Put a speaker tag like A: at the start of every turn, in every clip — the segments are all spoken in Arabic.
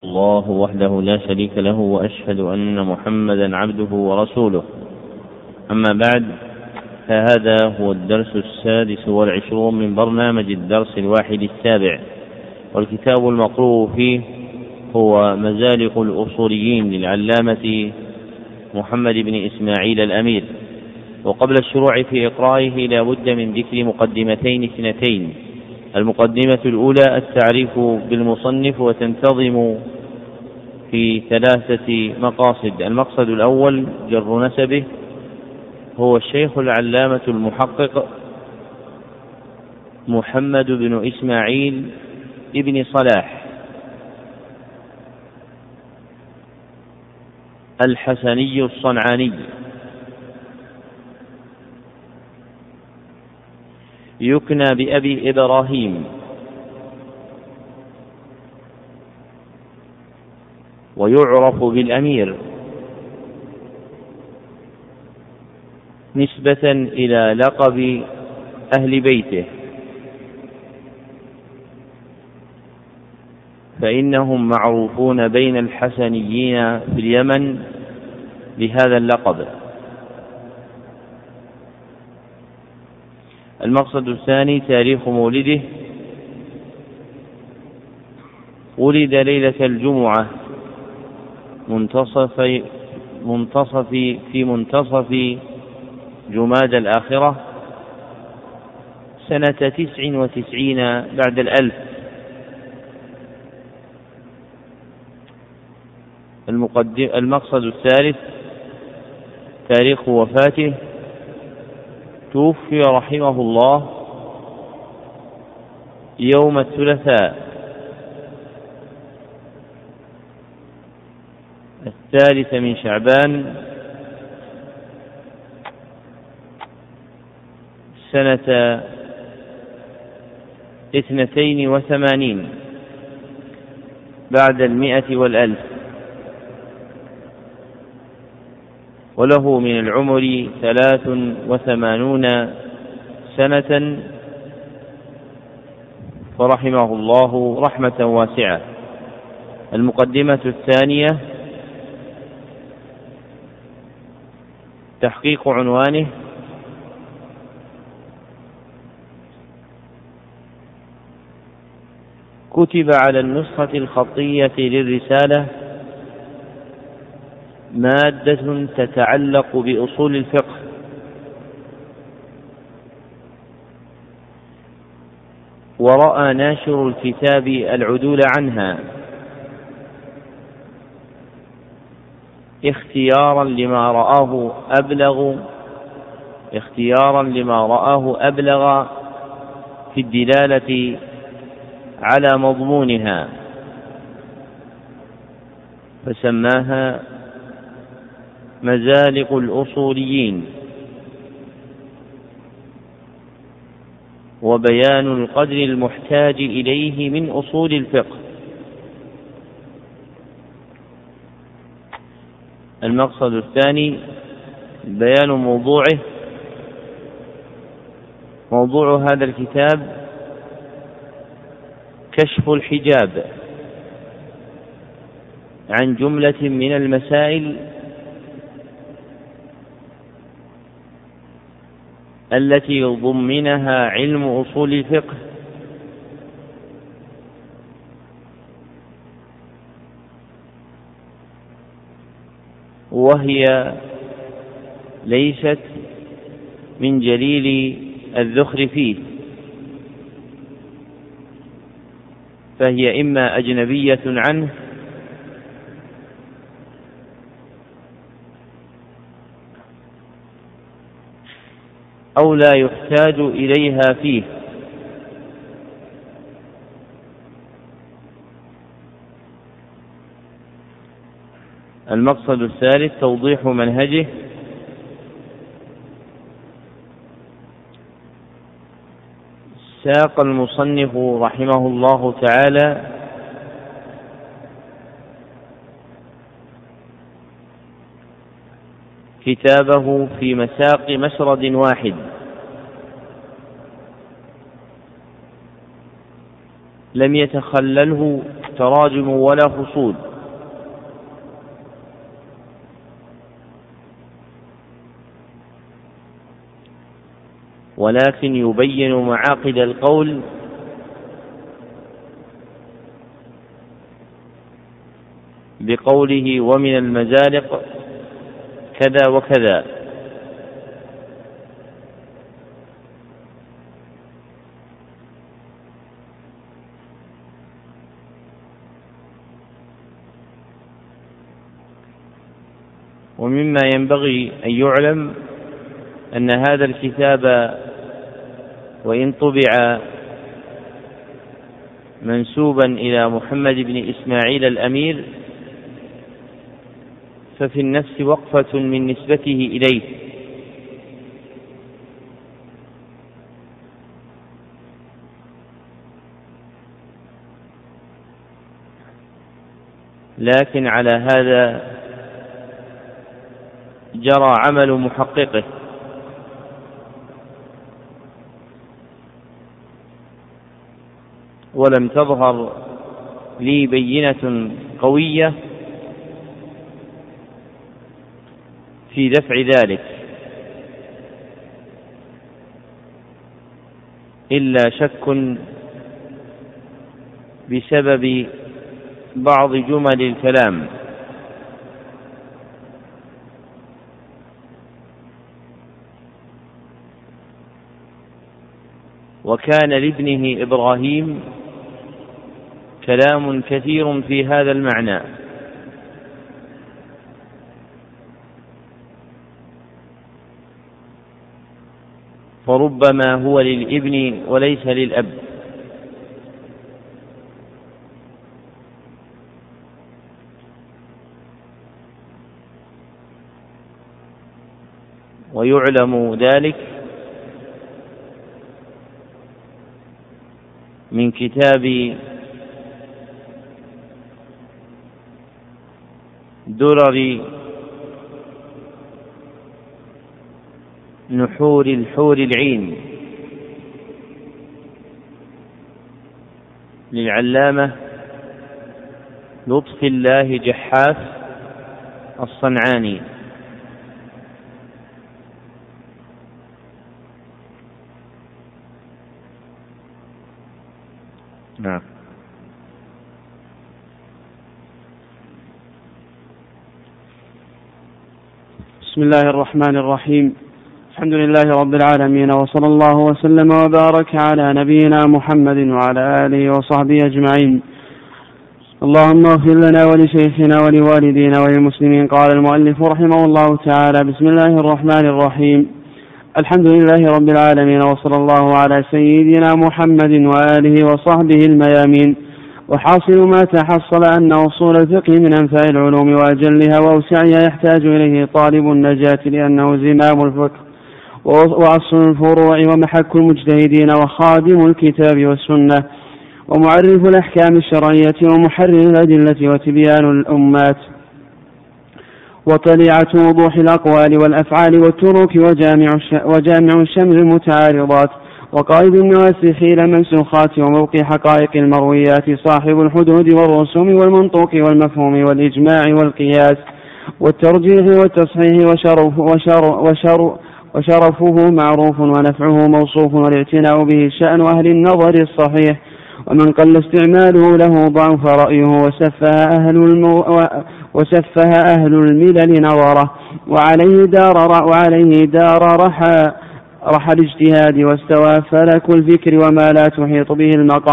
A: الله وحده لا شريك له، وأشهد أن محمدا عبده ورسوله. أما بعد، فهذا هو الدرس 26 من برنامج الدرس 71، والكتاب المقروء فيه هو مزالق الأصوليين للعلامة محمد بن إسماعيل الأمير. وقبل الشروع في إقرائه لا بد من ذكر مقدمتين اثنتين. المقدمة الأولى التعريف بالمصنف، وتنتظم في 3 مقاصد. المقصد الأول جر نسبه، هو الشيخ العلامة المحقق محمد بن إسماعيل ابن صلاح الحسني الصنعاني، يكنى بأبي إبراهيم، ويعرف بالأمير نسبة إلى لقب أهل بيته، فإنهم معروفون بين الحسنيين في اليمن بهذا اللقب. المقصد الثاني تاريخ مولده، ولد ليلة الجمعة في منتصف جماد الآخرة سنة 99 بعد 1000. المقصد الثالث تاريخ وفاته، توفي رحمه الله يوم الثلاثاء 3 من شعبان سنة 82 بعد 100 و1000، وله من العمر 83 سنة، فرحمه الله رحمة واسعة. المقدمة الثانية تحقيق عنوانه، كتب على النسخة الخطية للرسالة مادة تتعلق بأصول الفقه، ورأى ناشر الكتاب العدول عنها اختيارا لما رآه أبلغ في الدلالة على مضمونها، فسماها مزالق الأصوليين، وبيان القدر المحتاج إليه من أصول الفقه. المقصد الثاني بيان موضوعه. موضوع هذا الكتاب كشف الحجاب عن جملة من المسائل التي ضمنها علم أصول الفقه، وهي ليست من جليل الذخر فيه، فهي إما أجنبية عنه أو لا يحتاج إليها فيه. المقصد الثالث توضيح منهجه. ساق المصنف رحمه الله تعالى كتابه في مساق مسرد واحد، لم يتخلله تراجم ولا فصول، ولكن يبين معاقد القول بقوله ومن المزالق كذا وكذا. ومما ينبغي أن يعلم أن هذا الكتاب وإن طبع منسوبا إلى محمد بن إسماعيل الأمير ففي النفس وقفة من نسبته إليه، لكن على هذا جرى عمل محققه، ولم تظهر لي بينة قوية في دفع ذلك إلا شك بسبب بعض جمل الكلام، وكان لابنه إبراهيم كلام كثير في هذا المعنى، فربما هو للابن وليس للأب. ويعلم ذلك من كتاب درر نحور الحور العين للعلامة لطف الله جحاف الصنعاني. نعم.
B: بسم الله الرحمن الرحيم. الحمد لله رب العالمين، وصلى الله وسلم وبارك على نبينا محمد وعلى آله وصحبه أجمعين. اللهم اغفر لنا ولشيخنا ولوالدينا وللمسلمين. قال المؤلف رحمه الله تعالى: بسم الله الرحمن الرحيم. الحمد لله رب العالمين، وصلى الله على سيدنا محمد وآله وصحبه الميامين. وحاصل ما تحصل أن أصول الفقه من أنفع العلوم وأجلها وأوسعها يحتاج إليه طالب النجاة، لأنه زمام الفقه وأصل الفروع ومحك المجتهدين وخادم الكتاب والسنة ومعرف الأحكام الشرعية ومحرر الأدلة وتبيان الأمات وطليعة وضوح الأقوال والأفعال والترك وجامع الشمل المتعارضات وقائد النواسخ إلى المنسوخات وموقع حقائق المرويات، صاحب الحدود والرسوم والمنطوق والمفهوم والإجماع والقياس والترجيح والتصحيح وشرفه معروف ونفعه موصوف، والاعتناء به شأن أهل النظر الصحيح، ومن قل استعماله له ضعف رأيه وسفه أهل الملل نظره، وعليه دار رحى الاجتهاد واستوى فلك الفكر، وما لا تحيط به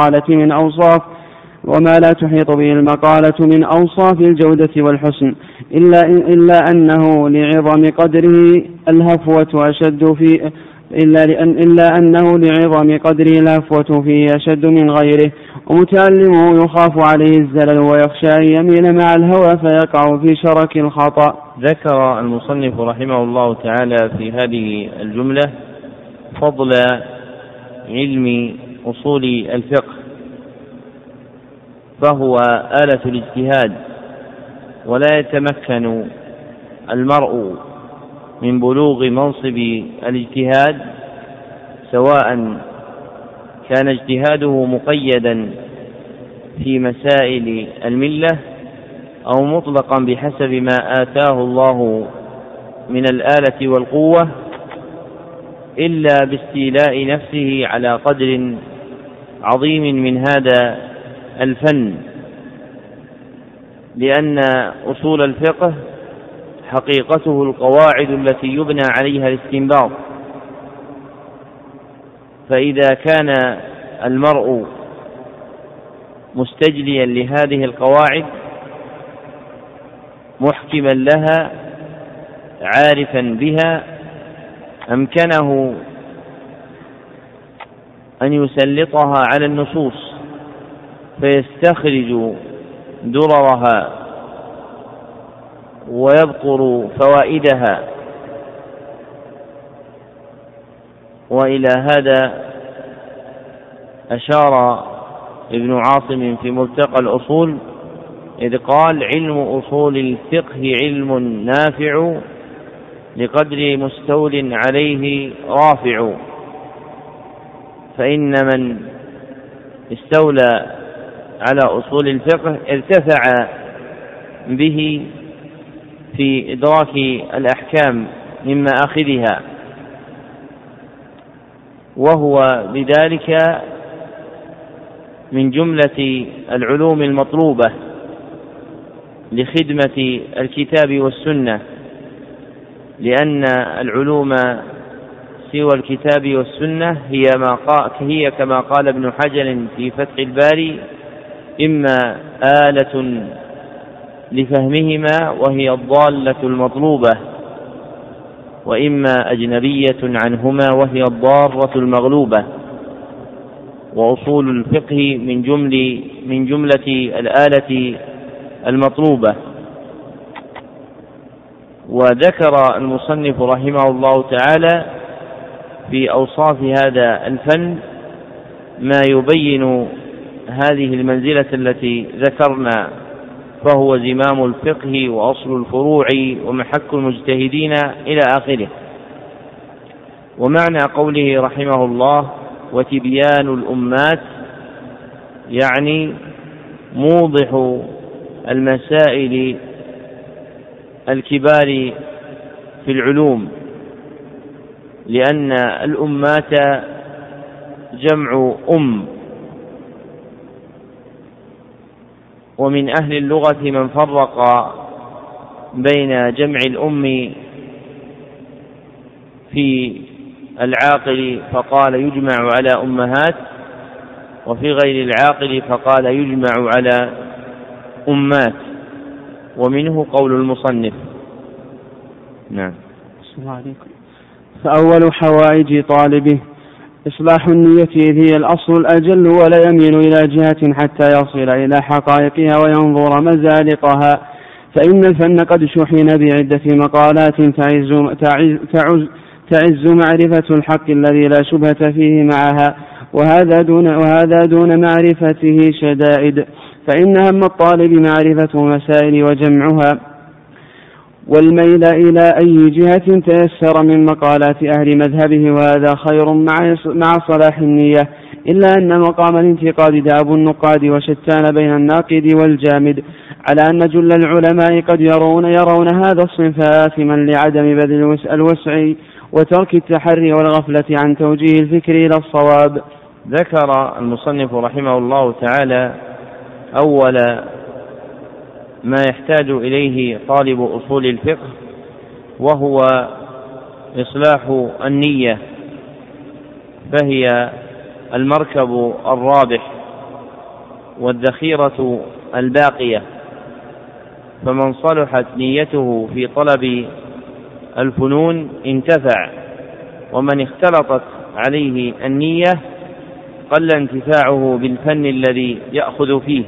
B: المقالة من أوصاف الجودة والحسن، إلا أنه لعظم قدره الهفوة فيه أشد من غيره، ومتعلمه يخاف عليه الزلل ويخشى أن يميل مع الهوى فيقع في شرك الخطأ.
A: ذكر المصنف رحمه الله تعالى في هذه الجملة فضل علم أصول الفقه، فهو آلة الاجتهاد، ولا يتمكن المرء من بلوغ منصب الاجتهاد سواء كان اجتهاده مقيدا في مسائل الملة، أو مطلقا بحسب ما آتاه الله من الآلة والقوة، إلا باستيلاء نفسه على قدر عظيم من هذا الفن، لأن أصول الفقه حقيقته القواعد التي يبنى عليها الاستنباط. فإذا كان المرء مستجليا لهذه القواعد محكما لها عارفا بها، أمكنه أن يسلطها على النصوص فيستخرج دررها ويبقر فوائدها. وإلى هذا أشار ابن عاصم في ملتقى الأصول إذ قال: علم أصول الفقه علم نافع لقدر مستول عليه رافع. فإن من استولى على أصول الفقه ارتفع به في إدراك الأحكام من مآخذها، وهو بذلك من جملة العلوم المطلوبة لخدمة الكتاب والسنة، لأن العلوم سوى الكتاب والسنة هي كما قال ابن حجر في فتح الباري: إما آلة لفهمهما وهي الضالة المطلوبة، وإما أجنبية عنهما وهي الضارة المغلوبة. وأصول الفقه من جملة الآلة المطلوبة. وذكر المصنف رحمه الله تعالى في أوصاف هذا الفن ما يبين هذه المنزلة التي ذكرنا، فهو زمام الفقه وأصل الفروع ومحك المجتهدين إلى آخره. ومعنى قوله رحمه الله: وتبيان الأمات، يعني موضح المسائل الكبار في العلوم، لأن الأمات جمع ومن أهل اللغة من فرق بين جمع الأم في العاقل فقال يجمع على أمهات، وفي غير العاقل فقال يجمع على أمات، ومنه قول المصنف. نعم.
B: فأول حوائج طالبه إصلاح النية، إذ هي الأصل الأجل، ولا يميل إلى جهة حتى يصل إلى حقائقها وينظر مزالقها، فإن الفن قد شحن بعدة مقالات تعز معرفة الحق الذي لا شبهة فيه معها، وهذا دون معرفته شدائد، فإن هم الطالب معرفة مسائل وجمعها، والميل إلى أي جهة تيسر من مقالات أهل مذهبه، وهذا خير مع صلاح النية، إلا أن مقام الانتقاد دأب النقاد، وشتان بين الناقد والجامد، على أن جل العلماء قد يرون هذا الصنف آثما لعدم بذل الوسع وترك التحري والغفلة عن توجيه الفكر إلى الصواب.
A: ذكر المصنف رحمه الله تعالى أول ما يحتاج إليه طالب أصول الفقه، وهو إصلاح النية، فهي المركب الرابح والذخيرة الباقية، فمن صلحت نيته في طلب الفنون انتفع، ومن اختلطت عليه النية قل انتفاعه بالفن الذي يأخذ فيه.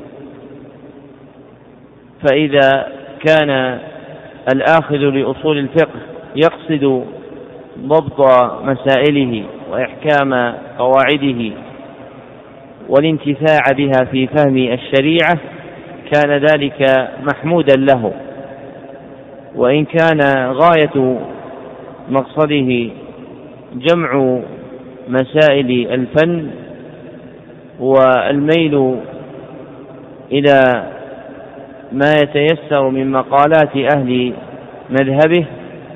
A: فإذا كان الآخذ لأصول الفقه يقصد ضبط مسائله وإحكام قواعده والانتفاع بها في فهم الشريعة كان ذلك محمودا له، وإن كان غاية مقصده جمع مسائل الفن والميل إلى ما يتيسر من مقالات أهل مذهبه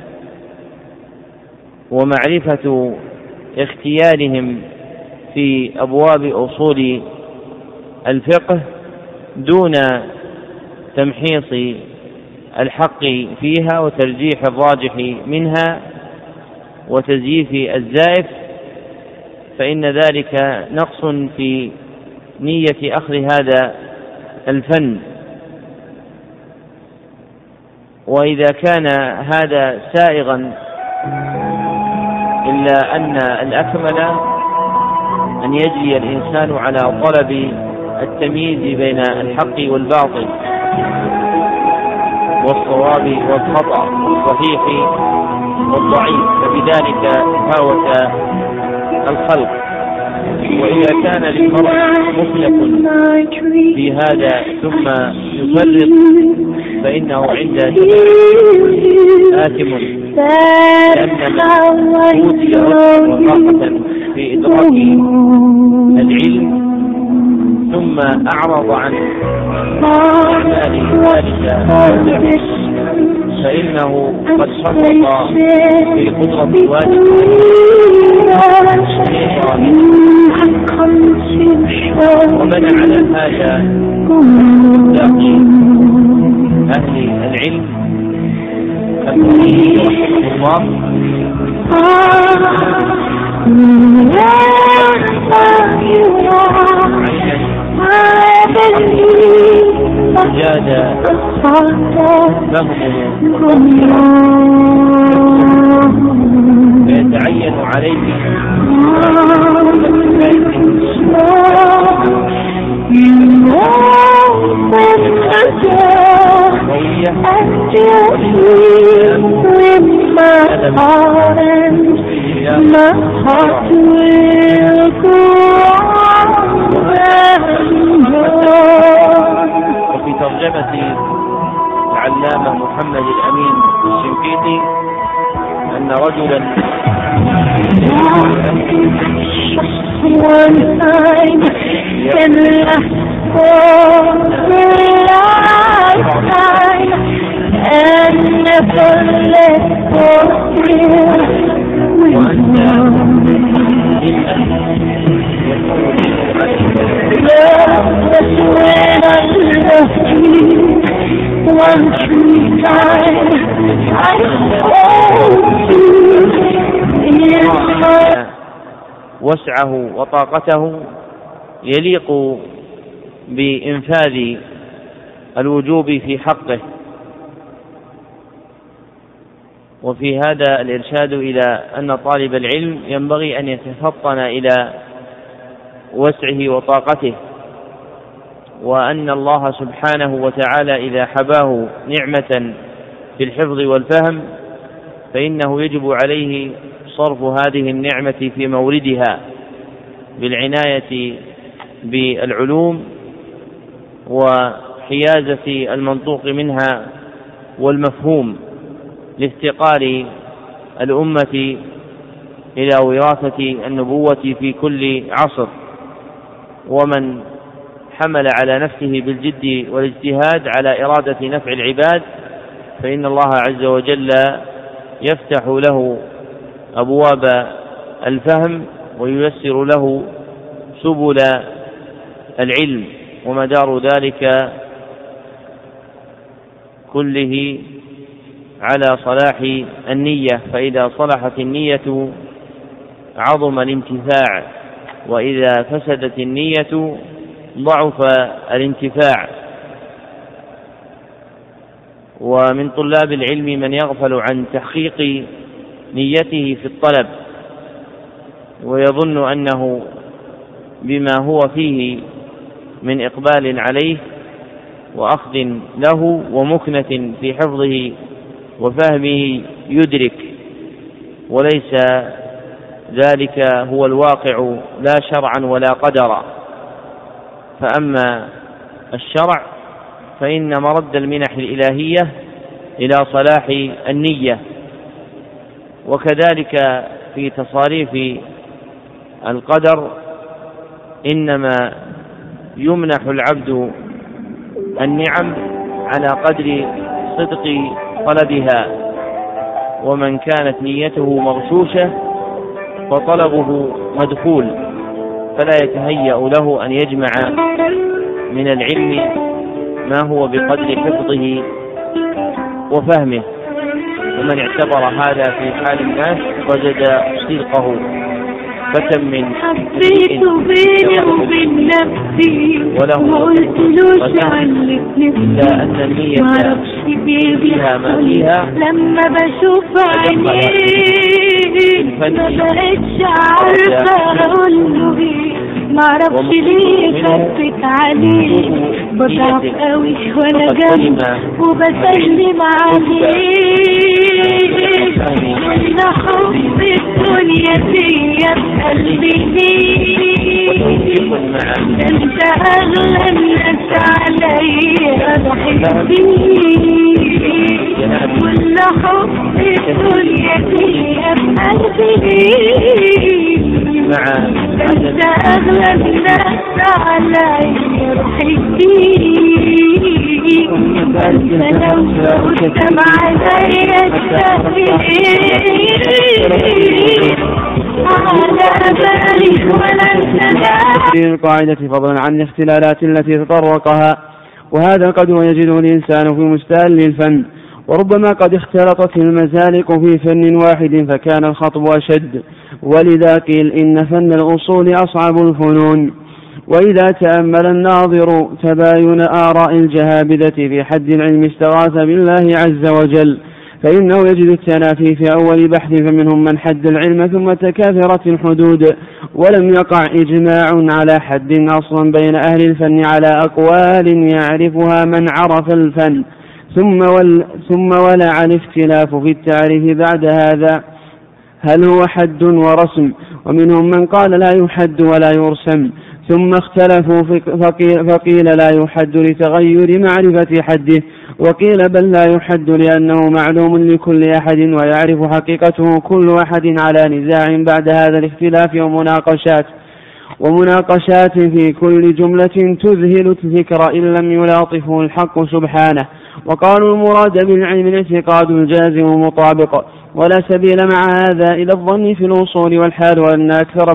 A: ومعرفة اختيارهم في أبواب أصول الفقه دون تمحيص الحق فيها وترجيح الراجح منها وتزييف الزائف، فإن ذلك نقص في نية أخذ هذا الفن. وإذا كان هذا سائغا إلا أن الأكمل أن يجري الإنسان على طلب التمييز بين الحق والباطل والصواب والخطأ والصحيح والضعيف، فبذلك تفاوت الخلق. وإذا كان للمرء مخلف في هذا ثم يفرط فإنه عند آثم، لأنما أوتي وطاقة في إدراك العلم ثم أعرض عن إعمال ذلك فإنه قد فرط في قدرة الواجب. ومن على هذا باقي أهل العلم الذين رحمه الله جاد فهمه فيتعين عليه وفي ترجمة العلامة محمد الأمين الشنقيطي أن رجلا وسعه وطاقته يليق بإنفاذ الوجوب في حقه. وفي هذا الإرشاد إلى أن طالب العلم ينبغي أن يتفطن إلى وسعه وطاقته، وأن الله سبحانه وتعالى إذا حباه نعمة في الحفظ والفهم فإنه يجب عليه صرف هذه النعمة في موردها بالعناية بالعلوم وحيازة المنطوق منها والمفهوم لافتقار الأمة إلى وراثة النبوة في كل عصر. ومن حمل على نفسه بالجد والاجتهاد على إرادة نفع العباد فإن الله عز وجل يفتح له أبواب الفهم وييسر له سبل العلم، ومدار ذلك كله على صلاح النية، فإذا صلحت النية عظم الانتفاع، وإذا فسدت النية ضعف الانتفاع. ومن طلاب العلم من يغفل عن تحقيق نيته في الطلب ويظن أنه بما هو فيه من إقبال عليه وأخذ له ومكنة في حفظه وفهمه يدرك، وليس ذلك هو الواقع لا شرعا ولا قدرا. فأما الشرع فإن مرد المنح الإلهية إلى صلاح النية، وكذلك في تصاريف القدر إنما يمنح العبد النعم على قدر صدق طلبها، ومن كانت نيته مغشوشة فطلبه مدخول، فلا يتهيأ له أن يجمع من العلم ما هو بقدر حفظه وفهمه. ومن اعتبر هذا في حال الناس وجد صدقه. فكم من
C: حبيت بيني وبين نفسي وقلت له شعلت نفسي معرفش فيها ما فيها، لما بشوف عينيه ما بقتش عارفة اقوله ايه، معرفش ليه خفت عليه، بضعف قوي وانا جنبه وبسلم عليه، وانا حب الدنيا فيا بقلبي ليك، انت اغلى الناس عليا بحب بيك، وانا حب الدنيا فيا بقلبي ليك، انت اغلى الناس عليا بحب بيك، انت لو قدام عليا
B: القاعدة فضلا عن الاختلالات التي تطرقها، وهذا القدر يجده الإنسان في مستهل الفن، وربما قد اختلطت المزالق في فن واحد فكان الخطب أشد، ولذا قيل إن فن الأصول أصعب الفنون. وإذا تأمل الناظر تباين آراء الجهابذة في حد العلم استغاث بالله عز وجل، فإنه يجد التنافي في أول بحث، فمنهم من حد العلم ثم تكاثرت الحدود، ولم يقع إجماع على حد أصلا بين أهل الفن على أقوال يعرفها من عرف الفن، ثم ولع الاختلاف في التعريف بعد هذا، هل هو حد ورسم؟ ومنهم من قال لا يحد ولا يرسم، ثم اختلفوا فقيل لا يحد لتغير معرفة حده، وقيل بل لا يحد لأنه معلوم لكل أحد ويعرف حقيقته كل أحد، على نزاع بعد هذا الاختلاف ومناقشات في كل جملة تذهل الذكر إن لم يلاطفه الحق سبحانه. وقالوا المراد بالعلم الاعتقاد الجازم المطابق، ولا سبيل مع هذا إلى الظن في الأصول، والحال أن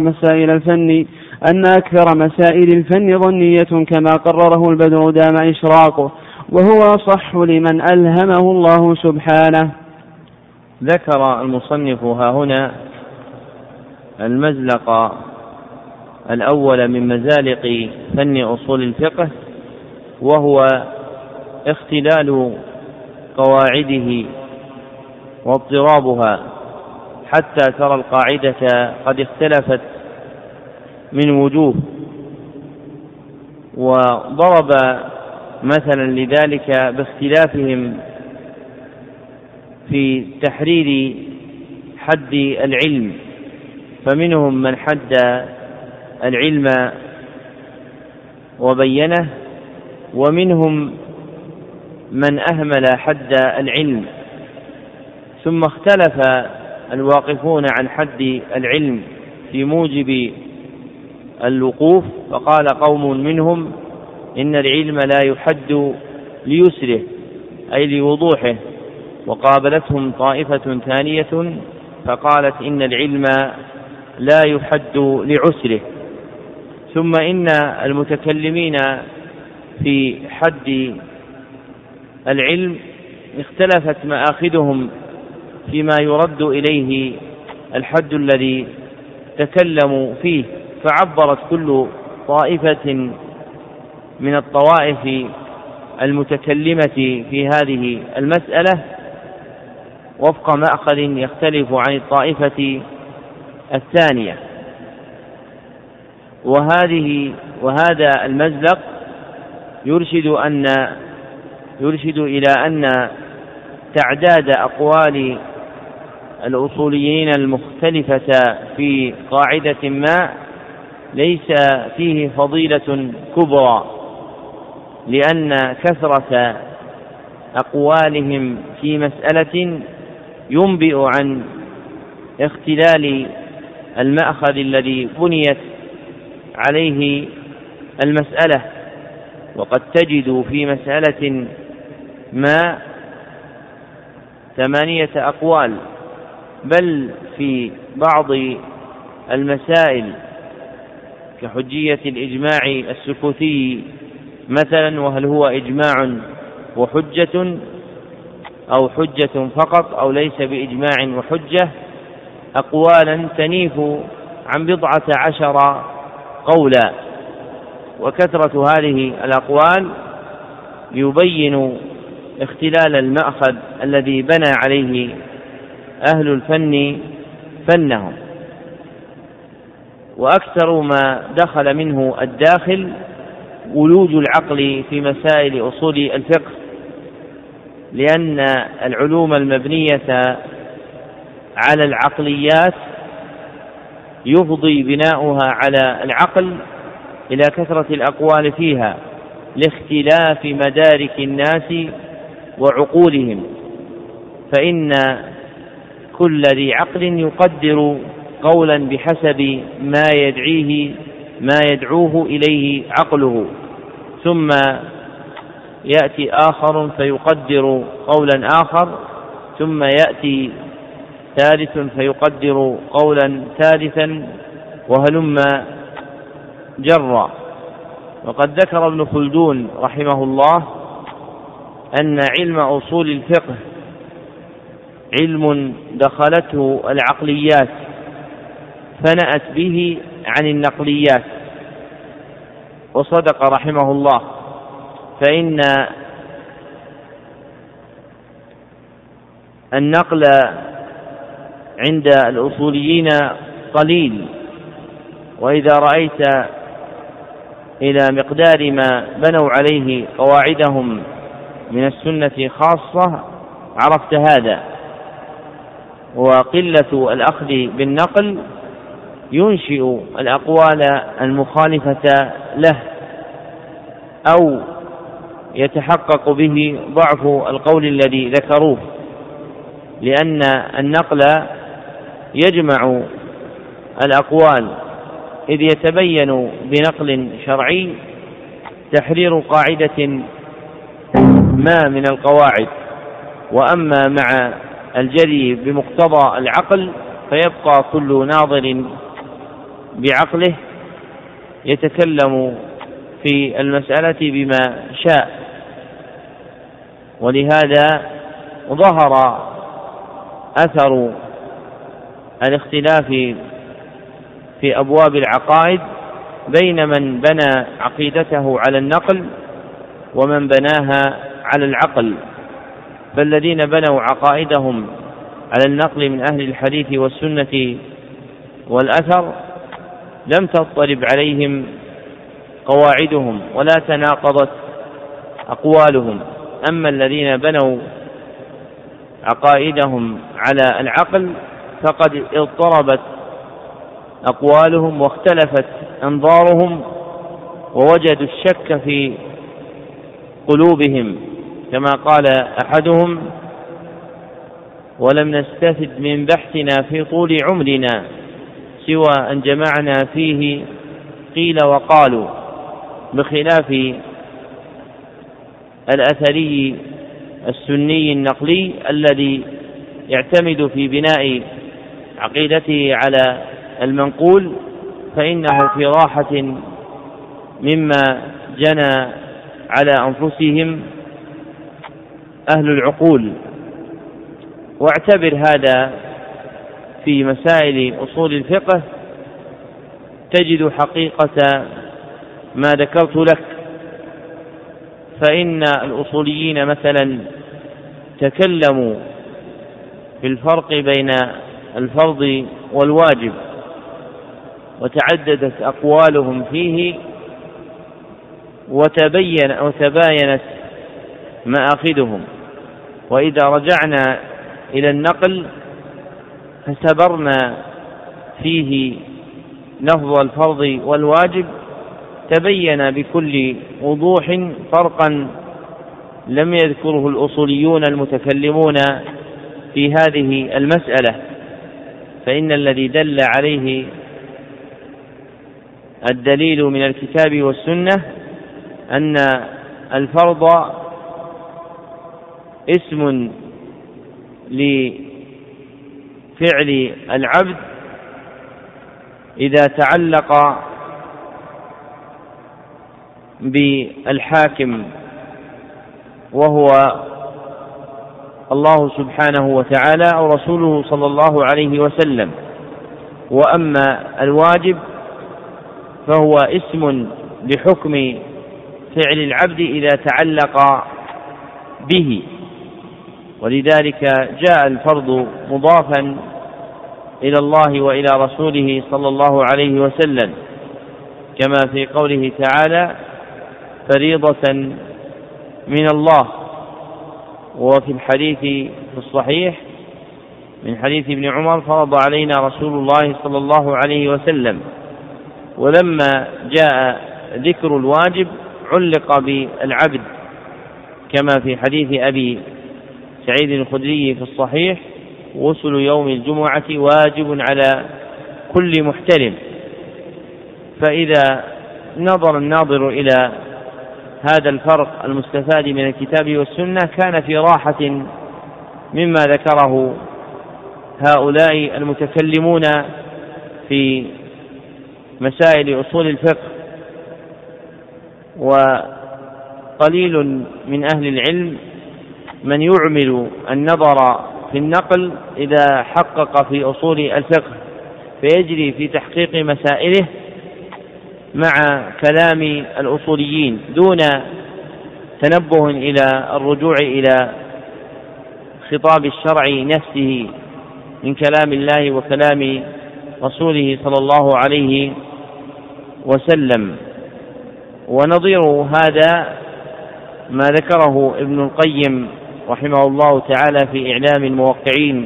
B: أكثر مسائل الفن ظنية كما قرره البدر دام إشراقه، وهو صح لمن ألهمه الله سبحانه.
A: ذكر المصنف هنا المزلق الأول من مزالق فن أصول الفقه، وهو اختلال قواعده واضطرابها، حتى ترى القاعدة قد اختلفت من وجوه. وضرب مثلا لذلك باختلافهم في تحرير حد العلم، فمنهم من حد العلم وبينه، ومنهم من أهمل حد العلم. ثم اختلف الواقفون عن حد العلم في موجب الوقوف، فقال قوم منهم إن العلم لا يحد ليسره أي لوضوحه، وقابلتهم طائفة ثانية فقالت إن العلم لا يحد لعسره. ثم إن المتكلمين في حد العلم اختلفت مآخذهم فيما يرد إليه الحد الذي تكلموا فيه، فعبرت كل طائفة من الطوائف المتكلمة في هذه المسألة وفق مأخذ يختلف عن الطائفة الثانية. وهذا المزلق يرشد إلى أن تعداد أقوال الأصوليين المختلفة في قاعدة ما ليس فيه فضيلة كبرى، لأن كثرة أقوالهم في مسألة ينبئ عن اختلال المأخذ الذي بنيت عليه المسألة. وقد تجد في مسألة ما 8 أقوال، بل في بعض المسائل كحجية الإجماع السكوتي مثلا، وهل هو إجماع وحجة أو حجة فقط أو ليس بإجماع وحجة، أقوالا تنيف عن 12 قولا. وكثرة هذه الأقوال يبين اختلال المأخذ الذي بنى عليه أهل الفن فنهم. وأكثر ما دخل منه الداخل ولوج العقل في مسائل أصول الفقه، لأن العلوم المبنية على العقليات يفضي بناؤها على العقل إلى كثرة الأقوال فيها لاختلاف مدارك الناس وعقولهم، فإن كل ذي عقل يقدر قولا بحسب ما يدعوه إليه عقله، ثم يأتي آخر فيقدر قولا آخر، ثم يأتي ثالث فيقدر قولا ثالثا، وهلم جرا. وقد ذكر ابن خلدون رحمه الله أن علم أصول الفقه علم دخلته العقليات فنأت به عن النقليات، وصدق رحمه الله، فإن النقل عند الأصوليين قليل، وإذا رأيت إلى مقدار ما بنوا عليه قواعدهم من السنة خاصة عرفت هذا. وقلة الأخذ بالنقل ينشئ الأقوال المخالفة له، أو يتحقق به ضعف القول الذي ذكروه، لأن النقل يجمع الأقوال، إذ يتبين بنقل شرعي تحرير قاعدة ما من القواعد، وأما مع الجري بمقتضى العقل فيبقى كل ناظر بعقله يتكلم في المسألة بما شاء. ولهذا ظهر أثر الاختلاف في أبواب العقائد بين من بنى عقيدته على النقل ومن بناها على العقل. فالذين بنوا عقائدهم على النقل من أهل الحديث والسنة والأثر لم تضطرب عليهم قواعدهم ولا تناقضت أقوالهم. أما الذين بنوا عقائدهم على العقل فقد اضطربت أقوالهم واختلفت أنظارهم، ووجدوا الشك في قلوبهم، كما قال أحدهم: ولم نستفد من بحثنا في طول عمرنا سوى أن جمعنا فيه قيل وقالوا، بخلاف الأثري السني النقلي الذي يعتمد في بناء عقيدته على المنقول، فإنه في راحة مما جنى على أنفسهم أهل العقول. واعتبر هذا في مسائل أصول الفقه تجد حقيقة ما ذكرت لك. فإن الأصوليين مثلا تكلموا في الفرق بين الفرض والواجب، وتعددت أقوالهم فيه، وتباينت مآخذهم. وإذا رجعنا إلى النقل فسبرنا فيه لفظ الفرض والواجب، تبين بكل وضوح فرقا لم يذكره الأصوليون المتكلمون في هذه المسألة. فإن الذي دل عليه الدليل من الكتاب والسنة أن الفرض اسم لفعل العبد إذا تعلق بالحاكم وهو الله سبحانه وتعالى أو رسوله صلى الله عليه وسلم. وأما الواجب فهو اسم لحكم فعل العبد إذا تعلق به، ولذلك جاء الفرض مضافا إلى الله وإلى رسوله صلى الله عليه وسلم، كما في قوله تعالى: فريضة من الله. وفي الحديث في الصحيح من حديث ابن عمر: فرض علينا رسول الله صلى الله عليه وسلم. ولما جاء ذكر الواجب علق بالعبد، كما في حديث أبي سعيد الخدري في الصحيح: غسل يوم الجمعة واجب على كل محتلم. فإذا نظر الناظر إلى هذا الفرق المستفاد من الكتاب والسنة كان في راحة مما ذكره هؤلاء المتكلمون في مسائل أصول الفقه. وقليل من أهل العلم من يعمل النظر في النقل إذا حقق في أصول الفقه، فيجري في تحقيق مسائله مع كلام الأصوليين دون تنبه إلى الرجوع إلى خطاب الشرع نفسه من كلام الله وكلام رسوله صلى الله عليه وسلم. ونظير هذا ما ذكره ابن القيم رحمه الله تعالى في إعلام الموقعين،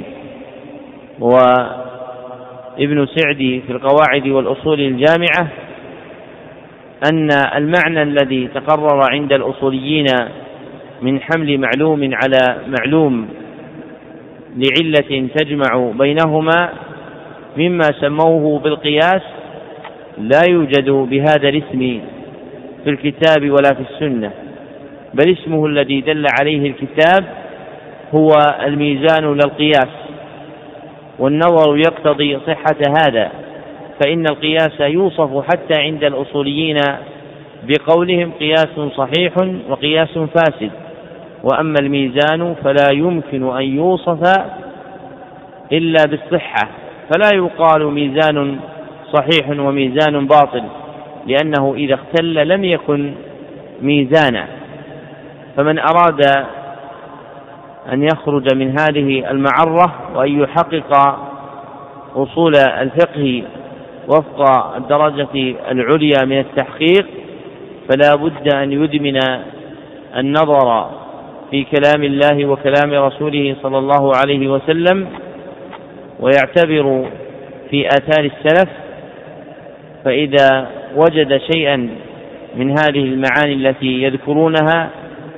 A: وابن سعدي في القواعد والأصول الجامعة، أن المعنى الذي تقرر عند الأصوليين من حمل معلوم على معلوم لعلة تجمع بينهما مما سموه بالقياس لا يوجد بهذا الاسم في الكتاب ولا في السنة، بل اسمه الذي دل عليه الكتاب هو الميزان للقياس. والنظر يقتضي صحة هذا، فإن القياس يوصف حتى عند الأصوليين بقولهم قياس صحيح وقياس فاسد. وأما الميزان فلا يمكن أن يوصف إلا بالصحة، فلا يقال ميزان صحيح وميزان باطل، لأنه إذا اختل لم يكن ميزانا. فمن أراد أن يخرج من هذه المعرة وأن يحقق أصول الفقه وفق الدرجة العليا من التحقيق فلا بد أن يدمن النظر في كلام الله وكلام رسوله صلى الله عليه وسلم، ويعتبر في آثار السلف، فإذا وجد شيئا من هذه المعاني التي يذكرونها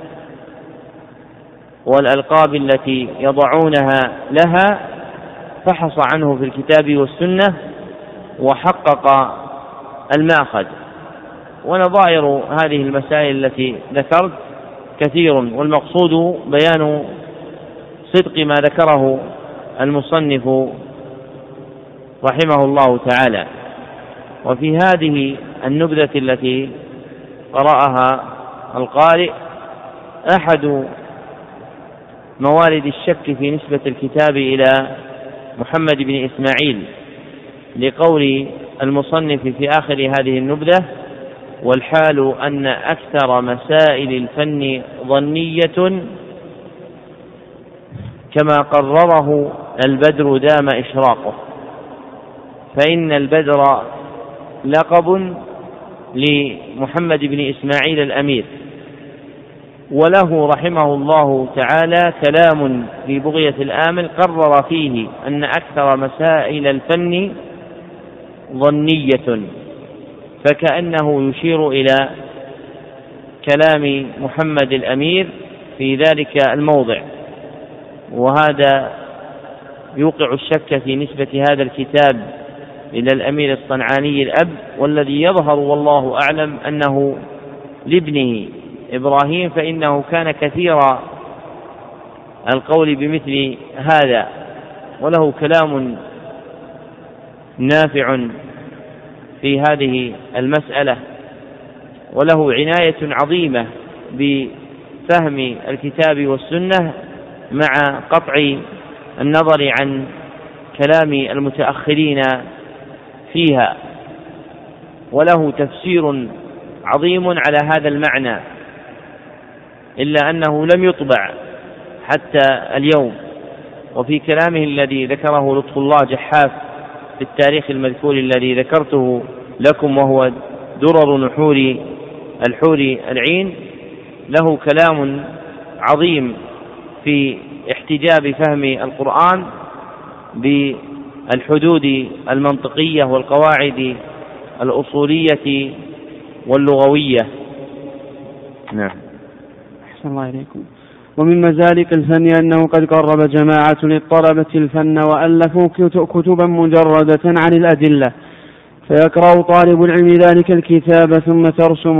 A: والألقاب التي يضعونها لها فحص عنه في الكتاب والسنة وحقق المأخذ. ونظائر هذه المسائل التي ذكرت كثير، والمقصود بيان صدق ما ذكره المصنف رحمه الله تعالى. وفي هذه النبذة التي قرأها القارئ أحد موارد الشك في نسبة الكتاب إلى محمد بن إسماعيل، لقول المصنف في آخر هذه النبذة: والحال أن أكثر مسائل الفن ظنية كما قرره البدر دام إشراقه. فإن البدر لقب لمحمد بن إسماعيل الأمير، وله رحمه الله تعالى كلام في بغية الآمل قرر فيه أن أكثر مسائل الفن ظنية، فكأنه يشير إلى كلام محمد الأمير في ذلك الموضع. وهذا يوقع الشك في نسبة هذا الكتاب إلى الأمير الصنعاني الأب، والذي يظهر والله أعلم أنه لابنه إبراهيم فإنه كان كثير القول بمثل هذا، وله كلام نافع في هذه المسألة، وله عناية عظيمة بفهم الكتاب والسنة مع قطع النظر عن كلام المتأخرين فيها، وله تفسير عظيم على هذا المعنى، إلا أنه لم يطبع حتى اليوم. وفي كلامه الذي ذكره لطف الله جحاف في التاريخ المذكور الذي ذكرته لكم، وهو درر نحور الحور العين، له كلام عظيم في احتجاب فهم القرآن بالحدود المنطقية والقواعد الأصولية واللغوية. نعم.
B: أحسن الله إليكم. ومن مزالق الفن أنه قد قرب جماعة للطلبة الفن وألفوا كتبا مجردة عن الأدلة، فيقرأ طالب العلم ذلك الكتاب ثم ترسم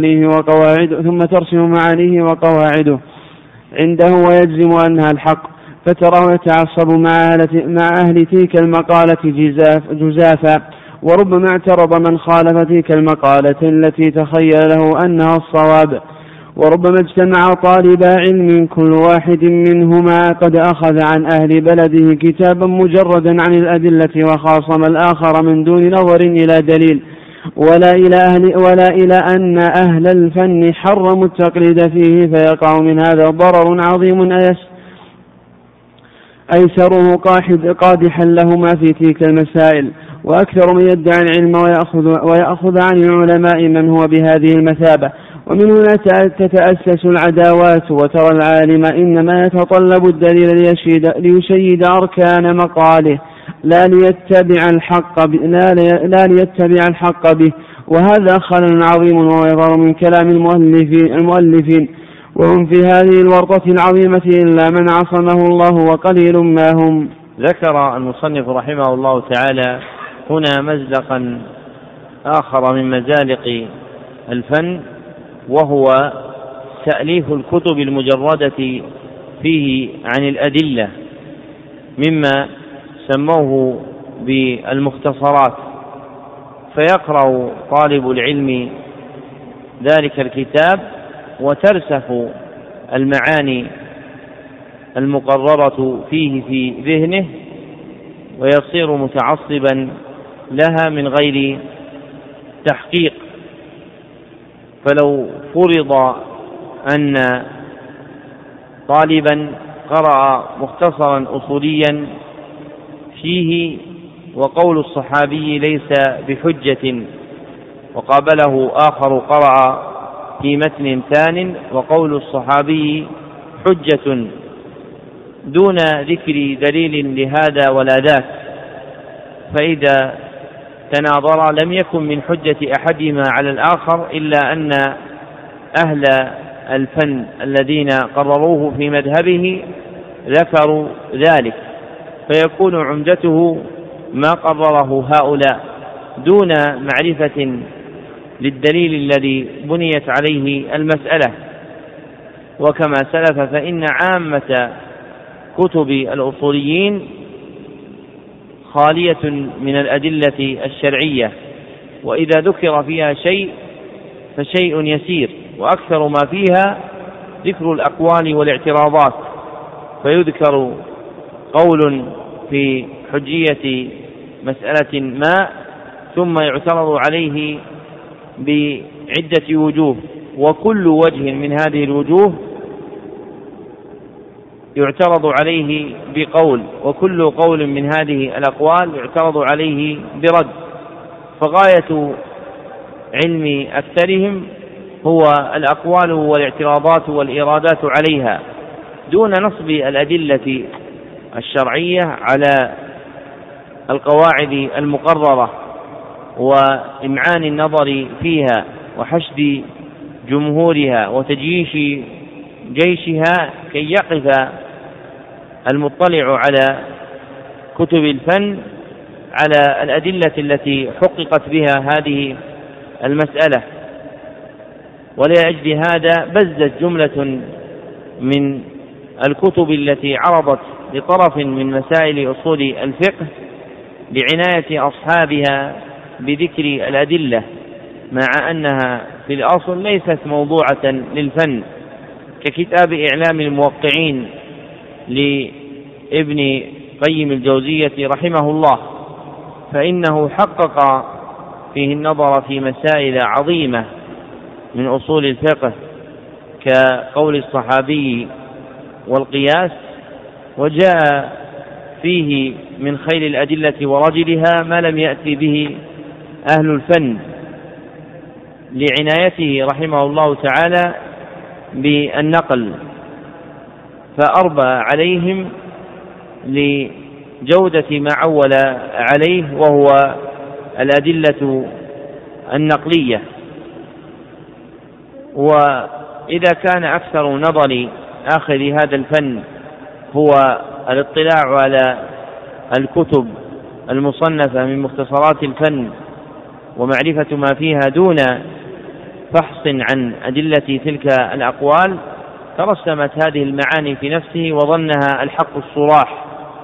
B: معانيه وقواعده عنده ويجزم أنها الحق، فتراه يتعصب مع أهل تلك المقالة جزافا، وربما اعترض من خالف تلك المقالة التي تخيل له أنها الصواب، وربما اجتمع طالب علم كل واحد منهما قد أخذ عن أهل بلده كتابا مجردا عن الأدلة وخاصم الآخر من دون نظر إلى دليل ولا إلى أن أهل الفن حرموا التقليد فيه، فيقع من هذا ضرر عظيم أيسره قادحا لهما في تلك المسائل. وأكثر من يدعي العلم ويأخذ عن العلماء من هو بهذه المثابة، ومن هنا تتأسس العداوات، وترى العالم إنما يتطلب الدليل ليشيد أركان مقاله لا ليتبع الحق به، وهذا خلل عظيم ويظهر من كلام المؤلفين، وهم في هذه الورطة العظيمة إلا من عصمه الله وقليل ما هم.
A: ذكر المصنف رحمه الله تعالى هنا مزلقا آخر من مزالق الفن، وهو تأليف الكتب المجردة فيه عن الأدلة مما سموه بالمختصرات، فيقرأ طالب العلم ذلك الكتاب وترسخ المعاني المقررة فيه في ذهنه، ويصير متعصبا لها من غير تحقيق. فلو فرض أن طالبا قرأ مختصرا أصوليا فيه وقول الصحابي ليس بحجة، وقابله آخر قرأ في متن ثان وقول الصحابي حجة دون ذكر دليل لهذا ولا ذاك، فإذا تناظر لم يكن من حجة أحدهما على الآخر إلا أن أهل الفن الذين قرروه في مذهبه ذكروا ذلك، فيكون عمدته ما قرره هؤلاء دون معرفة للدليل الذي بنيت عليه المسألة. وكما سلف فإن عامة كتب الأصوليين خالية من الأدلة الشرعية، وإذا ذكر فيها شيء فشيء يسير، وأكثر ما فيها ذكر الأقوال والاعتراضات، فيذكر قول في حجية مسألة ما ثم يعترض عليه بعدة وجوه، وكل وجه من هذه الوجوه يعترض عليه بقول، وكل قول من هذه الأقوال يعترض عليه برد، فغاية علم أكثرهم هو الأقوال والاعتراضات والإرادات عليها دون نصب الأدلة الشرعية على القواعد المقررة وإمعان النظر فيها وحشد جمهورها وتجييش جيشها كي يقف المطلع على كتب الفن على الأدلة التي حققت بها هذه المسألة. ولأجل هذا بزت جملة من الكتب التي عرضت لطرف من مسائل أصول الفقه لعناية أصحابها بذكر الأدلة، مع أنها في الأصل ليست موضوعة للفن، ككتاب إعلام الموقعين لابن قيم الجوزية رحمه الله، فإنه حقق فيه النظر في مسائل عظيمة من أصول الفقه كقول الصحابي والقياس، وجاء فيه من خير الأدلة ورجلها ما لم يأتي به أهل الفن لعنايته رحمه الله تعالى بالنقل، فأربى عليهم لجودة ما عول عليه وهو الأدلة النقلية. وإذا كان أكثر نظر آخر هذا الفن هو الاطلاع على الكتب المصنفة من مختصرات الفن ومعرفة ما فيها دون فحص عن أدلة تلك الأقوال، ترسمت هذه المعاني في نفسه وظنها الحق الصراح،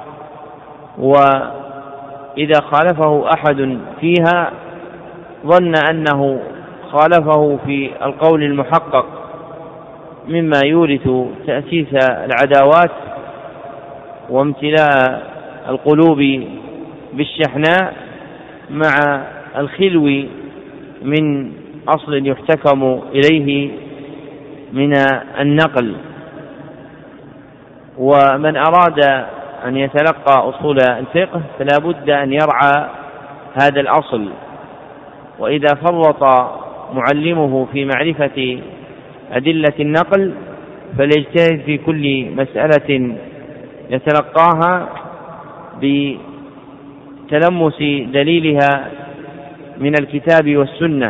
A: وإذا خالفه أحد فيها ظن أنه خالفه في القول المحقق، مما يورث تأسيس العداوات وامتلاء القلوب بالشحناء مع الخلو من أصل يحتكم إليه من النقل. ومن أراد أن يتلقى أصول الفقه فلا بد أن يرعى هذا الأصل، وإذا فرط معلمه في معرفة أدلة النقل فليجتهد في كل مسألة يتلقاها بتلمس دليلها من الكتاب والسنة.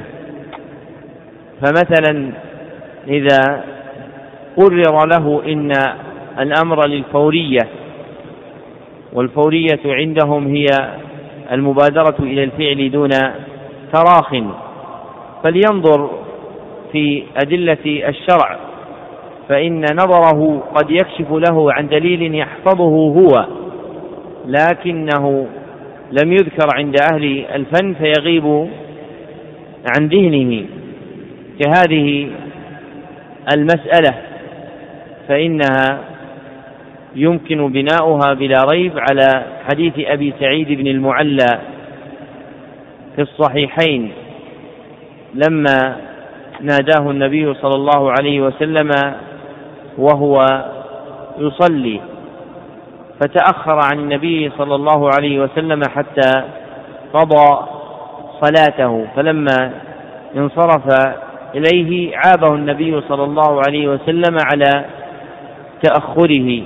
A: فمثلا إذا قرر له إن الأمر للفورية، والفورية عندهم هي المبادرة إلى الفعل دون تراخ، فلينظر في أدلة الشرع، فإن نظره قد يكشف له عن دليل يحفظه هو لكنه لم يذكر عند أهل الفن فيغيب عن ذهنه، كهذه المسألة فإنها يمكن بناؤها بلا ريب على حديث أبي سعيد بن المعلى في الصحيحين لما ناداه النبي صلى الله عليه وسلم وهو يصلي، فتأخر عن النبي صلى الله عليه وسلم حتى قضى صلاته، فلما انصرف إليه عابه النبي صلى الله عليه وسلم على تأخره،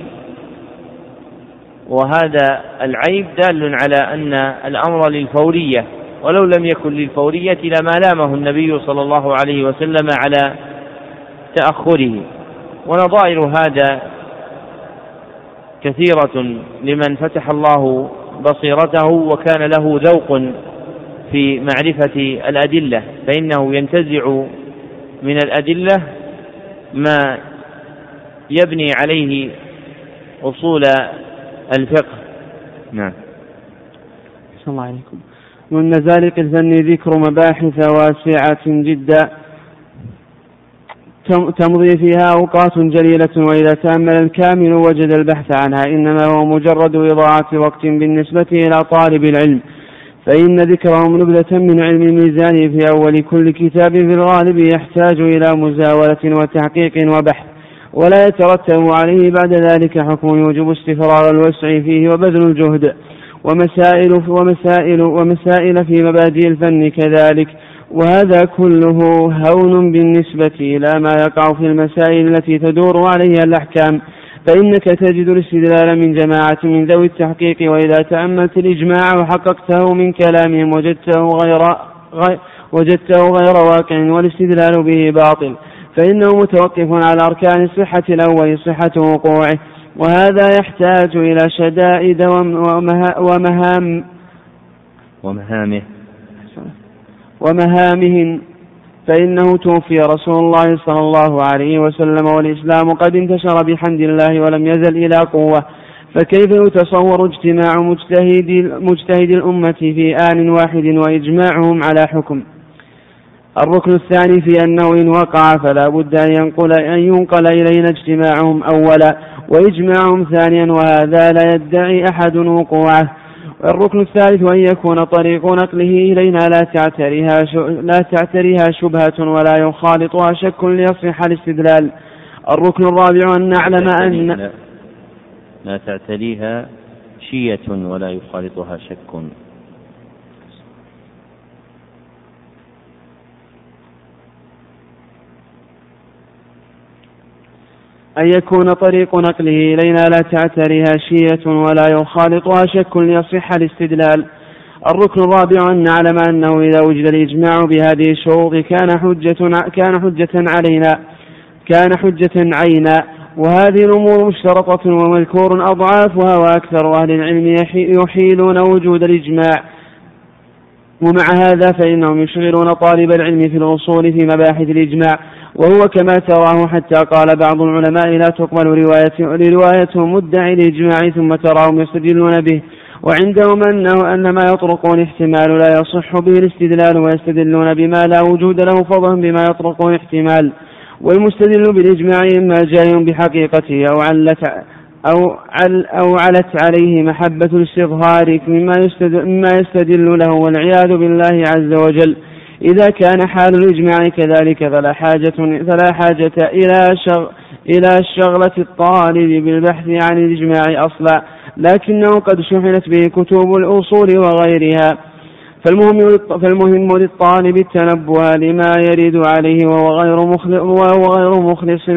A: وهذا العيب دال على أن الأمر للفورية، ولو لم يكن للفورية لما لامه النبي صلى الله عليه وسلم على تأخره. ونظائر هذا كثيرة لمن فتح الله بصيرته وكان له ذوق في معرفة الأدلة، فإنه ينتزع من الأدلة ما يبني عليه أصول الفقه. نعم.
B: صلى الله عليكم. من مزالق الفن ذكر مباحث واسعة جدا تمضي فيها أوقات جليلة، وإذا تأمل الكامل وجد البحث عنها إنما هو مجرد إضاعة وقت بالنسبة إلى طالب العلم، فإن ذكرهم نبذة من علم الميزان في أول كل كتاب في الغالب يحتاج إلى مزاولة وتحقيق وبحث، ولا يترتب عليه بعد ذلك حكم يوجب استفرار الوسع فيه وبذل الجهد، ومسائل في مبادئ الفن كذلك، وهذا كله هون بالنسبة إلى ما يقع في المسائل التي تدور عليها الأحكام، فإنك تجد الاستدلال من جماعة من ذوي التحقيق، وإذا تأملت الإجماع وحققته من كلامهم وجدته غير واقع، والاستدلال به باطل، فإنه متوقف على أركان الصحة الأول صحة وقوعه، وهذا يحتاج إلى شدائد ومهامهن، فإنه توفي رسول الله صلى الله عليه وسلم والإسلام قد انتشر بحمد الله ولم يزل إلى قوة، فكيف يتصور اجتماع مجتهد الأمة في آن واحد وإجماعهم على حكم؟ الركن الثاني في أنه إن وقع فلا بد أن ينقل إلينا اجتماعهم أولا وإجماعهم ثانيا، وهذا لا يدعي أحد وقوعه. الركن الثالث أن يكون طريق نقله إلينا لا تعتريها شبهة ولا يخالطها شك ليصح الاستدلال. الركن الرابع أن نعلم أن
A: لا تعتريها شية ولا يخالطها شك.
B: أن يكون طريق نقله إلينا لا تعتريها شية ولا يخالطها شك ليصح الاستدلال. الركن الرابع أن نعلم أنه إذا وجد الإجماع بهذه الشروط كان حجة عينا، وهذه الأمور مشترطة ومذكور أضعافها، وأكثر أهل العلم يحيلون وجود الإجماع، ومع هذا فإنهم يشغلون طالب العلم في الأصول في مباحث الإجماع، وهو كما تراه حتى قال بعض العلماء لا تقبل رواية مدعي الإجماع ثم تراهم يستدلون به، وعندهم أن ما يطرق الاحتمال لا يصح به الاستدلال، ويستدلون بما لا وجود له فضلا بما يطرق الاحتمال. والمستدل بالإجماع إما جاي بحقيقته أو علت عليه محبة الاستظهار مما يستدل له، والعياذ بالله عز وجل. إذا كان حال الإجماع كذلك فلا حاجة إلى شغلة الطالب بالبحث عن الإجماع أصلا، لكنه قد شحنت به كتب الأصول وغيرها. فالمهم للطالب التنبه لما يرد عليه وهو غير مخلص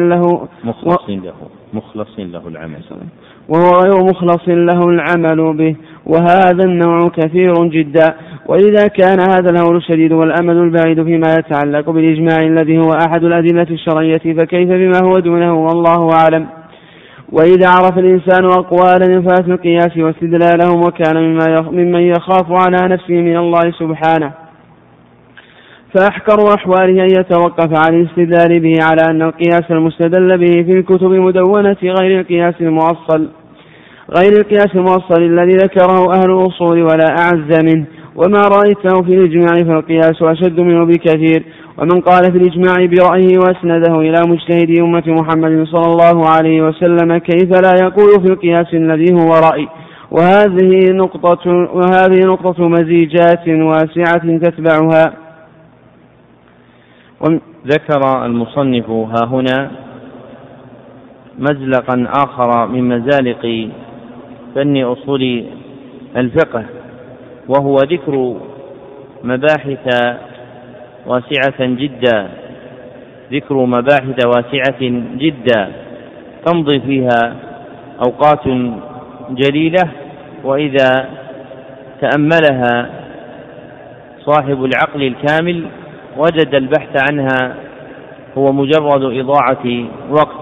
B: له العمل به، وهذا النوع كثير جدا. وإذا كان هذا الهول الشديد والأمل البعيد فيما يتعلق بالإجماع الذي هو أحد الأدلة الشرعية، فكيف بما هو دونه والله أعلم. وإذا عرف الإنسان أقوال نفاة القياس واستدلالهم وكان ممن يخاف على نفسه من الله سبحانه، فأحكر أحواله أن يتوقف عن الاستدلال به على أن القياس المستدل به في الكتب المدونة غير القياس المؤصل الذي ذكره أهل الأصول ولا أعز منه. وما رأيته في الإجماع فالقياس أشد منه بكثير. ومن قال في الإجماع برأيه وأسنده إلى مجتهد أمة محمد صلى الله عليه وسلم كيف لا يقول في القياس الذي هو رأي. وهذه نقطة مزيجات واسعة تتبعها.
A: ذكر المصنف ها هنا مزلقا آخر من مزالق فن أصول الفقه، وهو ذكر مباحث واسعة جدا تمضي فيها أوقات جليلة، وإذا تأملها صاحب العقل الكامل وجد البحث عنها هو مجرد إضاعة وقت،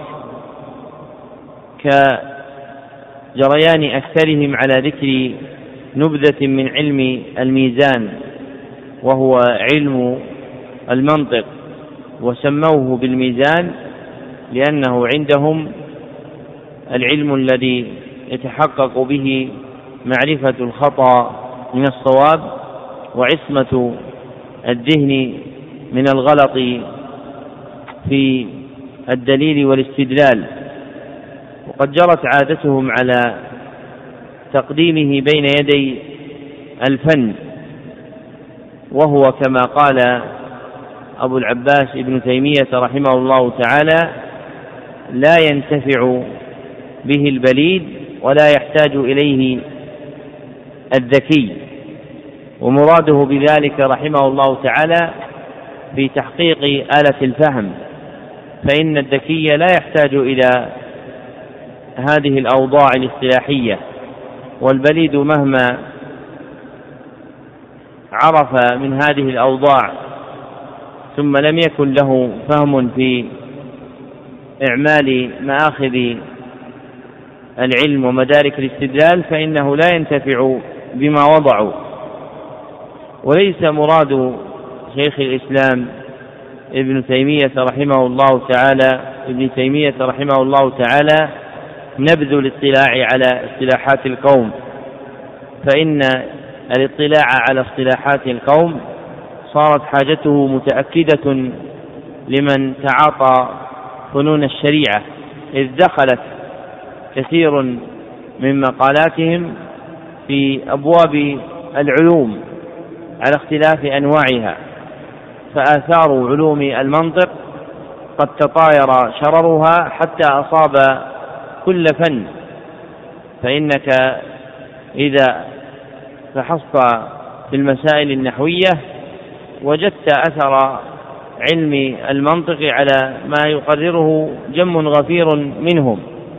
A: كجريان أكثرهم على ذكر نبذة من علم الميزان وهو علم المنطق، وسموه بالميزان لأنه عندهم العلم الذي يتحقق به معرفة الخطأ من الصواب وعصمة الذهن من الغلط في الدليل والاستدلال. وقد جرت عادتهم على تقديمه بين يدي الفن، وهو كما قال أبو العباس ابن تيمية رحمه الله تعالى لا ينتفع به البليد ولا يحتاج إليه الذكي. ومراده بذلك رحمه الله تعالى في تحقيق آلة الفهم، فإن الذكي لا يحتاج إلى هذه الأوضاع الاصطلاحية، والبليد مهما عرف من هذه الأوضاع ثم لم يكن له فهم في إعمال مآخذ العلم ومدارك الاستدلال فإنه لا ينتفع بما وضعوا. وليس مراد شيخ الإسلام ابن تيمية رحمه الله تعالى نبذ الاطلاع على اصطلاحات القوم، فإن الاطلاع على اصطلاحات القوم صارت حاجته متأكدة لمن تعاطى فنون الشريعة، إذ دخلت كثير من مقالاتهم في أبواب العلوم على اختلاف أنواعها، فآثار علوم المنطق قد تطاير شررها حتى أصاب كل فن. فإنك إذا فحصت في المسائل النحوية وجدت أثر علم المنطق على ما يقرره جم غفير منهم،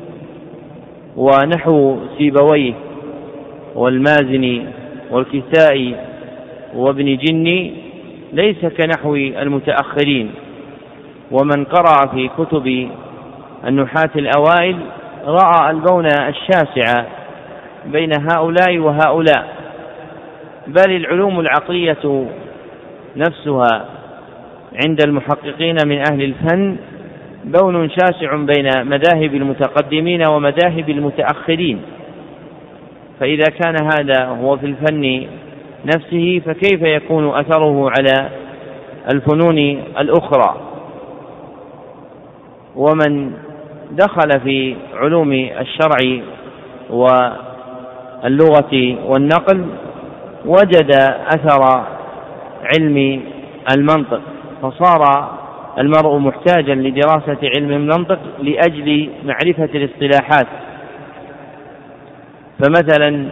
A: ونحو سيبويه والمازني والكسائي وابن جني ليس كنحو المتأخرين. ومن قرأ في كتب النحاة الأوائل رأى البون الشاسع بين هؤلاء وهؤلاء، بل العلوم العقلية نفسها عند المحققين من أهل الفن بون شاسع بين مذاهب المتقدمين ومذاهب المتأخرين. فإذا كان هذا هو في الفن نفسه، فكيف يكون أثره على الفنون الأخرى؟ ومن دخل في علوم الشرع واللغة والنقل وجد أثر علم المنطق، فصار المرء محتاجا لدراسة علم المنطق لأجل معرفة الاصطلاحات. فمثلا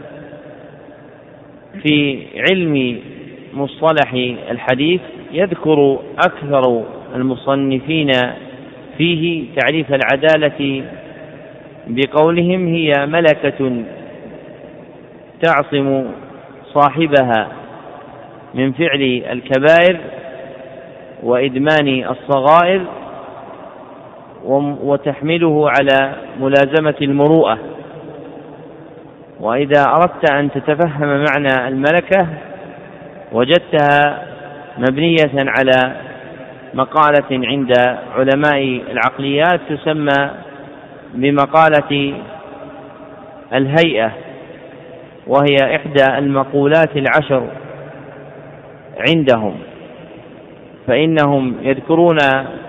A: في علم مصطلح الحديث يذكر أكثر المصنفين فيه تعريف العدالة بقولهم: هي ملكة تعصم صاحبها من فعل الكبائر وإدمان الصغائر وتحمله على ملازمة المروءة. وإذا أردت أن تتفهم معنى الملكة وجدتها مبنية على مقالة عند علماء العقليات تسمى بمقالة الهيئة، وهي إحدى المقولات العشر عندهم. فإنهم يذكرون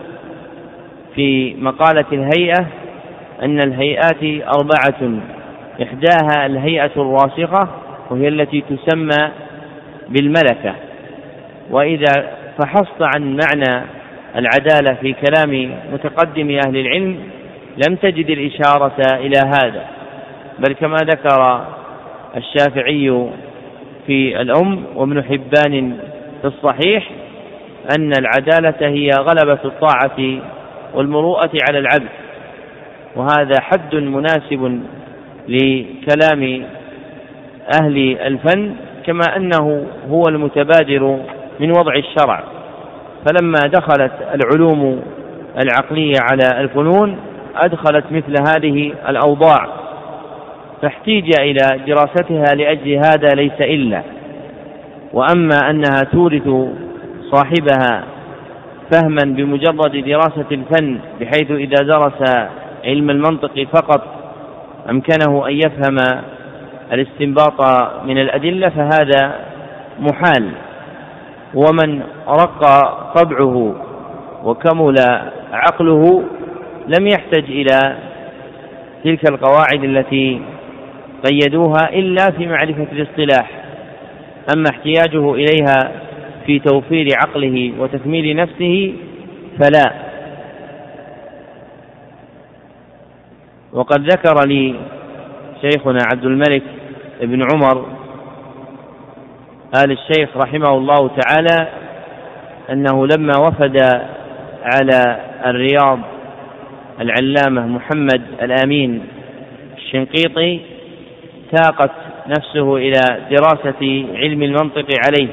A: في مقالة الهيئة أن الهيئات أربعة، إحداها الهيئة الراسخة وهي التي تسمى بالملكة. وإذا فحصت عن معنى العدالة في كلام متقدم أهل العلم لم تجد الإشارة إلى هذا، بل كما ذكر الشافعي في الأم وابن حبان في الصحيح أن العدالة هي غلبة الطاعة والمروءة على العبد، وهذا حد مناسب لكلام أهل الفن، كما أنه هو المتبادر من وضع الشرع. فلما دخلت العلوم العقلية على الفنون أدخلت مثل هذه الأوضاع، فاحتيج إلى دراستها لأجل هذا ليس إلا. وأما أنها تورث صاحبها فهما بمجرد دراسة الفن، بحيث إذا درس علم المنطق فقط أمكنه أن يفهم الاستنباط من الأدلة، فهذا محال. ومن رق طبعه وكمل عقله لم يحتج إلى تلك القواعد التي قيدوها إلا في معرفة الاصطلاح. أما احتياجه إليها في توفير عقله وتكميل نفسه فلا. وقد ذكر لي شيخنا عبد الملك بن عمر آل الشيخ رحمه الله تعالى أنه لما وفد على الرياض العلامة محمد الأمين الشنقيطي تاقت نفسه إلى دراسة علم المنطق عليه،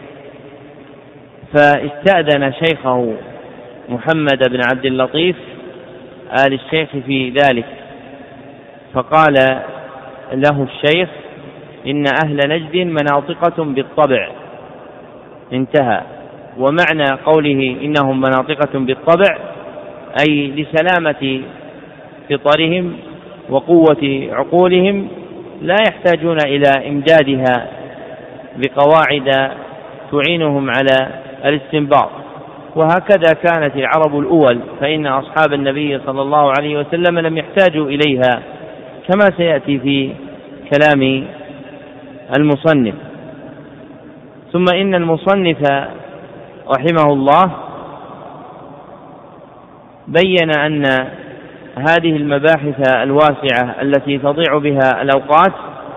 A: فاستأذن شيخه محمد بن عبد اللطيف آل الشيخ في ذلك، فقال له الشيخ: إن أهل نجد مناطقة بالطبع، انتهى. ومعنى قوله إنهم مناطقة بالطبع أي لسلامة فطرهم وقوة عقولهم لا يحتاجون إلى إمدادها بقواعد تعينهم على الاستنباط. وهكذا كانت العرب الأول، فإن أصحاب النبي صلى الله عليه وسلم لم يحتاجوا إليها كما سيأتي في كلام المصنف. ثم إن المصنف رحمه الله بين أن هذه المباحث الواسعة التي تضيع بها الأوقات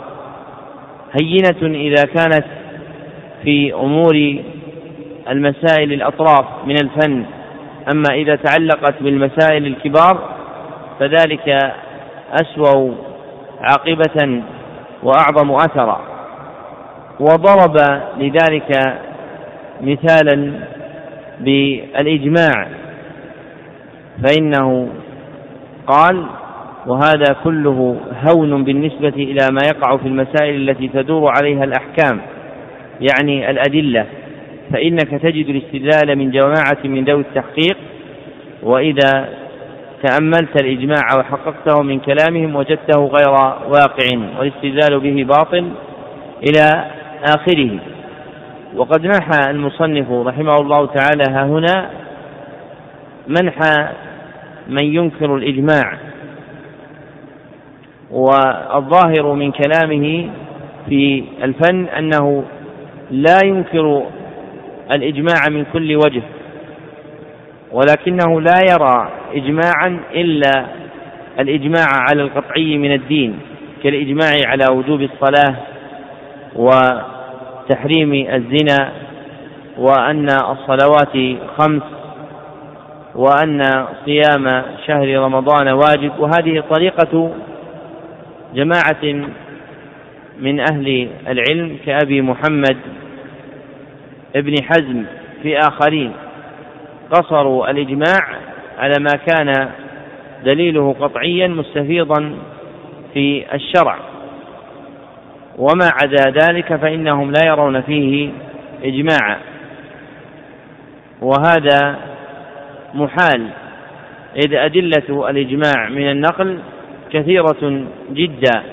A: هينة إذا كانت في أمور المسائل الأطراف من الفن، أما إذا تعلقت بالمسائل الكبار فذلك أسوأ عاقبة وأعظم أثرا. وضرب لذلك مثالا بالإجماع، فإنه قال: وهذا كله هون بالنسبة إلى ما يقع في المسائل التي تدور عليها الأحكام، يعني الأدلة، فإنك تجد الاستدلال من جماعة من ذوي التحقيق، وإذا تأملت الإجماع وحققته من كلامهم وجدته غير واقع والاستدلال به باطل إلى آخره. وقد نحى المصنف رحمه الله تعالى ها هنا منح من ينكر الإجماع، والظاهر من كلامه في الفن أنه لا ينكر الإجماع من كل وجه، ولكنه لا يرى إجماعا إلا الإجماع على القطعي من الدين، كالإجماع على وجوب الصلاة وتحريم الزنا، وأن الصلوات 5، وأن صيام شهر رمضان واجب. وهذه طريقة جماعة من أهل العلم كأبي محمد ابن حزم في آخرين، قصروا الإجماع على ما كان دليله قطعيا مستفيضا في الشرع، وما عدا ذلك فإنهم لا يرون فيه إجماعا، وهذا محال، إذ أدلة الإجماع من النقل كثيرة جدا،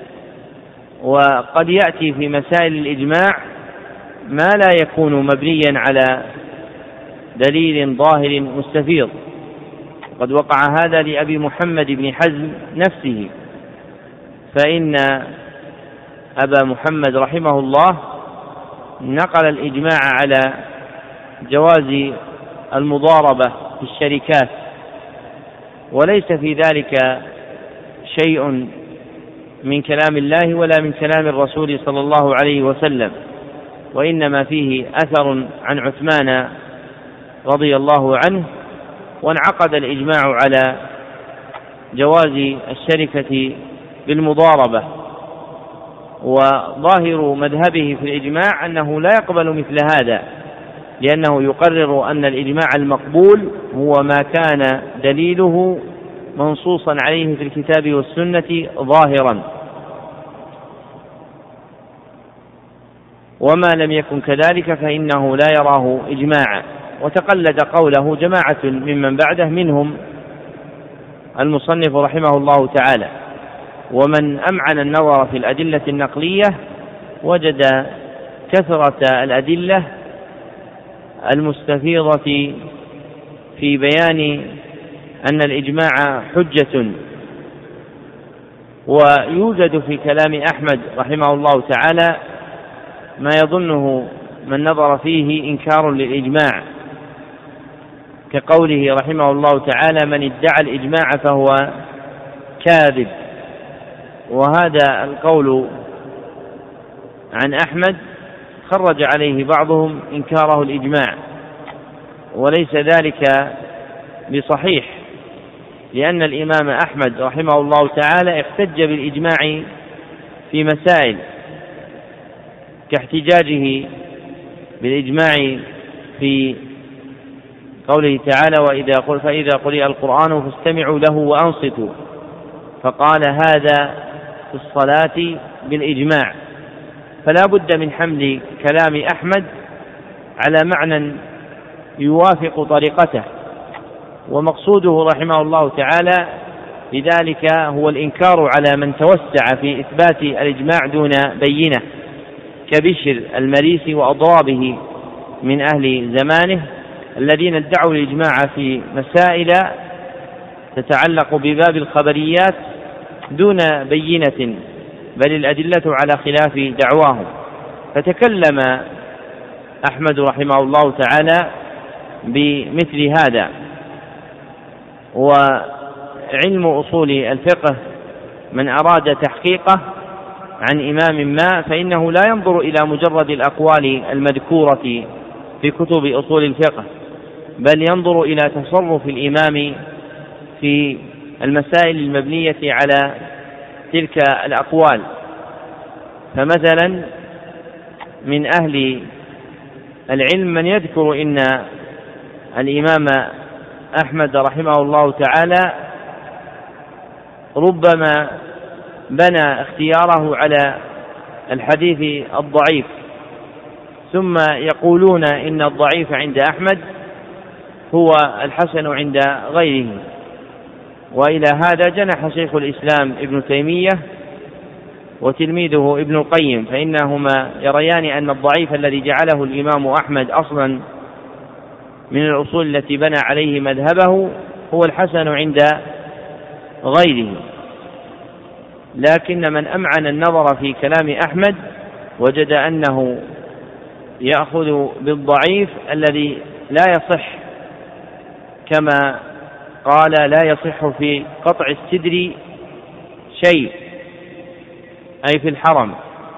A: وقد يأتي في مسائل الإجماع ما لا يكون مبنيا على دليل ظاهر مستفيض. قد وقع هذا لأبي محمد بن حزم نفسه، فإن أبا محمد رحمه الله نقل الإجماع على جواز المضاربة في الشركات، وليس في ذلك شيء من كلام الله ولا من كلام الرسول صلى الله عليه وسلم، وإنما فيه أثر عن عثمان رضي الله عنه، وانعقد الإجماع على جواز الشركة بالمضاربة. وظاهر مذهبه في الإجماع أنه لا يقبل مثل هذا، لأنه يقرر أن الإجماع المقبول هو ما كان دليله منصوصا عليه في الكتاب والسنة ظاهرا، وما لم يكن كذلك فإنه لا يراه إجماعا. وتقلد قوله جماعة ممن بعده، منهم المصنف رحمه الله تعالى. ومن أمعن النظر في الأدلة النقلية وجد كثرة الأدلة المستفيضة في بيان أن الإجماع حجة. ويوجد في كلام أحمد رحمه الله تعالى ما يظنه من نظر فيه إنكار للإجماع، كقوله رحمه الله تعالى: من ادعى الإجماع فهو كاذب. وهذا القول عن أحمد خرج عليه بعضهم إنكاره الإجماع، وليس ذلك بصحيح، لأن الإمام أحمد رحمه الله تعالى احتج بالإجماع في مسائل، كاحتجاجه بالإجماع في قوله تعالى: فإذا قرئ القرآن فاستمعوا له وأنصتوا، فقال هذا في الصلاة بالإجماع. فلا بد من حمل كلام أحمد على معنى يوافق طريقته. ومقصوده رحمه الله تعالى لذلك هو الإنكار على من توسع في إثبات الإجماع دون بينة كبشر المريسي وأضرابه من أهل زمانه الذين ادعوا الإجماع في مسائل تتعلق بباب الخبريات دون بينة، بل الأدلة على خلاف دعواهم. فتكلم أحمد رحمه الله تعالى بمثل هذا. وعلم أصول الفقه من أراد تحقيقه عن إمام ما فإنه لا ينظر إلى مجرد الأقوال المذكورة في كتب أصول الفقه، بل ينظر إلى تصرف الإمام في المسائل المبنية على تلك الأقوال. فمثلا من أهل العلم من يذكر إن الإمام أحمد رحمه الله تعالى ربما بنى اختياره على الحديث الضعيف، ثم يقولون إن الضعيف عند أحمد هو الحسن عند غيره. وإلى هذا جنح شيخ الإسلام ابن تيمية وتلميذه ابن القيم، فإنهما يريان أن الضعيف الذي جعله الإمام أحمد أصلا من الأصول التي بنى عليه مذهبه هو الحسن عند غيره. لكن من أمعن النظر في كلام أحمد وجد أنه يأخذ بالضعيف الذي لا يصح، كما قال لا يصح في قطع السدر شيء أي في الحرم،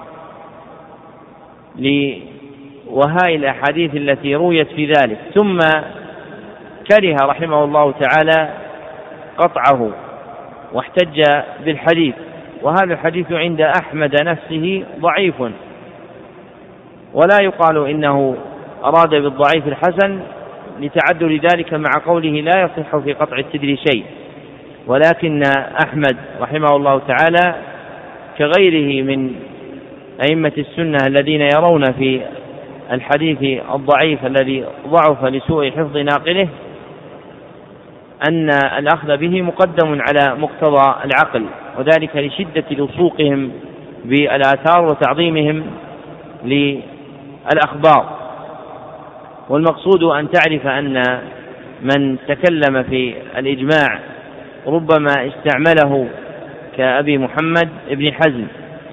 A: لوهاء الأحاديث التي رويت في ذلك. ثم كره رحمه الله تعالى قطعه واحتج بالحديث، وهذا الحديث عند أحمد نفسه ضعيف، ولا يقال إنه أراد بالضعيف الحسن لتعدل ذلك مع قوله لا يصح في قطع السدر شيء. ولكن أحمد رحمه الله تعالى كغيره من أئمة السنة الذين يرون في الحديث الضعيف الذي ضعف لسوء حفظ ناقله أن الأخذ به مقدم على مقتضى العقل، وذلك لشدة لصوقهم بالآثار وتعظيمهم للأخبار. والمقصود أن تعرف أن من تكلم في الإجماع ربما استعمله كأبي محمد ابن حزم،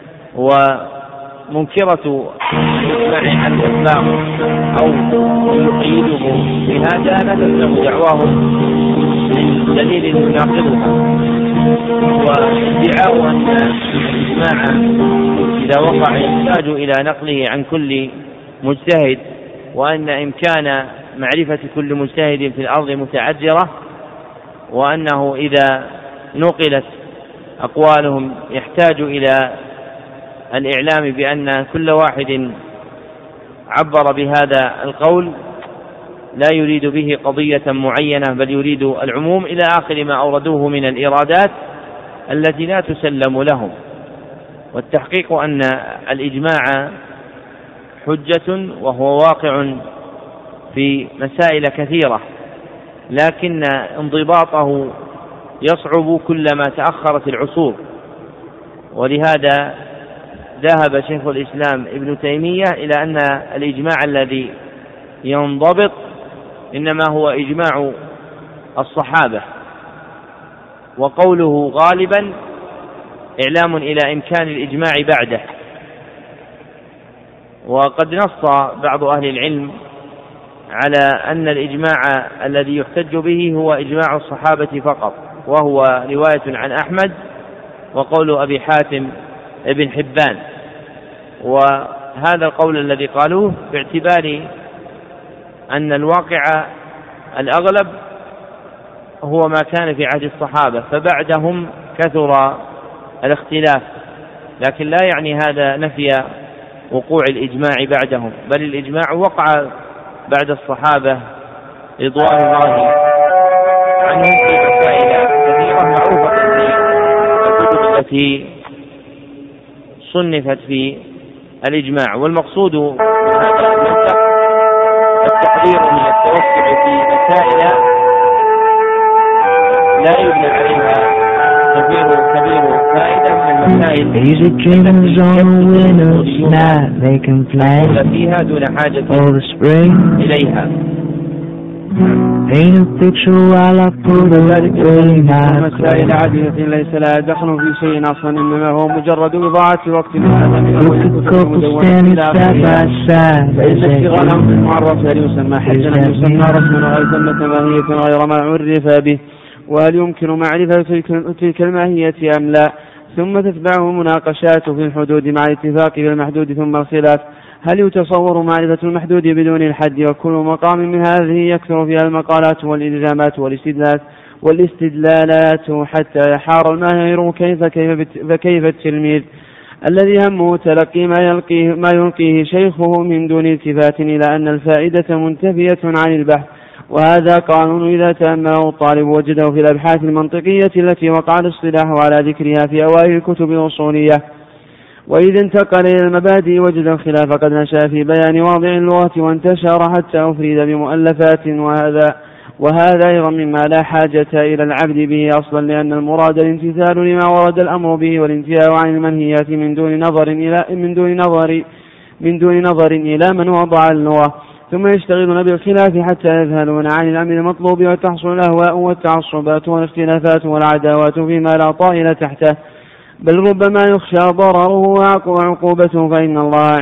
A: ومنكرة الإجماع عن الإطلاق أو يقيده بهذا لا تلزم دعواه من دليل يناقضها. وادعاء أن الإجماع إذا وقع يحتاج إلى نقله عن كل مجتهد، وأن إمكان معرفة كل مجتهد في الأرض متعذرة، وأنه إذا نقلت أقوالهم يحتاج إلى الإعلام بأن كل واحد عبر بهذا القول لا يريد به قضية معينة بل يريد العموم، إلى آخر ما أوردوه من الإرادات التي لا تسلم لهم. والتحقيق أن الإجماع حجة وهو واقع في مسائل كثيرة، لكن انضباطه يصعب كلما تأخرت العصور. ولهذا ذهب شيخ الإسلام ابن تيمية إلى أن الإجماع الذي ينضبط إنما هو إجماع الصحابة، وقوله غالبا إعلام إلى إمكان الإجماع بعده. وقد نص بعض أهل العلم على أن الإجماع الذي يحتج به هو إجماع الصحابة فقط، وهو رواية عن أحمد وقول أبي حاتم ابن حبان. وهذا القول الذي قالوه باعتبار أن الواقع الأغلب هو ما كان في عهد الصحابة، فبعدهم كثر الاختلاف، لكن لا يعني هذا نفي وقوع الإجماع بعدهم، بل الإجماع وقع بعد الصحابة رضوان الله عنهم في مسائل كثيرة معروفة في الكتب التي صنفت في الإجماع. والمقصود بهذا المنطق التحذير من التوسع في مسائل لا يبنى عليها كبير فائدة من المسائل فيها دون حاجة إليها.
B: ذلك مسائل عادية ليس لها دخل في شيء أصلا، إنما هو مجرد إضاعة وقت اشتغالهم بالمعرف هل يسمى حجا أم يسمى رسما، وهل ثمة ماهية غير ما عرف به، وهل يمكن معرفة تلك الماهية أم لا. ثم تتبعه مناقشات في الحدود مع الاتفاق بالمحدود، ثم الخلاف هل يتصور معرفة المحدود بدون الحد. وكل مقام من هذه يكثر فيها المقالات والإلزامات والاستدلالات حتى يحار الماهر فكيف التلميذ الذي همه تلقي ما يلقيه شيخه من دون التفات إلى أن الفائدة منتفية عن البحث. وهذا قانون إذا تأمله الطالب وجده في الأبحاث المنطقية التي وقع الاصطلاح على ذكرها في أوائل الكتب الأصولية. وإذا انتقل إلى المبادئ وجد الخلاف قد نشأ في بيان واضع اللغة وانتشر حتى أفرد بمؤلفات، وهذا أيضا مما لا حاجة إلى العبد به أصلا، لأن المراد الامتثال لما ورد الأمر به والانتهاء عن المنهيات من دون نظر إلى من وضع اللغة. ثم يشتغلون بالخلاف حتى يذهلون عن الأمر المطلوب، وتحصل الأهواء والتعصبات والاختلافات والعداوات فيما لا طائل تحته، بل ربما يخشى ضرره وعقوبته. فإن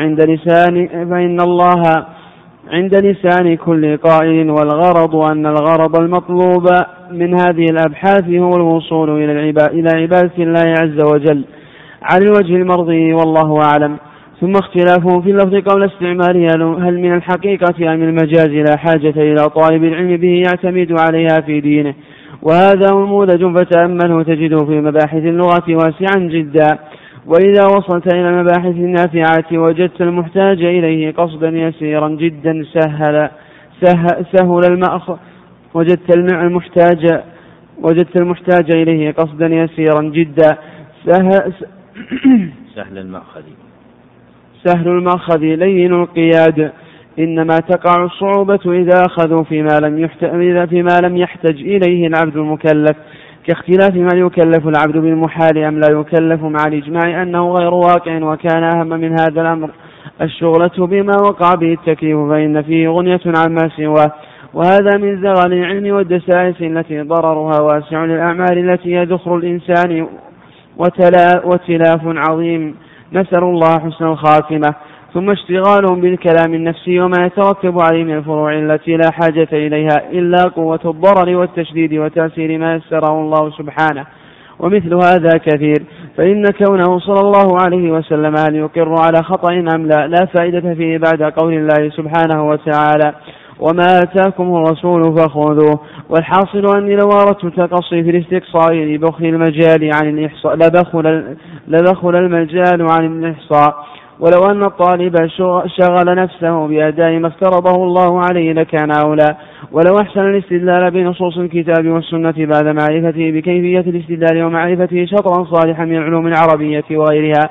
B: الله عند لسان كل قائل، والغرض أن الغرض المطلوب من هذه الأبحاث هو الوصول إلى عبادة الله عز وجل على الوجه المرضي، والله أعلم. ثم اختلافهم في اللفظ قبل استعماله هل من الحقيقة أم المجاز لا حاجة إلى طالب العلم به يعتمد عليها في دينه، وهذا نموذج فتأمله تجده في مباحث اللغة واسعا جدا. وإذا وصلت إلى المباحث النافعة وجدت المحتاج إليه قصدا يسيرا جدا سهل المأخذ، وجدت المحتاج إليه قصدا يسيرا جدا سهل المأخذ لين القياد. إنما تقع الصعوبة إذا أخذوا فيما لم يحتج إليه العبد المكلف، كاختلاف ما يكلف العبد بالمحال أم لا يكلف، مع الإجماع أنه غير واقع. وكان أهم من هذا الأمر الشغلة بما وقع به التكليف، فإن فيه غنية عما سواه، وهذا من زغل العلم والدسائس التي ضررها واسع للأعمال التي يدخل الإنسان وتلاف عظيم، نسأل الله حسن الخاتمة. ثم اشتغالهم بالكلام النفسي وما يترتب عليه من الفروع التي لا حاجة إليها إلا قوة الضرر والتشديد وتأثير ما يسره الله سبحانه، ومثل هذا كثير. فإن كونه صلى الله عليه وسلم هل يقر على خطأ أم لا فائدة فيه بعد قول الله سبحانه وتعالى وما آتاكم الرسول فخذوه. والحاصل أني لو أردت تقصي في الاستقصاء لبخل المجال عن الإحصاء لبخل المجال عن الإحصاء، ولو أن الطالب شغل نفسه بأداء ما افترضه الله عليه لكان أولى. ولو أحسن الاستدلال بنصوص الكتاب والسنة بعد معرفته بكيفية الاستدلال ومعرفته شطرا صالحا من العلوم العربية وغيرها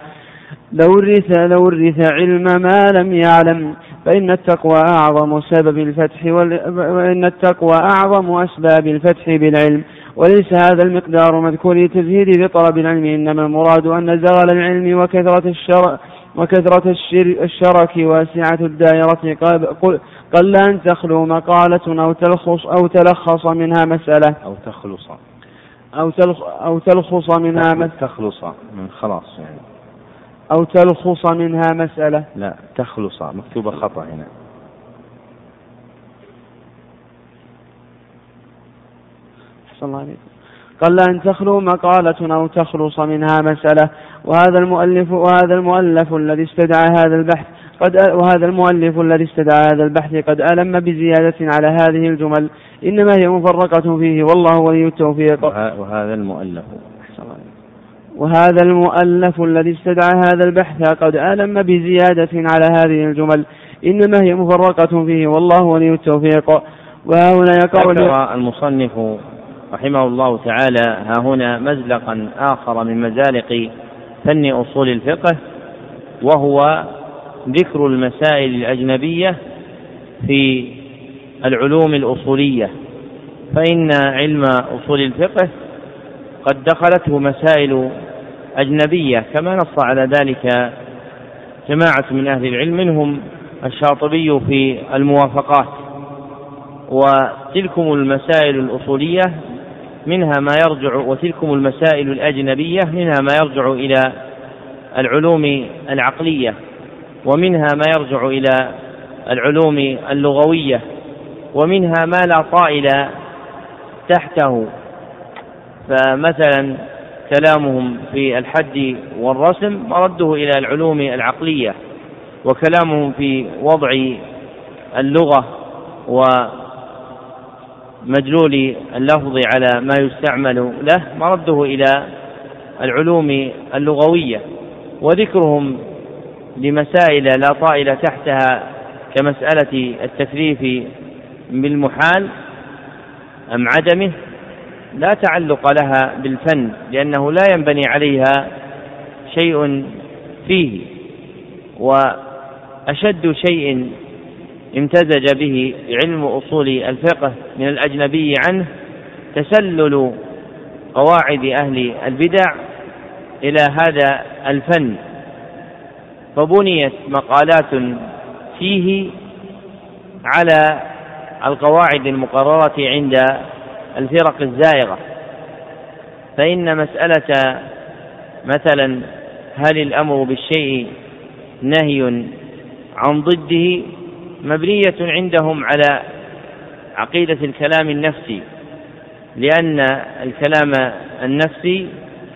B: لورث علم ما لم يعلم. فإن التقوى أعظم أسباب الفتح بالعلم، وليس هذا المقدار مذكور لتزهيد بطلب العلم، إنما المراد أن زغل العلم وكثرة الشرك واسعة الدائرة قل أن تخلو مقالة أو تلخص منها مسألة أو تلخص منها مسألة.
A: لا تخلص مكتوبة خطأ هنا.
B: قل أن تخلو مقالة أو تخلص منها مسألة. وهذا المؤلف الذي استدعى هذا البحث قد ألم بزيادة على هذه الجمل، إنما هي مفرقة فيه والله ولي التوفيق. وهذا المؤلف الذي استدعى هذا البحث قد ألم بزيادة على هذه الجمل، إنما هي مفرقة فيه والله ولي التوفيق. وهنا يقول
A: المصنف رحمه الله تعالى ها هنا مزلقا آخر من مزالق فن أصول الفقه، وهو ذكر المسائل الأجنبية في العلوم الأصولية، فإن علم أصول الفقه قد دخلته مسائل أجنبية كما نص على ذلك جماعة من أهل العلم، منهم الشاطبي في الموافقات. وتلكم المسائل الأصولية منها ما يرجع، وتلكم المسائل الأجنبية منها ما يرجع إلى العلوم العقلية، ومنها ما يرجع إلى العلوم اللغوية، ومنها ما لا طائل تحته. فمثلا كلامهم في الحد والرسم مرده إلى العلوم العقلية، وكلامهم في وضع اللغة ومدلول اللفظ على ما يستعمل له مرده إلى العلوم اللغوية. وذكرهم لمسائل لا طائل تحتها كمسألة التكليف بالمحال أم عدمه لا تعلق لها بالفن، لأنه لا ينبني عليها شيء فيه. وأشد شيء امتزج به علم أصول الفقه من الأجنبي عنه تسلل قواعد أهل البدع إلى هذا الفن، فبنيت مقالات فيه على القواعد المقررة عند الفرق الزائغة. فإن مسألة مثلا هل الأمر بالشيء نهي عن ضده مبنية عندهم على عقيدة الكلام النفسي، لأن الكلام النفسي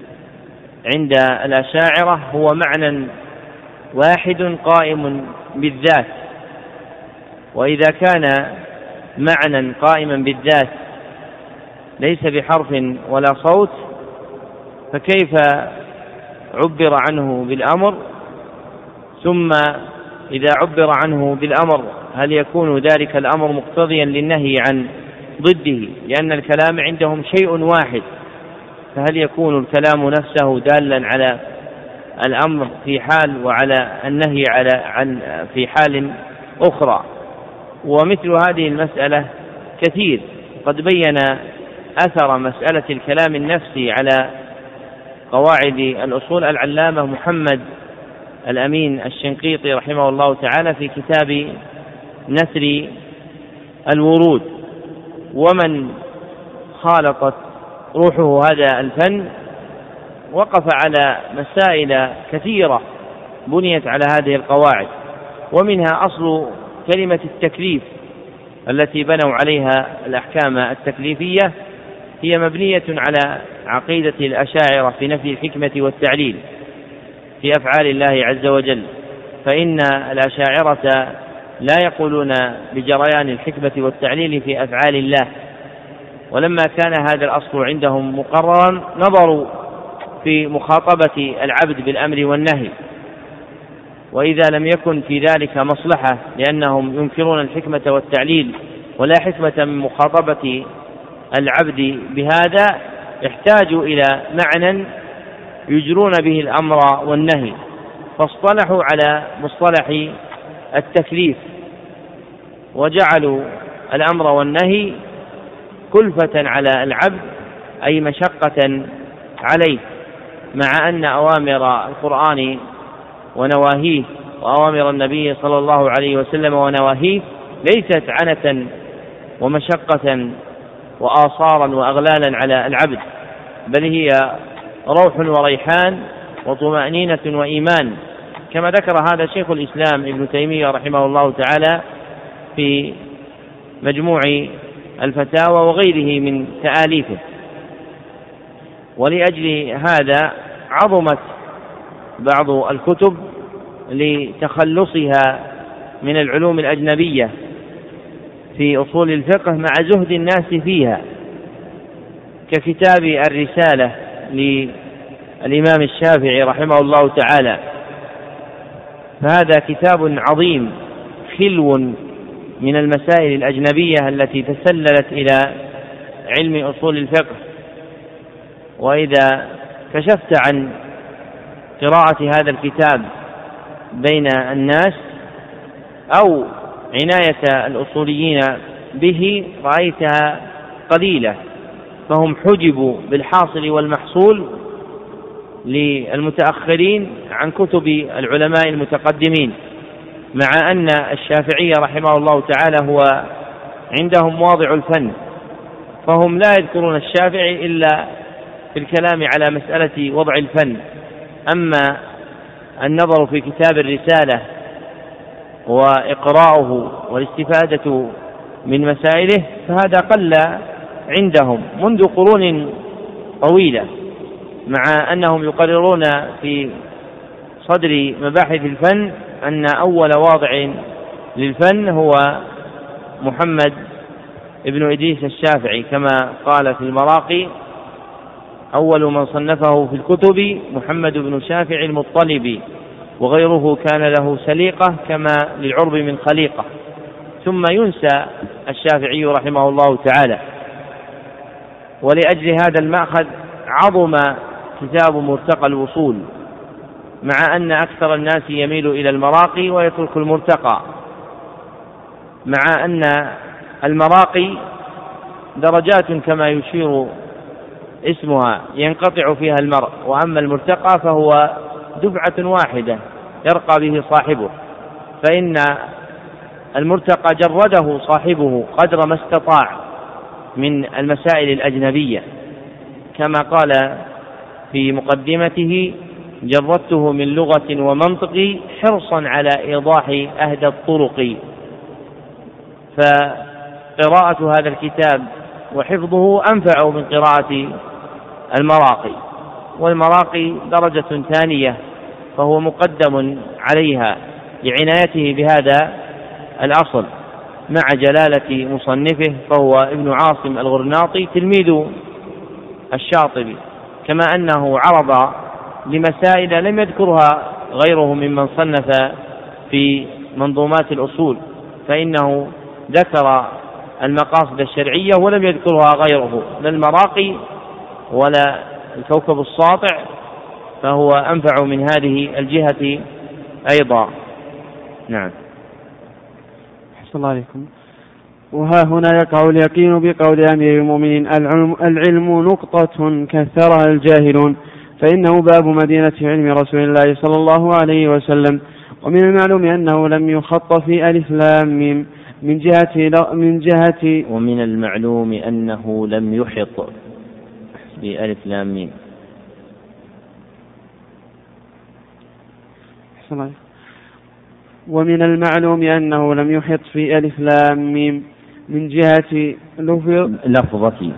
A: عند الأشاعرة هو معنى واحد قائم بالذات، وإذا كان معنى قائما بالذات ليس بحرف ولا صوت فكيف عبر عنه بالأمر؟ ثم إذا عبر عنه بالأمر هل يكون ذلك الأمر مقتضيا للنهي عن ضده؟ لأن الكلام عندهم شيء واحد، فهل يكون الكلام نفسه دالا على الأمر في حال وعلى النهي في حال أخرى؟ ومثل هذه المسألة كثير. قد بين أثر مسألة الكلام النفسي على قواعد الأصول العلامة محمد الأمين الشنقيطي رحمه الله تعالى في كتاب نثر الورود. ومن خالطت روحه هذا الفن وقف على مسائل كثيرة بنيت على هذه القواعد، ومنها أصل كلمة التكليف التي بنوا عليها الأحكام التكليفية، هي مبنية على عقيدة الأشاعرة في نفي الحكمة والتعليل في أفعال الله عز وجل. فإن الأشاعرة لا يقولون بجريان الحكمة والتعليل في أفعال الله، ولما كان هذا الأصل عندهم مقررا نظروا في مخاطبة العبد بالأمر والنهي، وإذا لم يكن في ذلك مصلحة لأنهم ينكرون الحكمة والتعليل ولا حكمة من مخاطبة العبد بهذا، احتاجوا إلى معنى يجرون به الأمر والنهي، فاصطلحوا على مصطلح التكليف وجعلوا الأمر والنهي كلفة على العبد أي مشقة عليه، مع أن أوامر القرآن ونواهيه وأوامر النبي صلى الله عليه وسلم ونواهيه ليست عنة ومشقة وآصارا وأغلالا على العبد، بل هي روح وريحان وطمأنينة وإيمان، كما ذكر هذا شيخ الإسلام ابن تيمية رحمه الله تعالى في مجموع الفتاوى وغيره من تآليفه. ولأجل هذا عظمت بعض الكتب لتخلصها من العلوم الأجنبية في أصول الفقه مع زهد الناس فيها، ككتاب الرسالة للإمام الشافعي رحمه الله تعالى، فهذا كتاب عظيم خلو من المسائل الأجنبية التي تسللت إلى علم أصول الفقه. وإذا كشفت عن قراءة هذا الكتاب بين الناس أو عناية الأصوليين به رأيتها قليلة، فهم حجبوا بالحاصل والمحصول للمتأخرين عن كتب العلماء المتقدمين، مع أن الشافعي رحمه الله تعالى هو عندهم واضع الفن، فهم لا يذكرون الشافعي إلا في الكلام على مسألة وضع الفن. أما النظر في كتاب الرسالة وإقراؤه والاستفادة من مسائله فهذا قل عندهم منذ قرون طويلة، مع أنهم يقررون في صدر مباحث الفن أن أول واضع للفن هو محمد ابن إدريس الشافعي، كما قال في المراقي: أول من صنفه في الكتب محمد بن شافع المطلبي، وغيره كان له سليقة كما للعرب من خليقة. ثم ينسى الشافعي رحمه الله تعالى. ولأجل هذا المأخذ عظم كتاب مرتقى الوصول، مع أن أكثر الناس يميل إلى المراقي ويترك المرتقى، مع أن المراقي درجات كما يشير اسمها ينقطع فيها المرء، وأما المرتقى فهو دفعة واحدة يرقى به صاحبه، فإن المرتقى جرده صاحبه قدر ما استطاع من المسائل الأجنبية، كما قال في مقدمته: جردته من لغة ومنطق حرصا على إيضاح أهدى الطرق. فقراءة هذا الكتاب وحفظه أنفع من قراءة المراقي، والمراقي درجة ثانية فهو مقدم عليها لعنايته بهذا الأصل، مع جلالة مصنفه فهو ابن عاصم الغرناطي تلميذ الشاطبي، كما أنه عرض لمسائل لم يذكرها غيره ممن صنف في منظومات الأصول، فإنه ذكر المقاصد الشرعية ولم يذكرها غيره، لا المراقي ولا الكوكب الساطع، فهو أنفع من هذه الجهة أيضا. نعم.
B: أحسن الله عليكم. وها هنا يقع اليقين بقول أمير المؤمنين: العلم نقطة كثرها الجاهلون، فإنه باب مدينة علم رسول الله صلى الله عليه وسلم. ومن المعلوم أنه لم يخط في ألف لام ميم من جهة
A: ومن المعلوم أنه لم يحط في ألف لام ميم.
B: ومن المعلوم أنه لم يحط في ألف لام ميم من جهة
A: لفظتي.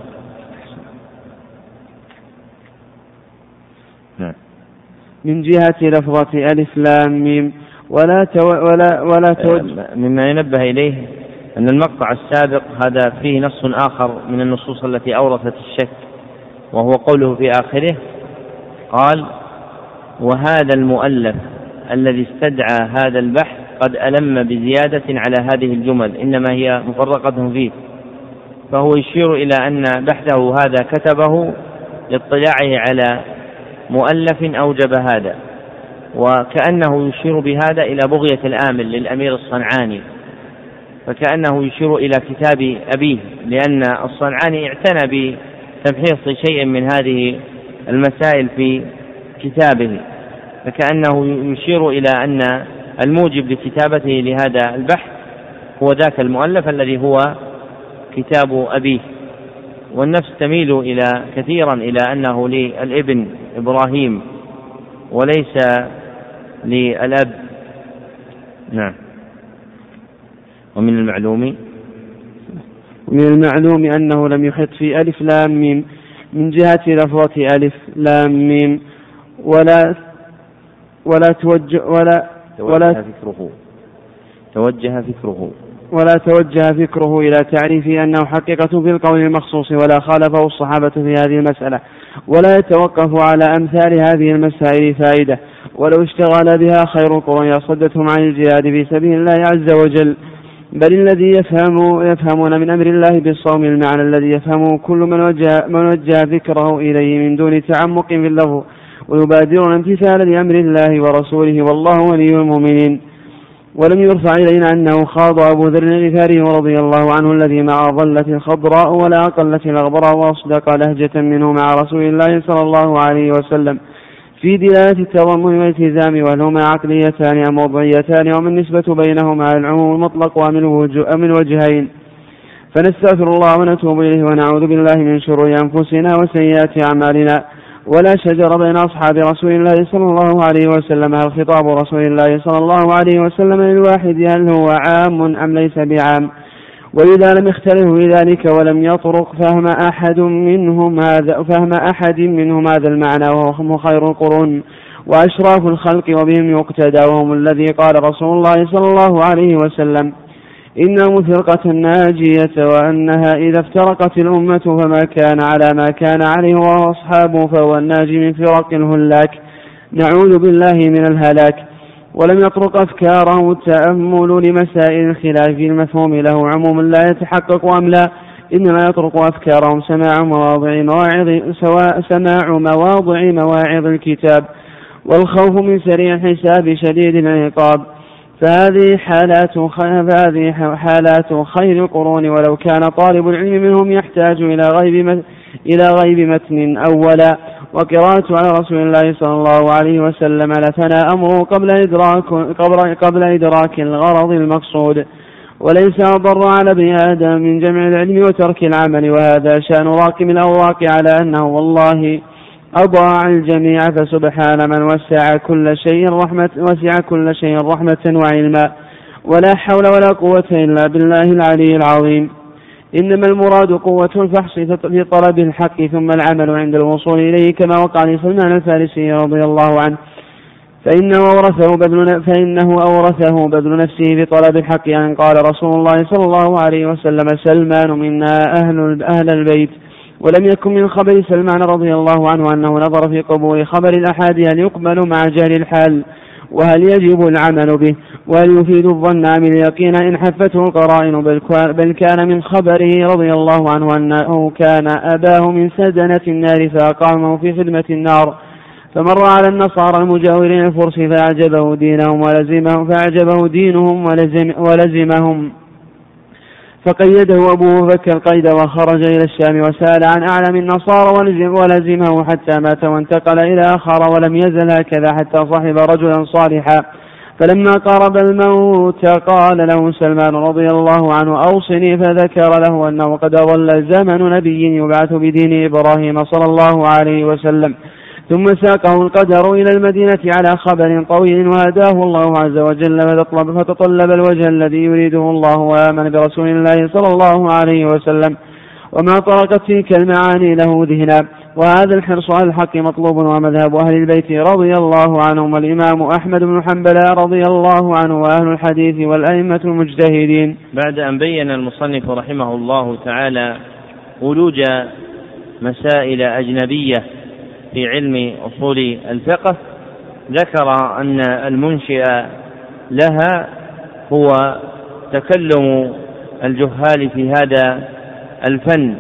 B: من جهة لفظة ألف لام ميم ولا توجه.
A: مما ينبه إليه أن المقطع السابق هذا فيه نص آخر من النصوص التي أورثت الشك، وهو قوله في آخره: قال: وهذا المؤلف الذي استدعى هذا البحث قد ألم بزيادة على هذه الجمل، إنما هي مفرقة فيه، فهو يشير إلى أن بحثه هذا كتبه لاطلاعه على مؤلف أوجب هذا، وكأنه يشير بهذا إلى بغية الآمل للأمير الصنعاني، فكأنه يشير إلى كتاب أبيه، لأن الصنعاني اعتنى بتمحيص شيء من هذه المسائل في كتابه، فكأنه يشير إلى أن الموجب لكتابته لهذا البحث هو ذاك المؤلف الذي هو كتاب أبيه. والنفس تميل كثيرا إلى أنه للابن إبراهيم وليس للأب. نعم. ومن المعلوم
B: أنه لم يحط في ألف لام ميم من جهة لفظة ألف لام ميم توجه فكره إلى تعريف أنه حقيقة في القول المخصوص، ولا خالفه الصحابة في هذه المسألة، ولا يتوقف على أمثال هذه المسائل فائدة، ولو اشتغل بها خير القرون لصدتهم عن الجهاد في سبيل الله عز وجل. بل الذي يفهمون من أمر الله بالصوم المعنى الذي يفهمه كل من وجه فكره إليه من دون تعمق في اللفظ، ويبادرون امتثالا لأمر الله ورسوله، والله ولي المؤمنين. ولم يرفع إلينا أنه خاض أبو ذر الغفاري رضي الله عنه الذي ما أظلت الخضراء ولا أقلت الأغبراء وأصدق لهجة منه مع رسول الله صلى الله عليه وسلم في دلالة التضمن والالتزام، وهل هما عقليتان أم وضعيتان، وما النسبة بينهما العموم المطلق ومن وجهين. فنستغفر الله ونتوب إليه ونعوذ بالله من شرور أنفسنا وسيئات أعمالنا. ولا شجر بين أصحاب رسول الله صلى الله عليه وسلم. هل خطاب رسول الله صلى الله عليه وسلم للواحد هل هو عام أم ليس بعام؟ وإذا لم يختلفوا بذلك ولم يطرق فهم أحد منهم هذا المعنى وهم خير القرون وأشراف الخلق وبهم يقتدى، وهم الذي قال رسول الله صلى الله عليه وسلم إنهم فرقة ناجية، وأنها إذا افترقت الأمة فما كان على ما كان عليه وأصحابه فهو الناجي من فرق الهلاك، نعوذ بالله من الهلاك. ولم يطرق أفكاره التأمل لمسائل الخلاف في المفهوم له عموم لا يتحقق أم لا، إنما يطرق أفكارهم سماع مواعظ الكتاب والخوف من سريع الحساب شديد العقاب. فهذه حالات خير القرون، ولو كان طالب العلم منهم يحتاج إلى غيب متن أولا وقراءة على رسول الله صلى الله عليه وسلم لثنى أمره قبل إدراك الغرض المقصود، وليس أضر على ابن آدم من جمع العلم وترك العمل، وهذا شأن راكم الأوراق على أنه والله أضاع الجميع، فسبحان من وسع كل شيء رحمة وعلما، ولا حول ولا قوة إلا بالله العلي العظيم. إنما المراد قوة الفحص في طلب الحق ثم العمل عند الوصول إليه، كما وقع لسلمان الفارسي رضي الله عنه، فإنه أورثه بذل نفسه في طلب الحق، أن قال رسول الله صلى الله عليه وسلم سلمان منا أهل البيت. ولم يكن من خبر سلمان رضي الله عنه أنه نظر في قبول خبر الأحاد هل يقبل مع جهل الحال وهل يجب العمل به وهل يفيد الظن أم اليقين إن حفته القرائن، بل كان من خبره رضي الله عنه أنه كان أباه من سدنة النار فأقامه في خدمة النار، فمر على النصارى المجاورين الفرس فأعجبه دينهم ولزمهم فقيده أبوه فك القيد وخرج إلى الشام وسأل عن أعلم النصارى ولزمه حتى مات وانتقل إلى آخر، ولم يزل هكذا حتى صحب رجلا صالحا، فلما قارب الموت قال له سلمان رضي الله عنه أوصني، فذكر له أنه قد ظل زمن نبي يبعث بدين إبراهيم صلى الله عليه وسلم، ثم ساقه القدر إلى المدينة على خبر طويل وهداه الله عز وجل فتطلب الوجه الذي يريده الله وآمن برسول الله صلى الله عليه وسلم، وما طرقت تلك المعاني له ذهنا. وهذا الحرص على الحق مطلوب ومذهب أهل البيت رضي الله عنهم والإمام أحمد بن حنبل رضي الله عنه وأهل الحديث والأئمة المجتهدين.
A: بعد أن بين المصنف رحمه الله تعالى ولوج مسائل أجنبية في علم أصول الفقه، ذكر أن المنشئ لها هو تكلم الجهال في هذا الفن،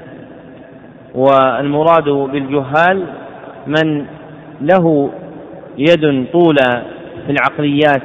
A: والمراد بالجهال من له يد طولى في العقليات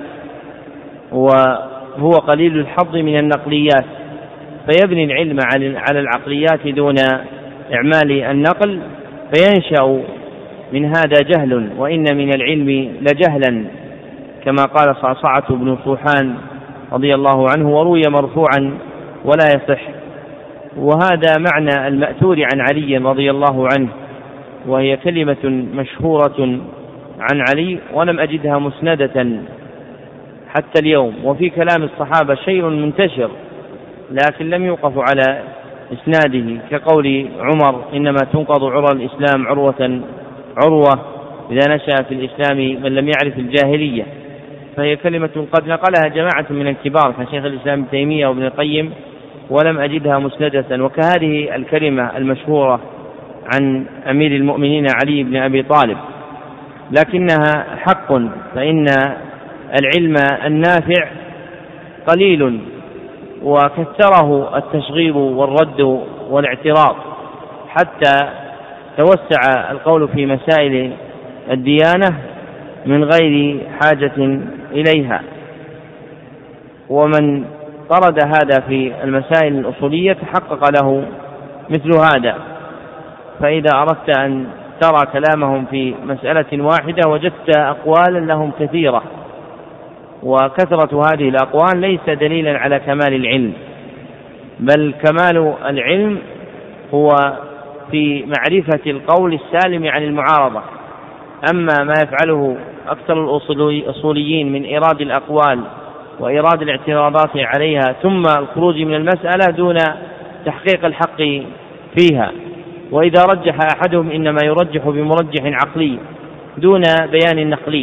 A: وهو قليل الحظ من النقليات، فيبني العلم على العقليات دون إعمال النقل، فينشأ من هذا جهل، وإن من العلم لجهلا، كما قال صعصعة بن صوحان رضي الله عنه، وروي مرفوعا ولا يصح. وهذا معنى المأثور عن علي رضي الله عنه، وهي كلمة مشهورة عن علي ولم أجدها مسندة حتى اليوم، وفي كلام الصحابة شيء منتشر لكن لم يوقف على إسناده، كقول عمر إنما تنقض عرى الإسلام عروة إذا نشأ في الإسلام من لم يعرف الجاهلية، فهي كلمة قد نقلها جماعة من الكبار كشيخ الإسلام ابن تيمية وابن القيم ولم أجدها مسندة، وكهذه الكلمة المشهورة عن أمير المؤمنين علي بن أبي طالب، لكنها حق، فإن العلم النافع قليل وكثره التشغيب والرد والاعتراض حتى توسع القول في مسائل الديانة من غير حاجة إليها. ومن طرد هذا في المسائل الأصولية تحقق له مثل هذا. فإذا أردت أن ترى كلامهم في مسألة واحدة وجدت أقوالا لهم كثيرة، وكثرة هذه الأقوال ليس دليلا على كمال العلم، بل كمال العلم هو في معرفة القول السالم عن المعارضة. أما ما يفعله أكثر الأصوليين من إيراد الأقوال وإيراد الاعتراضات عليها ثم الخروج من المسألة دون تحقيق الحق فيها، وإذا رجح أحدهم إنما يرجح بمرجح عقلي دون بيان نقلي.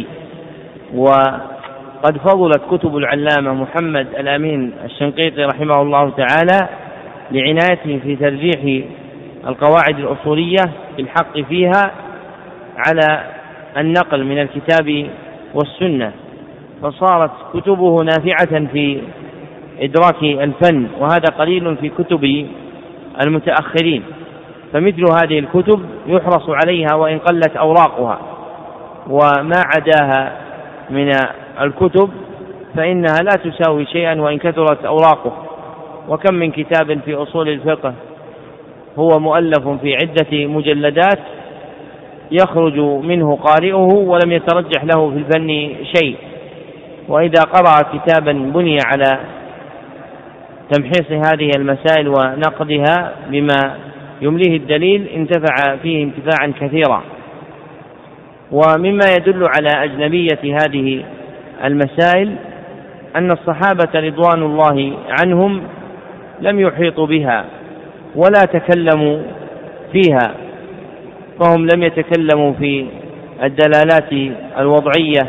A: وقد فضلت كتب العلامة محمد الأمين الشنقيطي رحمه الله تعالى لعنايته في ترجيح القواعد الأصولية بالحق فيها على النقل من الكتاب والسنة، فصارت كتبه نافعة في إدراك الفن، وهذا قليل في كتب المتأخرين. فمثل هذه الكتب يحرص عليها وإن قلت أوراقها، وما عداها من الكتب فإنها لا تساوي شيئا وإن كثرت أوراقه. وكم من كتاب في أصول الفقه هو مؤلف في عدة مجلدات يخرج منه قارئه ولم يترجح له في الفن شيء، وإذا قرأ كتابا بني على تمحيص هذه المسائل ونقدها بما يمليه الدليل انتفع فيه انتفاعا كثيرا. ومما يدل على أجنبية هذه المسائل أن الصحابة رضوان الله عنهم لم يحيطوا بها ولا تكلموا فيها، فهم لم يتكلموا في الدلالات الوضعية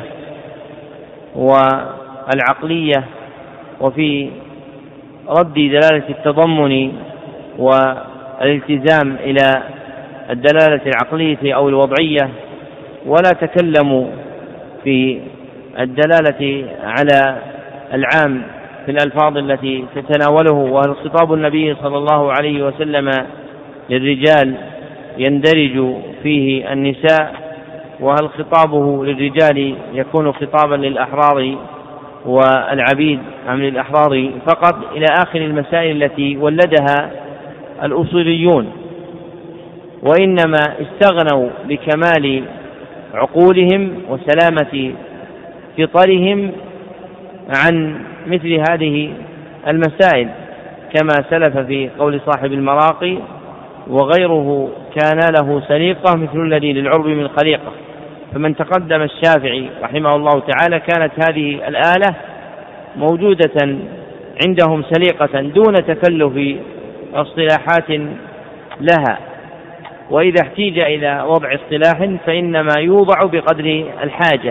A: والعقلية وفي رد دلالة التضمن والالتزام إلى الدلالة العقلية أو الوضعية، ولا تكلموا في الدلالة على العام في الألفاظ التي تتناوله، وهل خطاب النبي صلى الله عليه وسلم للرجال يندرج فيه النساء، وهل خطابه للرجال يكون خطابا للأحرار والعبيد أم للأحرار فقط، إلى آخر المسائل التي ولدها الأصوليون. وإنما استغنوا بكمال عقولهم وسلامة فطرهم عن مثل هذه المسائل، كما سلف في قول صاحب المراقي: وغيره كان له سليقة مثل الذي للعرب من خليقة. فمن تقدم الشافعي رحمه الله تعالى كانت هذه الآلة موجودة عندهم سليقة دون تكلف اصطلاحات لها، وإذا احتيج إلى وضع اصطلاح فإنما يوضع بقدر الحاجة.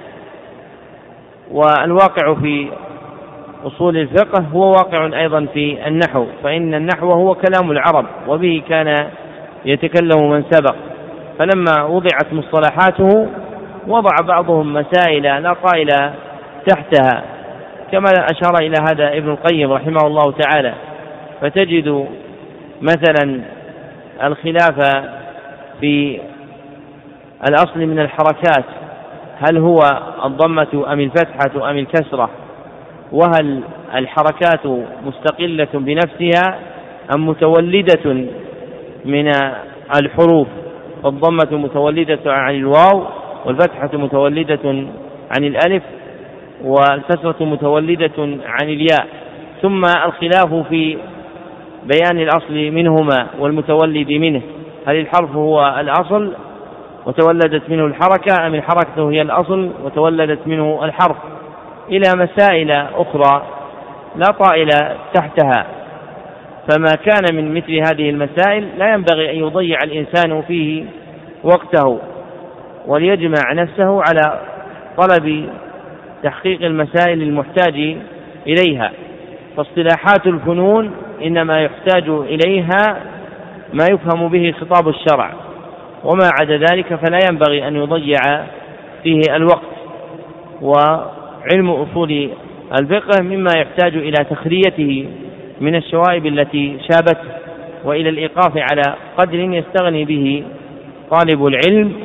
A: والواقع في أصول الفقه هو واقع أيضا في النحو، فإن النحو هو كلام العرب وبه كان يتكلم من سبق، فلما وضعت مصطلحاته وضع بعضهم مسائل لا قائل تحتها، كما أشار إلى هذا ابن القيم رحمه الله تعالى. فتجد مثلا الخلاف في الأصل من الحركات، هل هو الضمة أم الفتحة أم الكسرة، وهل الحركات مستقلة بنفسها أم متولدة من الحروف، فالضمة متولدة عن الواو والفتحة متولدة عن الألف والكسرة متولدة عن الياء. ثم الخلاف في بيان الأصل منهما والمتولد منه، هل الحرف هو الأصل وتولدت منه الحركة أم الحركة هي الأصل وتولدت منه الحرف، إلى مسائل أخرى لا طائل تحتها. فما كان من مثل هذه المسائل لا ينبغي أن يضيع الإنسان فيه وقته، وليجمع نفسه على طلب تحقيق المسائل المحتاج إليها. فاصطلاحات الفنون إنما يحتاج إليها ما يفهم به خطاب الشرع، وما عدا ذلك فلا ينبغي أن يضيع فيه الوقت. وعلم أصول الفقه مما يحتاج إلى تخليته من الشوائب التي شابته، وإلى الإيقاف على قدر يستغني به طالب العلم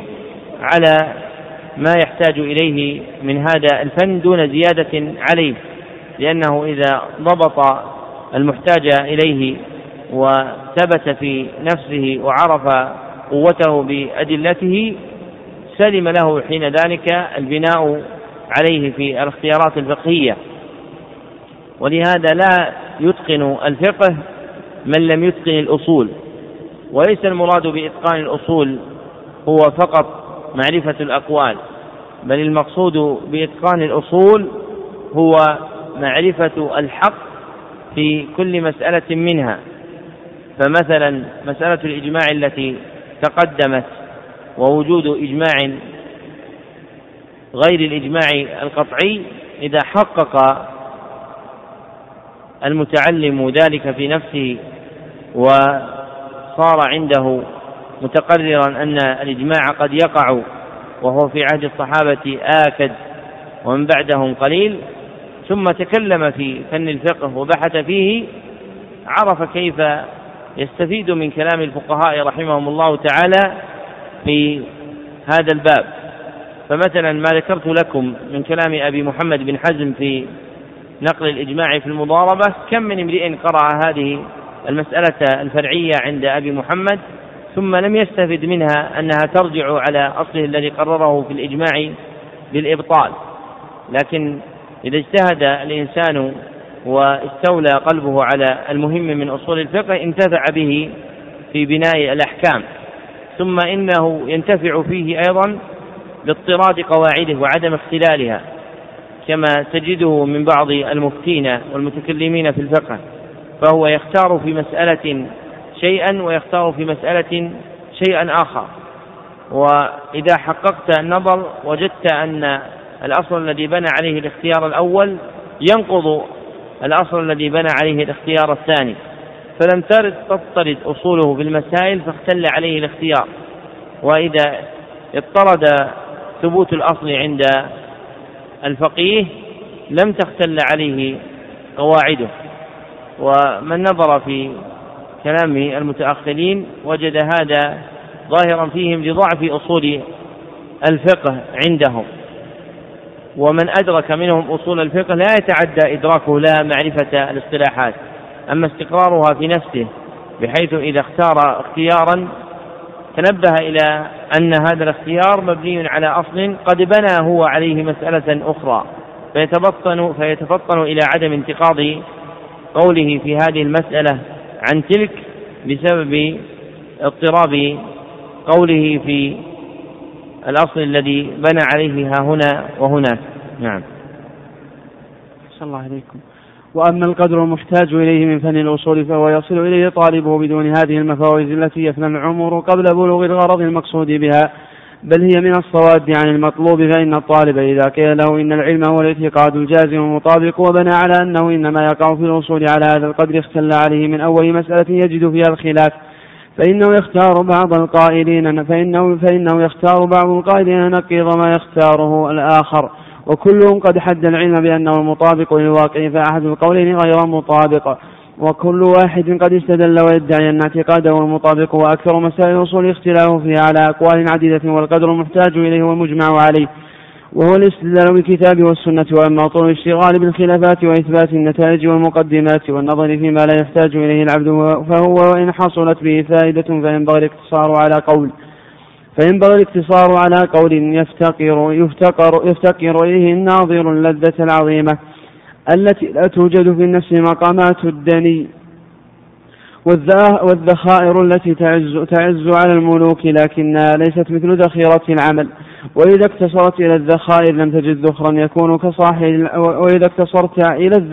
A: على ما يحتاج إليه من هذا الفن دون زيادة عليه. لأنه إذا ضبط المحتاج إليه وثبت في نفسه وعرف قوته بأدلته سلم له حين ذلك البناء عليه في الاختيارات الفقهية. ولهذا لا يتقن الفقه من لم يتقن الأصول، وليس المراد بإتقان الأصول هو فقط معرفة الأقوال، بل المقصود بإتقان الأصول هو معرفة الحق في كل مسألة منها. فمثلا مسألة الإجماع التي تقدمت ووجود إجماع غير الإجماع القطعي، إذا حقق المتعلم ذلك في نفسه وصار عنده متقررا أن الإجماع قد يقع، وهو في عهد الصحابة آكد ومن بعدهم قليل، ثم تكلم في فن الفقه وبحث فيه، عرف كيف يستفيد من كلام الفقهاء رحمهم الله تعالى في هذا الباب. فمثلا ما ذكرت لكم من كلام أبي محمد بن حزم في نقل الإجماع في المضاربة، كم من امرئ قرأ هذه المسألة الفرعية عند أبي محمد ثم لم يستفد منها أنها ترجع على أصله الذي قرره في الإجماع بالإبطال. لكن إذا اجتهد الإنسان واستولى قلبه على المهم من أصول الفقه انتفع به في بناء الأحكام، ثم إنه ينتفع فيه أيضا باضطراد قواعده وعدم اختلالها، كما تجده من بعض المفتين والمتكلمين في الفقه، فهو يختار في مسألة شيئا ويختار في مسألة شيئا آخر. وإذا حققت النظر وجدت أن الأصل الذي بنى عليه الاختيار الأول ينقض الأصل الذي بنى عليه الاختيار الثاني، فلم تضطرد أصوله في المسائل فاختل عليه الاختيار. وإذا اضطرد ثبوت الأصل عند الفقيه لم تختل عليه قواعده. ومن نظر في كلام المتأخرين وجد هذا ظاهرا فيهم لضعف أصول الفقه عندهم، ومن أدرك منهم أصول الفقه لا يتعدى إدراكه لا معرفة الاصطلاحات، أما استقرارها في نفسه، بحيث إذا اختار اختيارا تنبه إلى أن هذا الاختيار مبني على أصل قد بنى هو عليه مسألة أخرى، فيتفطن إلى عدم انتقاض قوله في هذه المسألة عن تلك بسبب اضطراب قوله في الأصل الذي بنى عليه ها هنا وهناك. نعم.
B: صلى الله عليكم. وأما القدر المحتاج إليه من فن الأصول فهو يصل إليه طالبه بدون هذه المفاوز التي يفنى العمر قبل بلوغ الغرض المقصود بها، بل هي من الصواد عن المطلوب. فإن الطالب إذا قيل له إن العلم هو الاعتقاد الجازم المطابق وبنى على أنه إنما يقع في الأصول على هذا القدر اختل عليه من أول مسألة يجد فيها الخلاف، فإنه يختار بعض القائلين نقيض ما يختاره الآخر، وكلهم قد حد العلم بأنه المطابق للواقع، فأحد القولين غير مطابق، وكل واحد قد استدل ويدعي أن اعتقاده المطابق. وأكثر مسائل الأصول اختلاف فيها على أقوال عديدة، والقدر المحتاج إليه والمجمع عليه وهو الاستدلال بالكتاب والسنة. وأما طول الاشتغال بالخلافات وإثبات النتائج والمقدمات والنظر فيما لا يحتاج إليه العبد فهو وإن حصلت به فائدة فينبغي الاقتصار على قول يفتقر إليه الناظر اللذة العظيمة التي لا توجد في النفس مقامات الدني والذخائر التي تعز على الملوك، لكنها ليست مثل ذخيرة العمل. وإذا اقتصرت إلى الذخائر لم تجد ذخرا يكون كصاحب، وإذا اقتصرت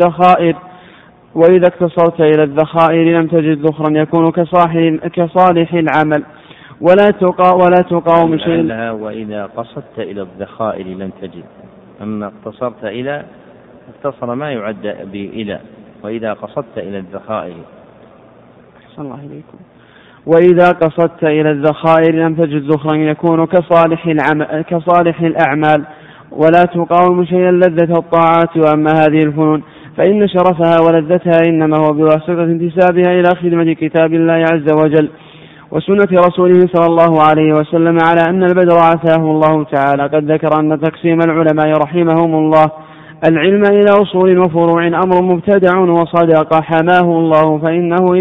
B: إلى الذخائر لم تجد ذخرا يكون كصالح العمل ولا تقاوم شيء.
A: وإذا قصدت إلى الذخائر لم تجد، أما اقتصرت إلى اقتصر ما يعد بإلى، وإذا قصدت إلى الذخائر.
B: صلى الله عليكم. وإذا قصدت إلى الذخائر لم تجد ذخرا يكون كصالح الأعمال ولا تقاوم شيئا لذة الطاعات. وأما هذه الفنون فإن شرفها ولذتها إنما هو بواسطة انتسابها إلى خدمة كتاب الله عز وجل وسنة رسوله صلى الله عليه وسلم، على أن البدر عافاه الله تعالى قد ذكر أن تقسيم العلماء رحمهم الله العلم إلى أصول وفروع أمر مبتدع وصدق حماه الله فإنه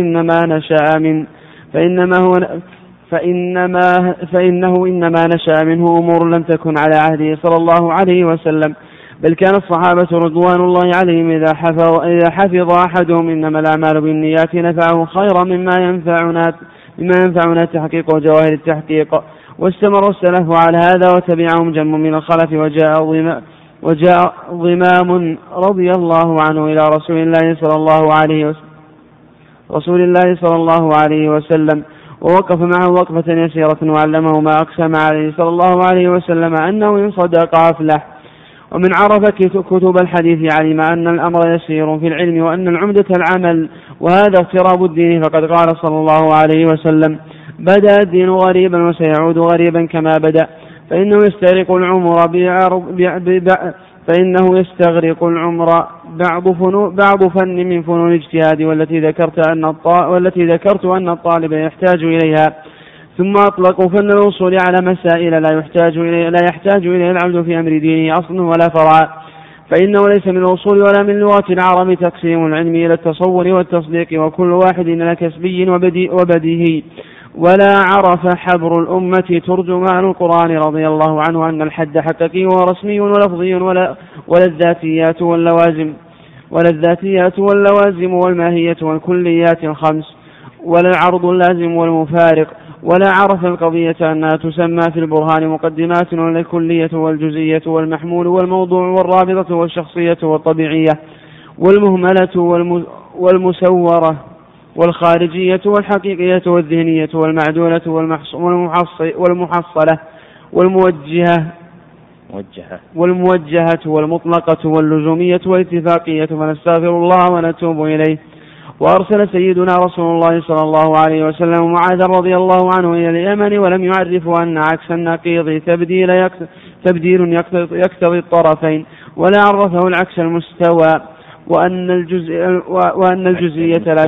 B: إنما نشأ منه أمور لم تكن على عهده صلى الله عليه وسلم، بل كان الصحابة رضوان الله عليهم إذا حفظ أحدهم إنما الأعمال بالنيات نفعه خيرا مما ينفعنا التحقيق وجواهر التحقيق. واستمر السلف على هذا وتبعهم جم من الخلف، وجاء ضمام رضي الله عنه إلى رسول الله صلى الله عليه وسلم ووقف معه وقفة يسيرة وعلمه ما أقسم عليه صلى الله عليه وسلم أنه إن صدق أفلح. ومن عرف كتب الحديث علم أن الأمر يسير في العلم وأن العمدة العمل، وهذا اقتراب الدين، فقد قال صلى الله عليه وسلم: بدأ الدين غريبا وسيعود غريبا كما بدأ، فإنه يستغرق العمر بعض فن من فنون الاجتهاد والتي ذكرت أن الطالب يحتاج إليها، ثم أطلقوا فن الوصول على مسائل لا يحتاج إليه العبد في أمر دينه أصل ولا فرع، فإنه ليس من الوصول ولا من لغة العرب تقسيم العلم إلى التصور والتصديق، وكل واحد إلى كسبي وبديهي. ولا عرف حبر الأمة ترجمان القرآن رضي الله عنه أن الحد حقيقي ورسمي ولفظي، ولا الذاتيات واللوازم والماهية والكليات الخمس، ولا العرض اللازم والمفارق. ولا عرف القضية أنها تسمى في البرهان مقدمات، ولا الكلية والجزئية والمحمول والموضوع والرابطة والشخصية والطبيعية والمهملة والمسورة والخارجية والحقيقية والذهنية والمعدولة والمحصلة والموجهة والمطلقة واللزومية والاتفاقية، فنستغفر الله ونتوب إليه. وأرسل سيدنا رسول الله صلى الله عليه وسلم معاذ رضي الله عنه إلى اليمن، ولم يعرفه أن عكس النقيض تبديل يقتضي الطرفين، ولا عرفه العكس المستوى، وأن الجزئية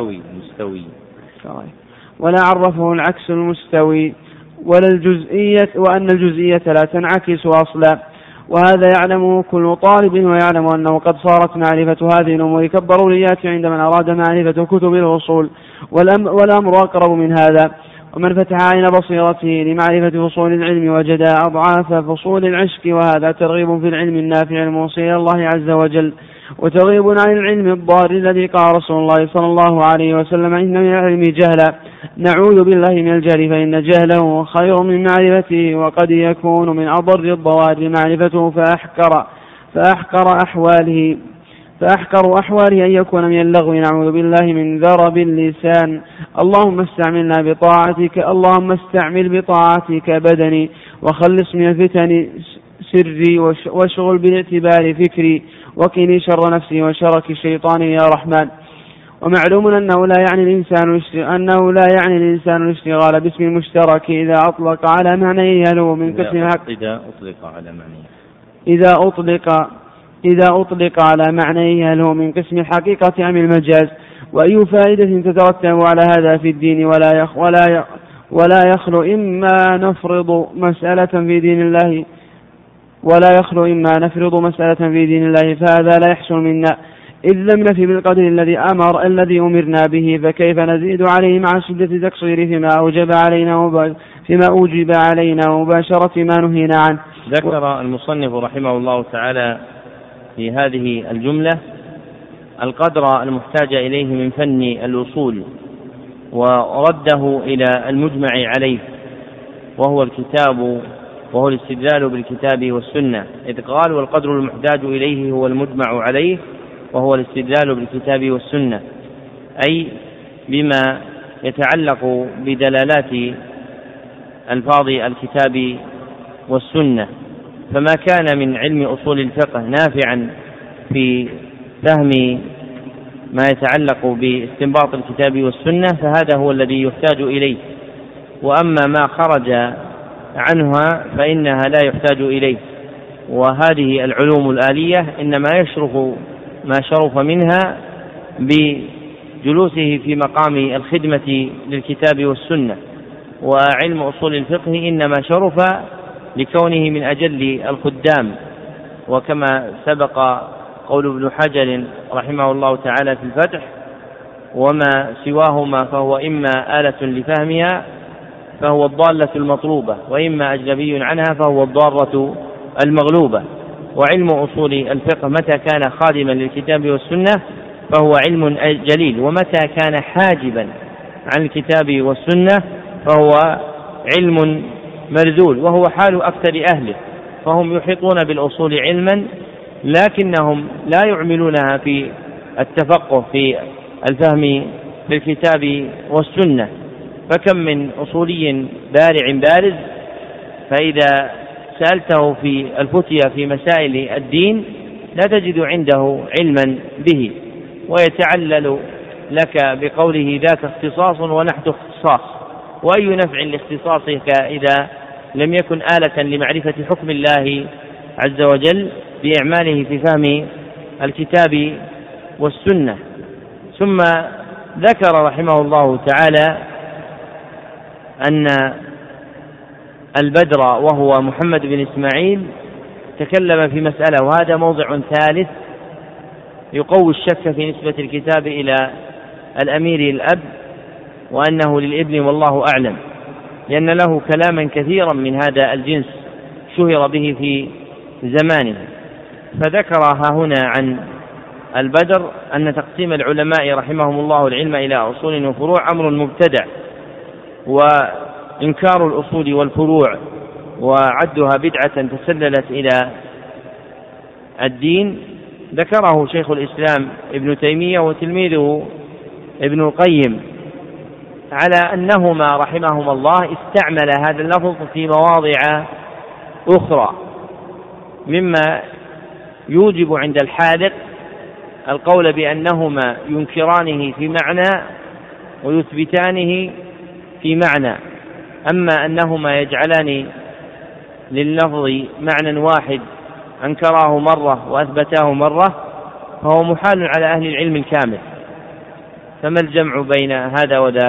B: ولا عرفه العكس المستوي وأن الجزئية لا تنعكس أصلا. وهذا يعلمه كل طالب، ويعلم أنه قد صارت معرفة هذه الأمور كالضروريات عند من أراد معرفة كتب الوصول، والأمر أقرب من هذا. ومن فتح عين بصيرته لمعرفة فصول العلم وجد أضعاف فصول العشق، وهذا ترغيب في العلم النافع الموصي إلى الله عز وجل، وترغيب عن العلم الضار الذي قال رسول الله صلى الله عليه وسلم: إن من العلم جهلا، نعوذ بالله من الجهل، فإن جهله خير من معرفته، وقد يكون من أضر الضوار معرفته فأحقر أحواله أن يكون من اللغو، نعوذ بالله من ذرب اللسان. اللهم استعمل بطاعتك بدني، وخلص من الفتن سري، واشغل بالاعتبار فكري، وقني شر نفسي وشرك الشيطان يا رحمن. ومعلوم أنه لا يعني الإنسان الاشتغال باسم المشترك إذا أطلق على معنى يلو من قسم الحق، إذا أطلق على معنى يلو من قسم الحقيقة أم المجاز. وأي فائدة تترتب على هذا في الدين، ولا يخلو إما نفرض مسألة في دين الله فهذا لا يحصل منا، إذ لم نفي بالقدر الذي أمرنا به، فكيف نزيد عليه مع شدة تقصير فيما أوجب علينا ومباشرة ما نهينا عنه.
A: ذكر المصنف رحمه الله تعالى في هذه الجملة القدر المحتاج إليه من فن الوصول، ورده إلى المجمع عليه، وهو الكتاب، وهو الاستدلال بالكتاب والسنة، إذ قال: والقدر المحتاج إليه هو المجمع عليه، وهو الاستدلال بالكتاب والسنة، أي بما يتعلق بدلالات ألفاظ الكتاب والسنة. فما كان من علم أصول الفقه نافعا في فهم ما يتعلق باستنباط الكتاب والسنة فهذا هو الذي يحتاج إليه، وأما ما خرج عنها فإنها لا يحتاج إليه. وهذه العلوم الآلية إنما يشرف ما شرف منها بجلوسه في مقام الخدمة للكتاب والسنة، وعلم أصول الفقه إنما شرف لكونه من أجل الخدام. وكما سبق قول ابن حجر رحمه الله تعالى في الفتح: وما سواهما فهو إما آلة لفهمها فهو الضالة المطلوبة، وإما أجنبي عنها فهو الضارة المغلوبة. وعلم أصول الفقه متى كان خادما للكتاب والسنة فهو علم جليل، ومتى كان حاجبا عن الكتاب والسنة فهو علم مرذول، وهو حال أكثر أهله، فهم يحيطون بالأصول علما لكنهم لا يعملونها في التفقه في الفهم بالكتاب والسنة. فكم من أصولي بارع بارز فإذا سألته في الفتية في مسائل الدين لا تجد عنده علما به، ويتعلل لك بقوله ذاك اختصاص ونحن اختصاص، وأي نفع لاختصاصك إذا لم يكن آلة لمعرفة حكم الله عز وجل بإعماله في فهم الكتاب والسنة. ثم ذكر رحمه الله تعالى أن البدر وهو محمد بن إسماعيل تكلم في مسألة، وهذا موضع ثالث يقوي الشك في نسبة الكتاب إلى الأمير الأب وأنه للابن والله أعلم، لأن له كلاما كثيرا من هذا الجنس شهر به في زمانه. فذكر هنا عن البدر أن تقسيم العلماء رحمهم الله العلم إلى أصول وفروع أمر مبتدع، وإنكار الأصول والفروع وعدها بدعة تسللت إلى الدين ذكره شيخ الإسلام ابن تيمية وتلميذه ابن القيم على أنهما رحمهما الله استعمل هذا اللفظ في مواضع أخرى، مما يوجب عند الحاذق القول بأنهما ينكرانه في معنى ويثبتانه في معنى. أما أنهما يجعلان لللفظ معنى واحد أنكراه مرة وأثبتاه مرة فهو محال على أهل العلم الكامل. فما الجمع بين هذا وذاك؟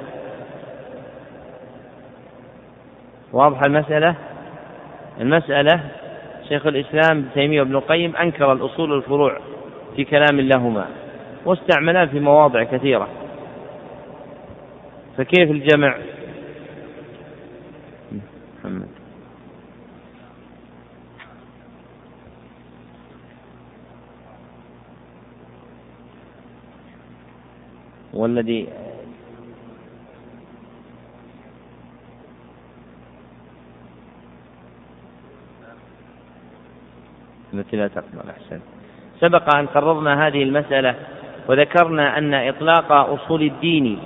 A: واضح المسألة شيخ الإسلام ابن تيمية وابن القيم أنكر الأصول والفروع في كلام لهما واستعملها في مواضع كثيرة، فكيف الجمع؟ محمد والذي التي لا تقبل. أحسن. سبق أن قررنا هذه المسألة وذكرنا أن إطلاق أصول الدين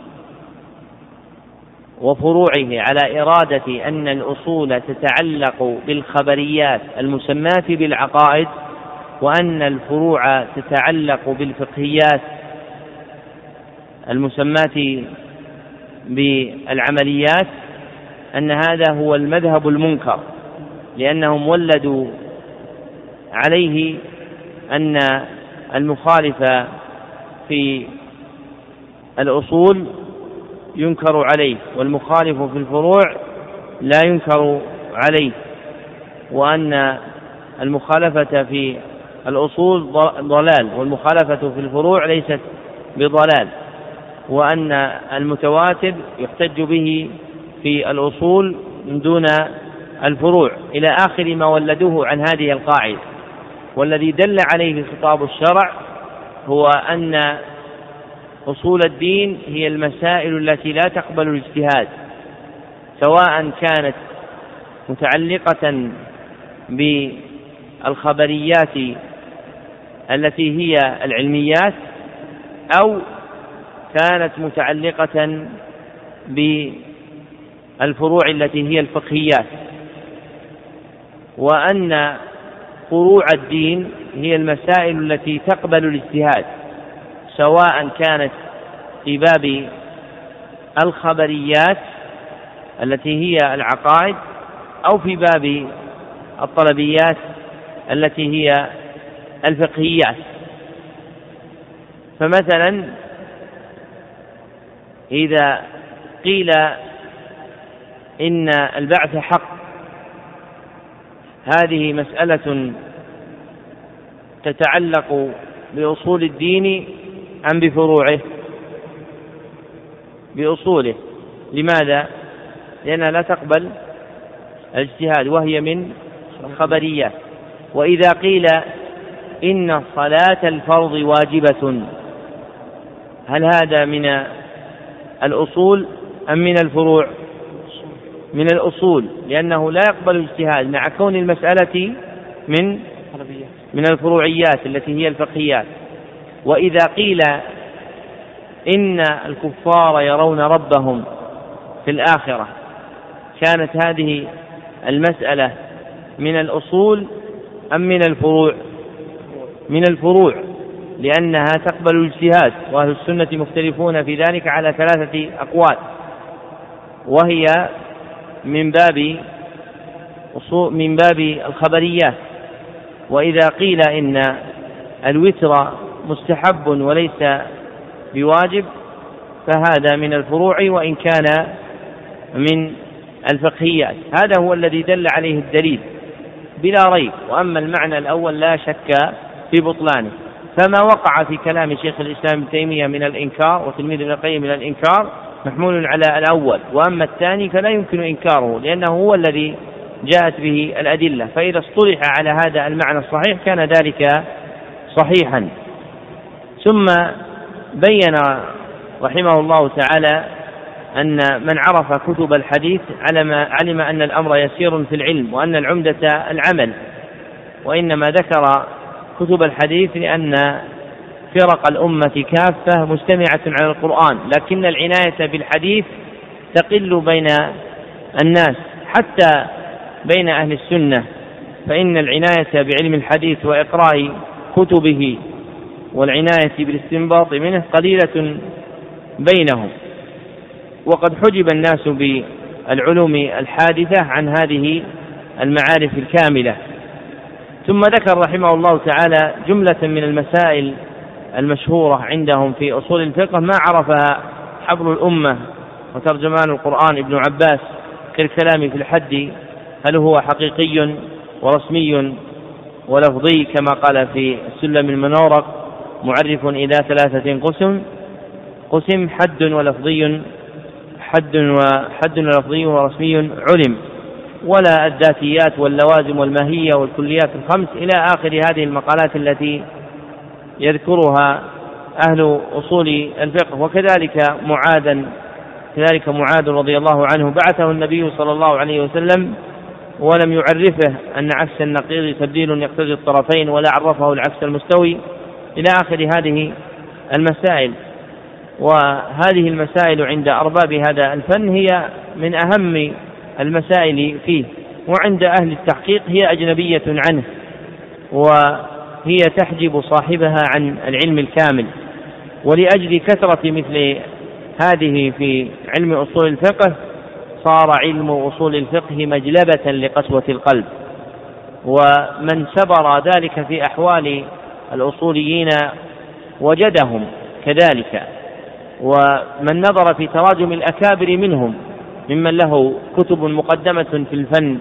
A: وفروعه على إرادة أن الأصول تتعلق بالخبريات المسماة بالعقائد، وأن الفروع تتعلق بالفقهيات المسماة بالعمليات، أن هذا هو المذهب المنكر، لأنهم ولدوا عليه أن المخالف في الأصول ينكر عليه والمخالف في الفروع لا ينكر عليه، وأن المخالفة في الأصول ضلال والمخالفة في الفروع ليست بضلال، وأن المتواتر يحتج به في الأصول من دون الفروع، إلى آخر ما ولدوه عن هذه القاعدة. والذي دل عليه خطاب الشرع هو أن أصول الدين هي المسائل التي لا تقبل الاجتهاد، سواء كانت متعلقة بالخبريات التي هي العلميات أو كانت متعلقة بالفروع التي هي الفقهيات، وأن فروع الدين هي المسائل التي تقبل الاجتهاد، سواء كانت في باب الخبريات التي هي العقائد أو في باب الطلبيات التي هي الفقهيات. فمثلا إذا قيل إن البعث حق، هذه مسألة تتعلق بأصول الدين أم بفروعه؟ بأصوله. لماذا؟ لأنها لا تقبل الاجتهاد وهي من الخبريات. وإذا قيل إن صلاة الفرض واجبة، هل هذا من الأصول أم من الفروع؟ من الأصول، لأنه لا يقبل الاجتهاد مع كون المسألة من الفروعيات التي هي الفقهيات. وإذا قيل إن الكفار يرون ربهم في الآخرة، كانت هذه المسألة من الأصول أم من الفروع؟ من الفروع، لأنها تقبل الاجتهاد، وأهل السنة مختلفون في ذلك على 3 أقوال، وهي من باب الخبريات. وإذا قيل إن الوتر مستحب وليس بواجب، فهذا من الفروع وإن كان من الفقهيات. هذا هو الذي دل عليه الدليل بلا ريب. وأما المعنى الأول لا شك في بطلانه، فما وقع في كلام شيخ الإسلام ابن تيمية من الإنكار وتلميذ ابن القيم من الإنكار محمول على الأول، وأما الثاني فلا يمكن إنكاره لأنه هو الذي جاءت به الأدلة. فإذا اصطلح على هذا المعنى الصحيح كان ذلك صحيحا. ثم بين رحمه الله تعالى أن من عرف كتب الحديث علم أن الأمر يسير في العلم، وأن العمدة العمل. وإنما ذكر كتب الحديث لأن فرق الأمة كافة مجتمعة على القرآن، لكن العناية بالحديث تقل بين الناس حتى بين أهل السنة، فإن العناية بعلم الحديث وإقراء كتبه والعناية بالاستنباط منه قليلة بينهم، وقد حجب الناس بالعلوم الحادثة عن هذه المعارف الكاملة. ثم ذكر رحمه الله تعالى جملة من المسائل المشهورة عندهم في أصول الفقه ما عرفها حبر الأمة وترجمان القرآن ابن عباس كالكلام في الحد، هل هو حقيقي ورسمي ولفظي كما قال في السلم المنورق معرف إلى 3 قسم حد ولفظي ورسمي علم، ولا الذاتيات واللوازم والماهية والكليات الخمس إلى آخر هذه المقالات التي يذكرها أهل أصول الفقه. وكذلك معاذ رضي الله عنه بعثه النبي صلى الله عليه وسلم ولم يعرفه أن عكس النقيض تبديل يقتضي الطرفين، ولا عرفه العكس المستوي إلى آخر هذه المسائل. وهذه المسائل عند أرباب هذا الفن هي من أهم المسائل فيه، وعند أهل التحقيق هي أجنبية عنه، وهي تحجب صاحبها عن العلم الكامل. ولأجل كثرة مثل هذه في علم أصول الفقه صار علم أصول الفقه مجلبة لقسوة القلب، ومن سبر ذلك في أحوال الأصوليين وجدهم كذلك. ومن نظر في تراجم الأكابر منهم ممن له كتب مقدمة في الفن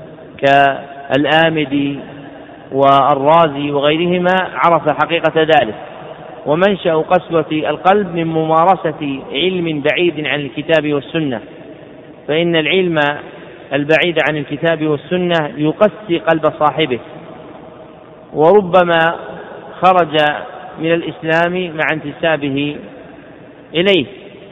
A: كالآمدي والرازي وغيرهما عرف حقيقة ذلك. ومنشأ قسوة القلب من ممارسة علم بعيد عن الكتاب والسنة، فإن العلم البعيد عن الكتاب والسنة يقسي قلب صاحبه، وربما خرج من الإسلام مع انتسابه إليه.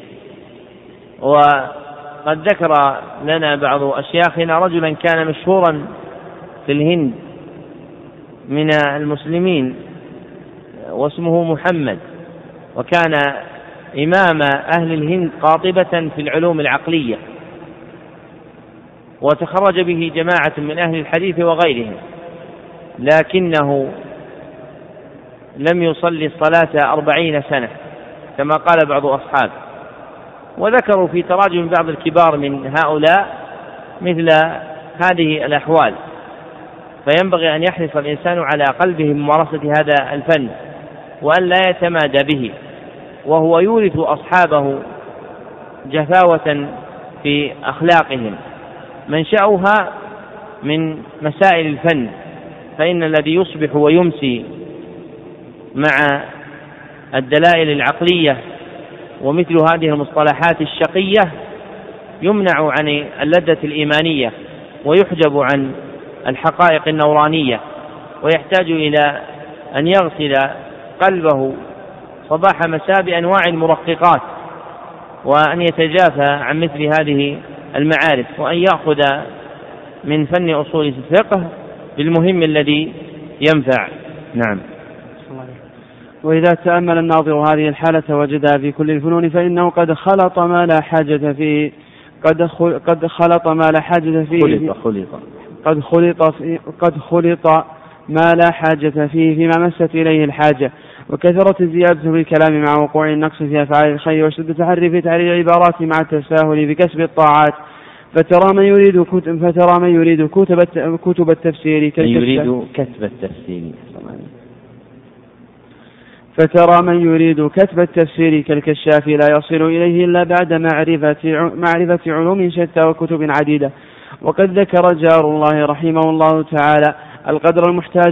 A: وقد ذكر لنا بعض أشياخنا رجلا كان مشهورا في الهند من المسلمين واسمه محمد، وكان إمام أهل الهند قاطبة في العلوم العقلية، وتخرج به جماعة من أهل الحديث وغيرهم، لكنه لم يصلي الصلاة 40 سنة كما قال بعض أصحابه. وذكروا في تراجم بعض الكبار من هؤلاء مثل هذه الأحوال. فينبغي أن يحرص الإنسان على قلبه ممارسة هذا الفن وأن لا يتمادى به، وهو يورث أصحابه جفاوة في أخلاقهم منشأها من مسائل الفن. فإن الذي يصبح ويمسي مع الدلائل العقلية ومثل هذه المصطلحات الشقية يمنع عن اللذة الإيمانية ويحجب عن الحقائق النورانية، ويحتاج إلى أن يغسل قلبه صباح مساء بأنواع المرققات، وأن يتجافى عن مثل هذه المعارف، وأن يأخذ من فن أصول الفقه بالمهم الذي ينفع. نعم.
B: وإذا تأمل الناظر هذه الحالة وجدها في كل الفنون فإنه قد خلط ما لا حاجة فيه قد خلط ما لا حاجة فيه فيما مست إليه الحاجة، وكثرة الزيادة في الكلام مع وقوع النقص في أفعال الخير وشدة التحري في تعريف العبارات مع التساهل في كسب الطاعات. فترى من يريد كتب التفسير كتب التفسير كالكشاف لا يصل إليه إلا بعد معرفة علوم شتى وكتب عديدة. وقد ذكر جار الله رحمه الله تعالى القدر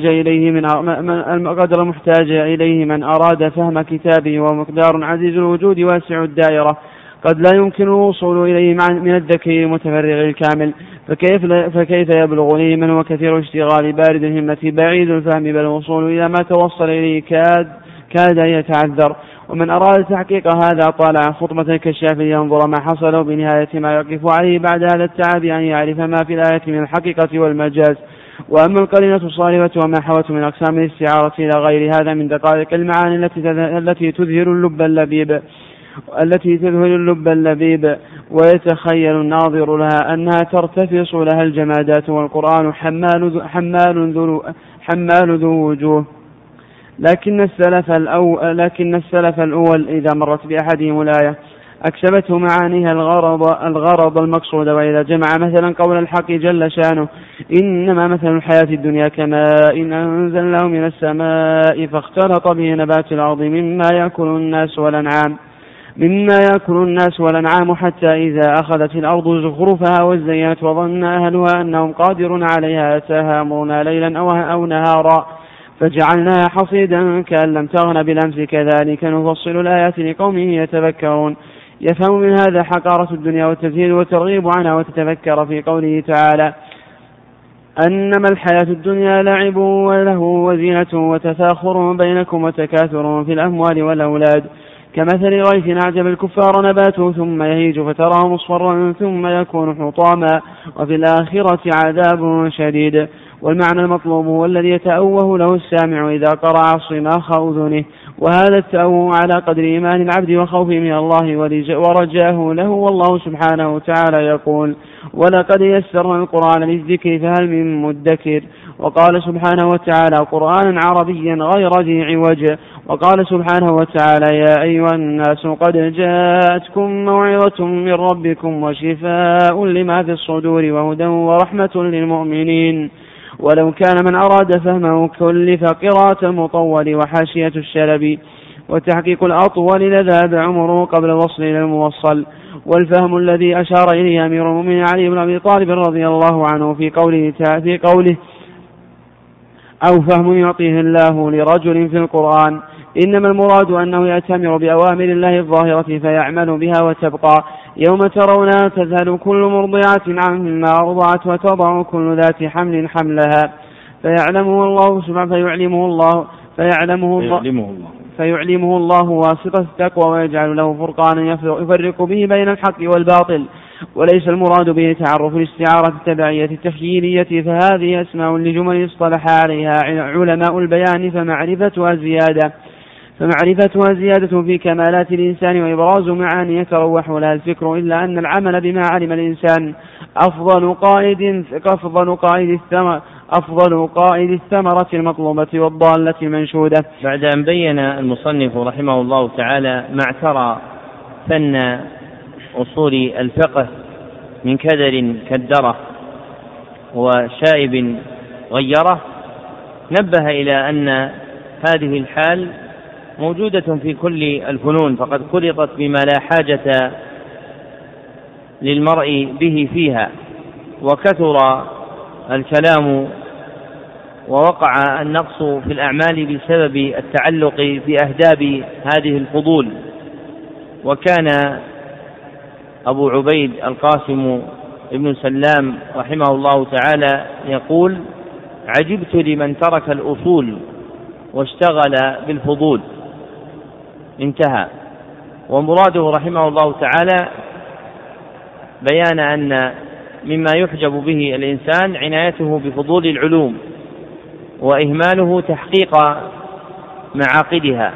B: المحتاج إليه من أراد فهم كتابه، ومقدار عزيز الوجود واسع الدائرة قد لا يمكن الوصول إليه من الذكي المتفرغ الكامل، فكيف يبلغ إليه من هو كثير اشتغال بارد الهمة بعيد الفهم، بل الوصول إلى ما توصل إليه كاد يتعذر. ومن أراد تحقيق هذا طالع خطبة الكشاف لينظر ما حصل بنهاية ما يقف عليه بعد هذا التعب، أن يعرف ما في الآية من الحقيقة والمجاز. وأما القرينة الصارفة وما حوت من أقسام الاستعارة إلى غير هذا من دقائق المعاني التي تذهل اللب اللبيب ويتخيل الناظر لها أنها ترتفص لها الجمادات، والقرآن حمال ذو وجوه. لكن السلف الأول إذا مرت بأحدهم الآية أكسبته معانيها الغرض المقصود، وإذا جمع مثلا قول الحق جل شانه إنما مثل الحياة الدنيا كماء إن أنزلناه من السماء فاختلط به نبات الأرض مما يأكل الناس والأنعام حتى إذا أخذت الأرض زخرفها وزينت وظن أهلها أنهم قادرون عليها أتاها أمرنا ليلا أو نهارا فجعلناها حصيدا كأن لم تغن بالأمس كذلك نفصل الآيات لقوم يتفكرون. يفهم من هذا حقارة الدنيا والتزهيد والترغيب عنها، وتتفكر في قوله تعالى أنما الحياة الدنيا لعب وله وزينة وتفاخر بينكم وتكاثر في الأموال والأولاد كمثل غيث أعجب الكفار نباته ثم يهيج فتراه مصفرا ثم يكون حطاما وفي الآخرة عذاب شديد. والمعنى المطلوب هو الذي يتأوه له السامع إذا قرأ صماخ أذنه، وهذا التأوه على قدر إيمان العبد وخوفه من الله ورجاه له. والله سبحانه وتعالى يقول ولقد يسرنا القرآن للذكر فهل من مدكر. وقال سبحانه وتعالى قرآنا عربيا غير ذي عوج. وقال سبحانه وتعالى يا أيها الناس قد جاءتكم موعظة من ربكم وشفاء لما في الصدور وهدى ورحمة للمؤمنين. ولو كان من أراد فهمه كلف قراءة المطول وحاشية الشلبي وتحقيق الأطول لذهب عمره قبل الوصل إلى الموصل. والفهم الذي أشار إليه أمير المؤمنين علي بن أبي طالب رضي الله عنه في قوله أو فهم يعطيه الله لرجل في القرآن، إنما المراد أنه يأتمر بأوامر الله الظاهرة فيعمل بها وتبقى. يوم ترونها تذهل كل مرضعة عما أرضعت وتضع كل ذات حمل حملها فيعلمه الله سبحانه فيعلمه الله واسطة التقوى ويجعل له فرقانا يفرق به بين الحق والباطل. وليس المراد به تعرف الاستعارة التبعية التخييلية، فهذه أسماء لجمل اصطلح عليها علماء البيان فمعرفتها زيادة في كمالات الإنسان وإبراز معاني يتروح لها الفكر، إلا أن العمل بما علم الإنسان أفضل قائد الثمرة المطلوبة والضالة المنشودة.
A: بعد أن بين المصنف رحمه الله تعالى ما اعترى فن أصول الفقه من كدر كدره وشائب غيره، نبه إلى أن هذه الحال موجودة في كل الفنون، فقد خلطت بما لا حاجة للمرء به فيها، وكثر الكلام ووقع النقص في الأعمال بسبب التعلق بأهداب هذه الفضول. وكان أبو عبيد القاسم ابن سلام رحمه الله تعالى يقول: عجبت لمن ترك الأصول واشتغل بالفضول. انتهى. ومراده رحمه الله تعالى بيان أن مما يحجب به الإنسان عنايته بفضول العلوم وإهماله تحقيق معاقدها.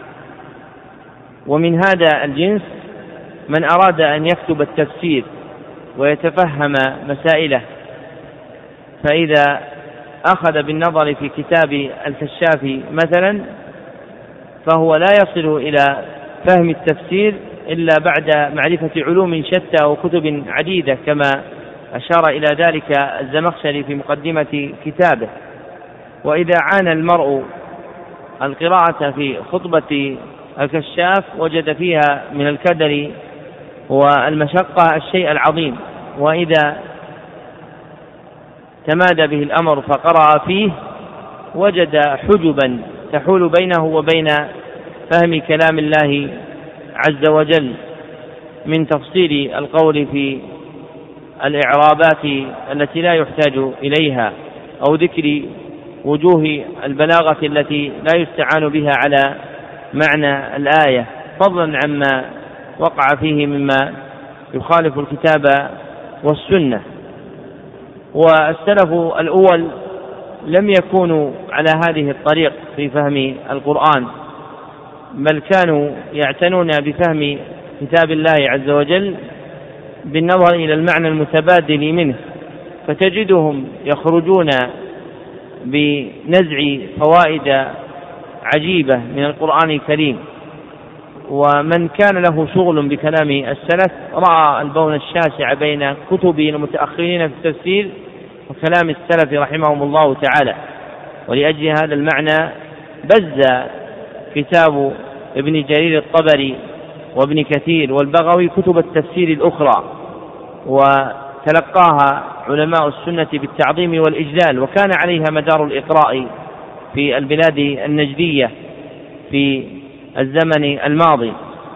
A: ومن هذا الجنس من أراد أن يكتب التفسير ويتفهم مسائله، فإذا أخذ بالنظر في كتاب الكشاف مثلا فهو لا يصل إلى فهم التفسير إلا بعد معرفة علوم شتى وكتب عديدة، كما أشار إلى ذلك الزمخشري في مقدمة كتابه. وإذا عانى المرء القراءة في خطبة الكشاف وجد فيها من الكدر والمشقة الشيء العظيم، وإذا تمادى به الأمر فقرأ فيه وجد حجبا تحول بينه وبين فهم كلام الله عز وجل من تفصيل القول في الإعرابات التي لا يحتاج إليها، أو ذكر وجوه البلاغة التي لا يستعان بها على معنى الآية، فضلا عما وقع فيه مما يخالف الكتاب والسنة. والسلف الأول لم يكونوا على هذه الطريق في فهم القرآن، بل كانوا يعتنون بفهم كتاب الله عز وجل بالنظر إلى المعنى المتبادل منه، فتجدهم يخرجون بنزع فوائد عجيبة من القرآن الكريم. ومن كان له شغل بكلام السلف رأى البون الشاسع بين كتب المتأخرين في التفسير وكلام السلف رحمهم الله تعالى. ولأجل هذا المعنى بز كتاب ابن جرير الطبري وابن كثير والبغوي كتب التفسير الأخرى، وتلقاها علماء السنة بالتعظيم والإجلال، وكان عليها مدار الإقراء في البلاد النجدية في الزمن الماضي.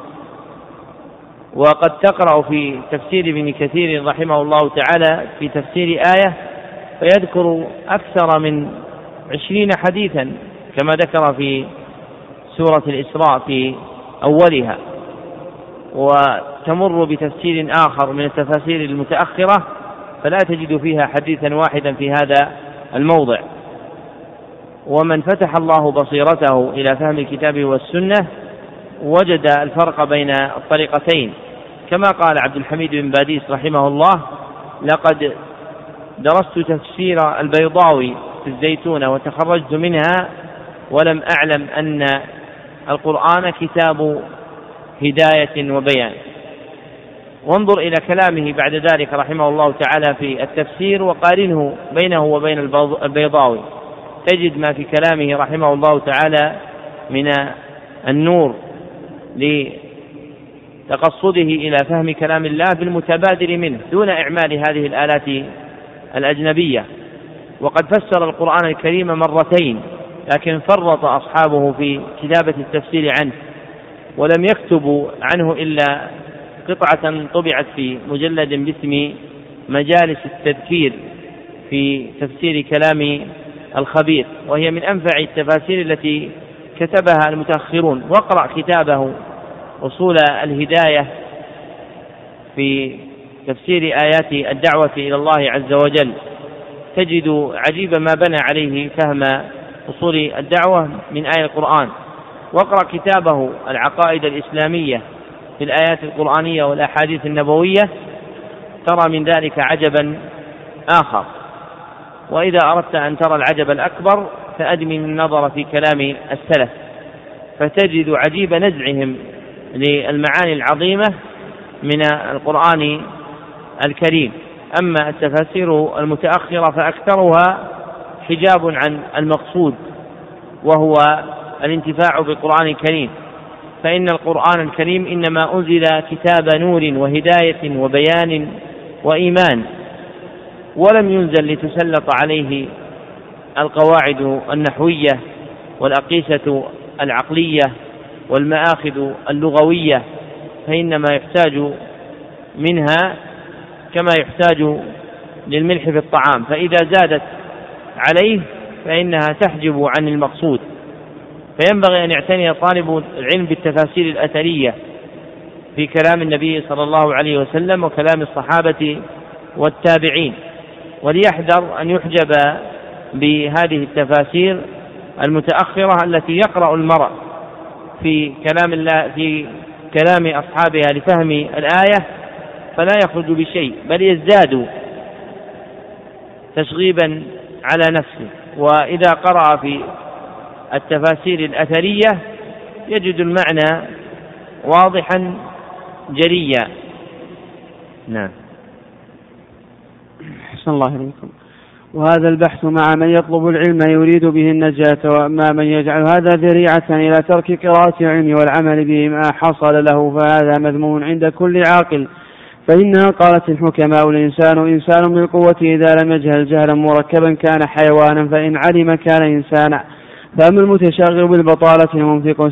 A: وقد تقرأ في تفسير ابن كثير رحمه الله تعالى في تفسير آية فيذكر أكثر من 20 حديثا كما ذكر في سورة الإسراء في أولها، وتمر بتفسير آخر من التفاسير المتأخرة فلا تجد فيها حديثا واحدا في هذا الموضع. ومن فتح الله بصيرته إلى فهم الكتاب والسنة وجد الفرق بين الطريقتين، كما قال عبد الحميد بن باديس رحمه الله: لقد درست تفسير البيضاوي في الزيتونة وتخرجت منها ولم أعلم أن القرآن كتاب هداية وبيان. وانظر إلى كلامه بعد ذلك رحمه الله تعالى في التفسير وقارنه بينه وبين البيضاوي، تجد ما في كلامه رحمه الله تعالى من النور لتقصده إلى فهم كلام الله بالمتبادر منه دون إعمال هذه الآلات الأجنبية. وقد فسر القرآن الكريم مرتين، لكن فرط أصحابه في كتابة التفسير عنه، ولم يكتبوا عنه إلا قطعة طبعت في مجلد باسم مجالس التذكير في تفسير كلام الخبير، وهي من أنفع التفاسير التي كتبها المتأخرون. واقرأ كتابه أصول الهداية في تفسير آيات الدعوة إلى الله عز وجل، تجد عجيب ما بنى عليه فهم أصول الدعوة من آية القرآن. واقرأ كتابه العقائد الإسلامية في الآيات القرآنية والأحاديث النبوية، ترى من ذلك عجبا آخر. وإذا أردت أن ترى العجب الأكبر فأدمن النظر في كلام السلف، فتجد عجيب نزعهم للمعاني العظيمة من القرآن الكريم. أما التفاسير المتأخرة فأكثرها حجاب عن المقصود، وهو الانتفاع بالقرآن الكريم، فإن القرآن الكريم إنما أنزل كتاب نور وهداية وبيان وإيمان، ولم ينزل لتسلط عليه القواعد النحوية والأقيسة العقلية والمآخذ اللغوية، فإنما يحتاج منها كما يحتاج للملح في الطعام، فإذا زادت عليه فإنها تحجب عن المقصود. فينبغي أن يعتني طالب العلم بالتفاسير الأثرية في كلام النبي صلى الله عليه وسلم وكلام الصحابة والتابعين، وليحذر أن يحجب بهذه التفاسير المتأخرة التي يقرأ المرء في كلام الله في كلام أصحابها لفهم الآية فلا يخرج بشيء، بل يزداد تشغيبا على نفسه. وإذا قرأ في التفاسير الأثرية يجد المعنى واضحا جليا. نعم.
B: أحسن الله إليكم. وهذا البحث مع من يطلب العلم يريد به النجاة، وأما من يجعل هذا ذريعة إلى ترك قراءة العلم والعمل به ما حصل له فهذا مذموم عند كل عاقل، فإنها قالت الحكماء الإنسان إنسان بالقوة إذا لم يجهل جهلا مركبا كان حيوانا، فإن علم كان إنسانا. فأما المتشاغل بالبطالة المنفق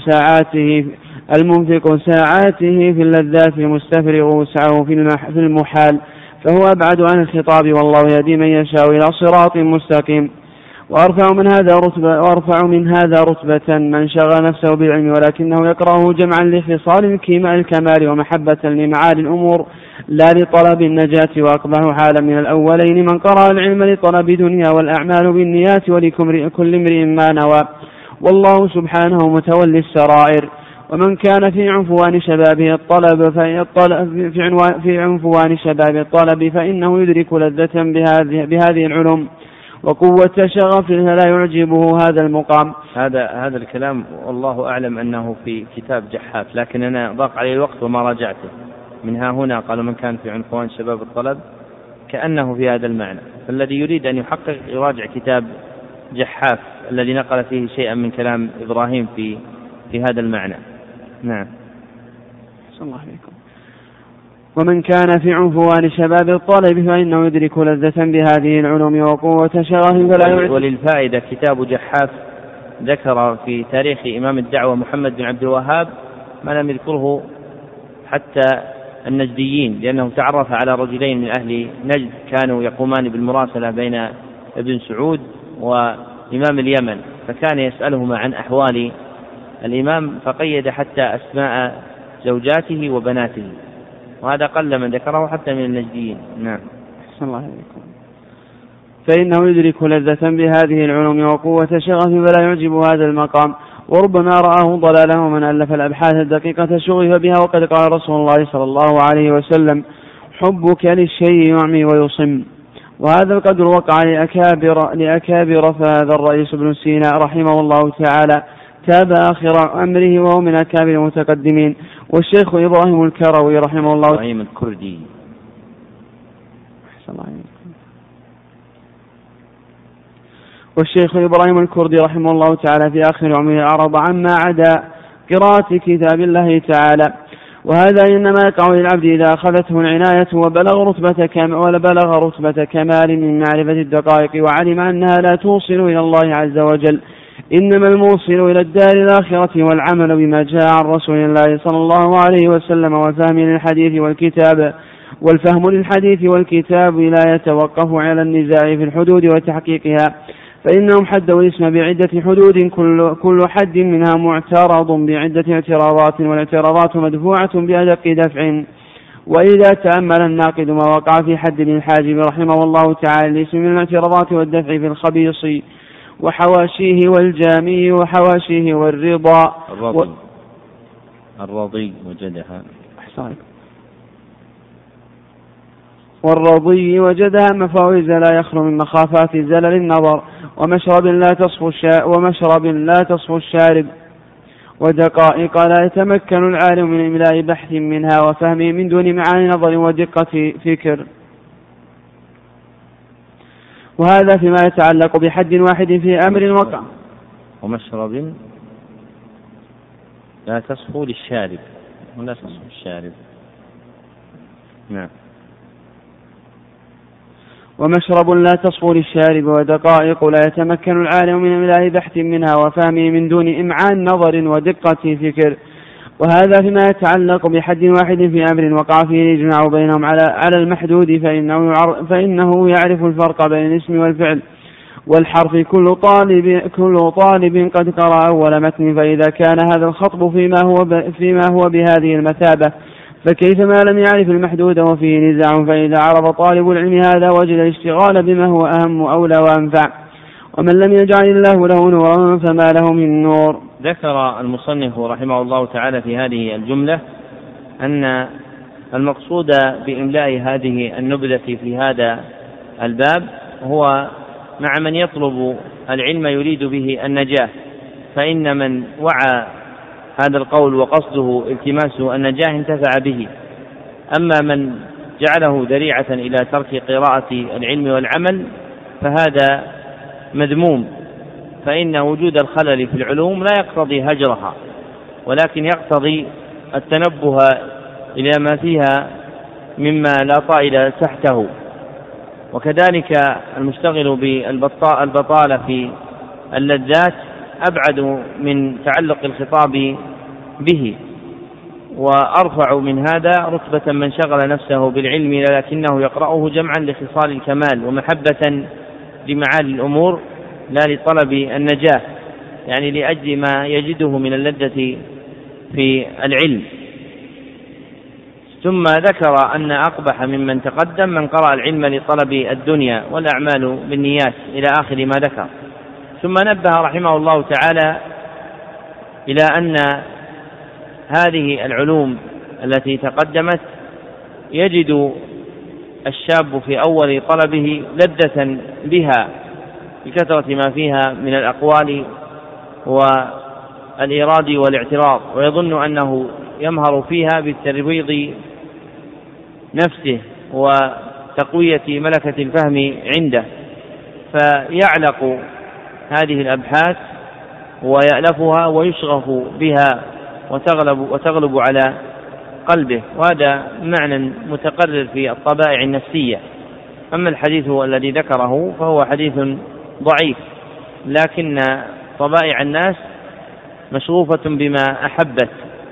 B: ساعاته في اللذات المستفرغ وسعه في المحال فهو أبعد عن الخطاب، والله يهدي من يشاء إلى صراط مستقيم. وأرفع من هذا رتبة من شغل نفسه بالعلم ولكنه يقرأه جمعا لخصال الكمال ومحبة لمعالي الأمور لا لطلب النجاة، وأقبح حالا من الأولين من قرأ العلم لطلب دنيا والأعمال بالنيات ولكل امرئ ما نوى، والله سبحانه متولي السرائر. ومن كان في عنفوان شباب الطلب فإنه يدرك لذة بهذه العلوم وقوة شغفها لا يعجبه هذا المقام.
A: هذا الكلام والله أعلم أنه في كتاب جحاف، لكن أنا ضاق عليه الوقت وما راجعته. منها هنا قال من كان في عنفوان شباب الطلب كأنه في هذا المعنى، فالذي يريد أن يحقق يراجع كتاب جحاف الذي نقل فيه شيئا من كلام إبراهيم في هذا المعنى. نعم.
B: صلى الله عليكم. ومن كان في عنفوان شباب الطالب فإنه يدرك لذة بهذه العلوم وقوة شغفه فلا يعرف.
A: وللفائدة كتاب جحاف ذكر في تاريخ إمام الدعوة محمد بن عبد الوهاب ما لم يذكره حتى النجديين، لأنه تعرف على رجلين من أهل نجد كانوا يقومان بالمراسلة بين ابن سعود وإمام اليمن، فكان يسألهما عن أحوال الإمام فقيد حتى أسماء زوجاته وبناته، وهذا قل من ذكره حتى من النجديين. نعم.
B: أحسن الله عليكم. فإنه يدرك لذة بهذه العلوم وقوة شغفه فلا يعجب هذا المقام، وربما رآه ضلالا ومن ألف الأبحاث الدقيقة شغف بها. وقد قال رسول الله صلى الله عليه وسلم حبك للشيء يعمي ويصم. وهذا القدر وقع لأكابر فهذا الرئيس ابن سينا رحمه الله تعالى تاب آخر أمره وهو من أكابر المتقدمين. والشيخ إبراهيم الكروي رحمه الله
A: إبراهيم الكردي
B: والشيخ إبراهيم الكردي رحمه الله تعالى في آخر عمره أعرض عما عدا قراءة كتاب الله تعالى، وهذا إنما يقع للعبد إذا أخذته العناية وبلغ رتبة كمال من معرفة الدقائق وعلم أنها لا توصل إلى الله عز وجل، إنما الموصل إلى الدار الآخرة والعمل بما جاء عن رسول الله صلى الله عليه وسلم والفهم للحديث والكتاب لا يتوقف على النزاع في الحدود وتحقيقها، فإنهم حدوا الاسم بعدة حدود كل حد منها معترض بعدة اعتراضات، والاعتراضات مدفوعة بأدق دفع. وإذا تأمل الناقد ما وقع في حد ابن الحاجب رحمه الله تعالى الاسم من الاعتراضات والدفع في الخبيص وحواشيه والجامي وحواشيه
A: الرضي وجدها
B: والرضي وجدها مفاوز لا يخلو من مخافات زلل النظر ومشرب لا تصفو الشارب ودقائق لا يتمكن العالم من إملاء بحث منها وفهمه من دون معاني نظر ودقة فكر. وهذا فيما يتعلق بحد واحد في أمر الوقع.
A: ومشرب لا تصفو للشارب ولا تصفو الشارب. نعم.
B: ومشرب لا تصفو للشارب، ودقائق لا يتمكن العالم من إملاء بحث منها وفهمه من دون إمعان نظر ودقة فكر. وهذا فيما يتعلق بحد واحد في أمر وقع فيه الإجماع بينهم على المحدود، فإنه يعرف الفرق بين الاسم والفعل والحرف كل طالب قد قرأ أول متن. فإذا كان هذا الخطب فيما هو بهذه المثابة، فكيف ما لم يعرف المحدود وفيه نزاع؟ فإذا عرف طالب العلم هذا وجد الاشتغال بما هو أهم أولى وأنفع، ومن لم يجعل الله له نورا فما له من نور.
A: ذكر المصنف رحمه الله تعالى في هذه الجملة أن المقصود بإملاء هذه النبذة في هذا الباب هو مع من يطلب العلم يريد به النجاة، فإن من وعى هذا القول وقصده التماس النجاة انتفع به. أما من جعله ذريعة إلى ترك قراءة العلم والعمل فهذا مذموم، فإن وجود الخلل في العلوم لا يقتضي هجرها، ولكن يقتضي التنبه إلى ما فيها مما لا طائل تحته. وكذلك المشتغل بالبطالة في اللذات أبعد من تعلق الخطاب به، وأرفع من هذا رتبة من شغل نفسه بالعلم لكنه يقرأه جمعا لخصال الكمال ومحبة لمعالي الأمور لا لطلب النجاة، يعني لأجل ما يجده من اللذة في العلم. ثم ذكر أن أقبح ممن تقدم من قرأ العلم لطلب الدنيا والأعمال بالنيات إلى آخر ما ذكر. ثم نبه رحمه الله تعالى إلى أن هذه العلوم التي تقدمت يجد الشاب في أول طلبه لذة بها بكثرة ما فيها من الأقوال والإيراد والاعتراض، ويظن أنه يمهر فيها بترويض نفسه وتقوية ملكة الفهم عنده، فيعلق هذه الأبحاث ويألفها ويشغف بها وتغلب على قلبه، وهذا معنى متقرر في الطبائع النفسية. أما الحديث الذي ذكره فهو حديث ضعيف، لكن طبائع الناس مشغوفة بما أحبت،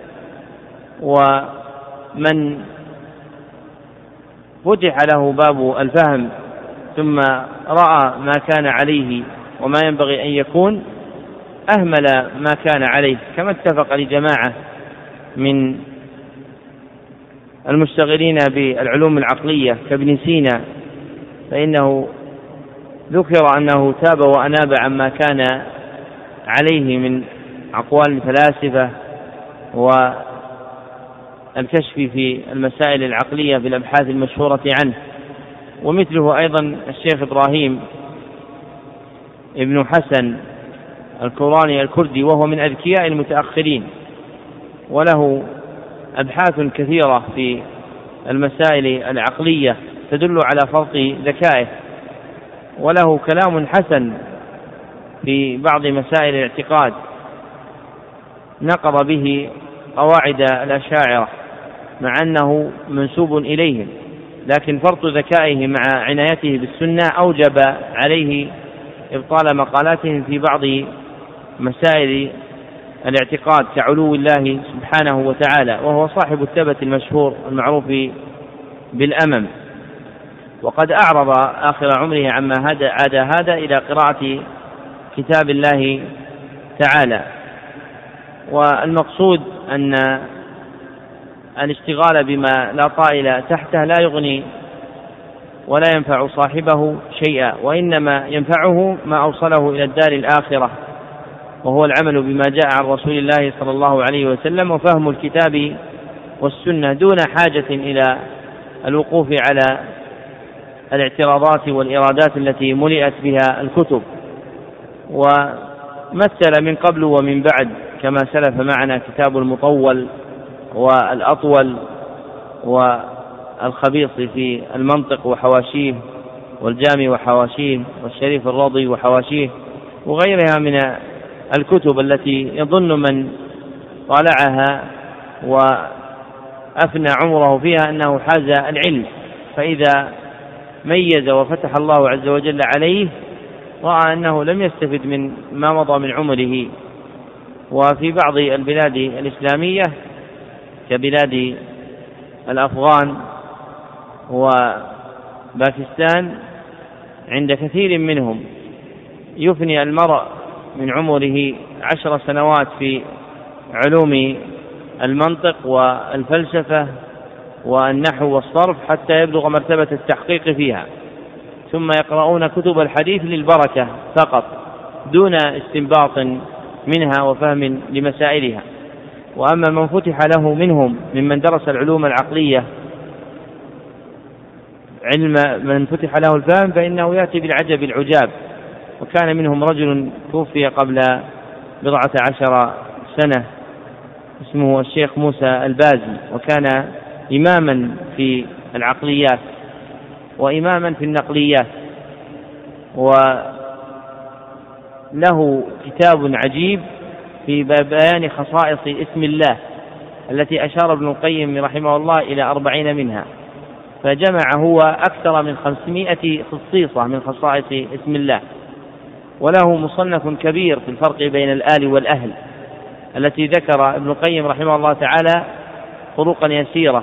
A: ومن فتح له باب الفهم ثم رأى ما كان عليه وما ينبغي أن يكون أهمل ما كان عليه، كما اتفق لجماعة من المشتغلين بالعلوم العقلية كابن سينا، فإنه ذكر أنه تاب وأناب عما كان عليه من أقوال الفلاسفة والكشف في المسائل العقلية في الأبحاث المشهورة عنه. ومثله أيضا الشيخ إبراهيم ابن حسن الكوراني الكردي، وهو من أذكياء المتأخرين، وله أبحاث كثيرة في المسائل العقلية تدل على فرط ذكائه، وله كلام حسن في بعض مسائل الاعتقاد نقض به قواعد الأشاعرة مع أنه منسوب إليهم، لكن فرط ذكائه مع عنايته بالسنة أوجب عليه إبطال مقالاتهم في بعض مسائل الاعتقاد كعلو الله سبحانه وتعالى، وهو صاحب الثبت المشهور المعروف بالأمم. وقد أعرض آخر عمره عما عاد هذا إلى قراءة كتاب الله تعالى. والمقصود أن الاشتغال بما لا طائل تحته لا يغني ولا ينفع صاحبه شيئا، وإنما ينفعه ما أوصله إلى الدار الآخرة، وهو العمل بما جاء عن رسول الله صلى الله عليه وسلم وفهم الكتاب والسنة دون حاجة إلى الوقوف على الاعتراضات والإرادات التي ملئت بها الكتب. ومثل من قبل ومن بعد كما سلف معنا كتاب المطول والأطول والخبيص في المنطق وحواشيه والجامع وحواشيه والشريف الرضي وحواشيه وغيرها من الكتب التي يظن من طالعها وأفنى عمره فيها أنه حاز العلم، فإذا ميز وفتح الله عز وجل عليه رأى أنه لم يستفد من ما مضى من عمره. وفي بعض البلاد الإسلامية كبلاد الأفغان وباكستان عند كثير منهم يفني المرء من عمره 10 سنوات في علوم المنطق والفلسفة والنحو والصرف حتى يبلغ مرتبة التحقيق فيها، ثم يقرؤون كتب الحديث للبركة فقط دون استنباط منها وفهم لمسائلها. وأما من فتح له منهم ممن درس العلوم العقلية من فتح له الفهم فإنه يأتي بالعجب العجاب. وكان منهم رجل توفي قبل 14 سنة اسمه الشيخ موسى البازي، وكان إماما في العقليات وإماما في النقليات، وله كتاب عجيب في بيان خصائص اسم الله التي أشار ابن القيم رحمه الله إلى 40 منها، فجمع هو أكثر من 500 خصيصة من خصائص اسم الله. وله مصنف كبير في الفرق بين الآل والأهل التي ذكر ابن القيم رحمه الله تعالى طرقا يسيرة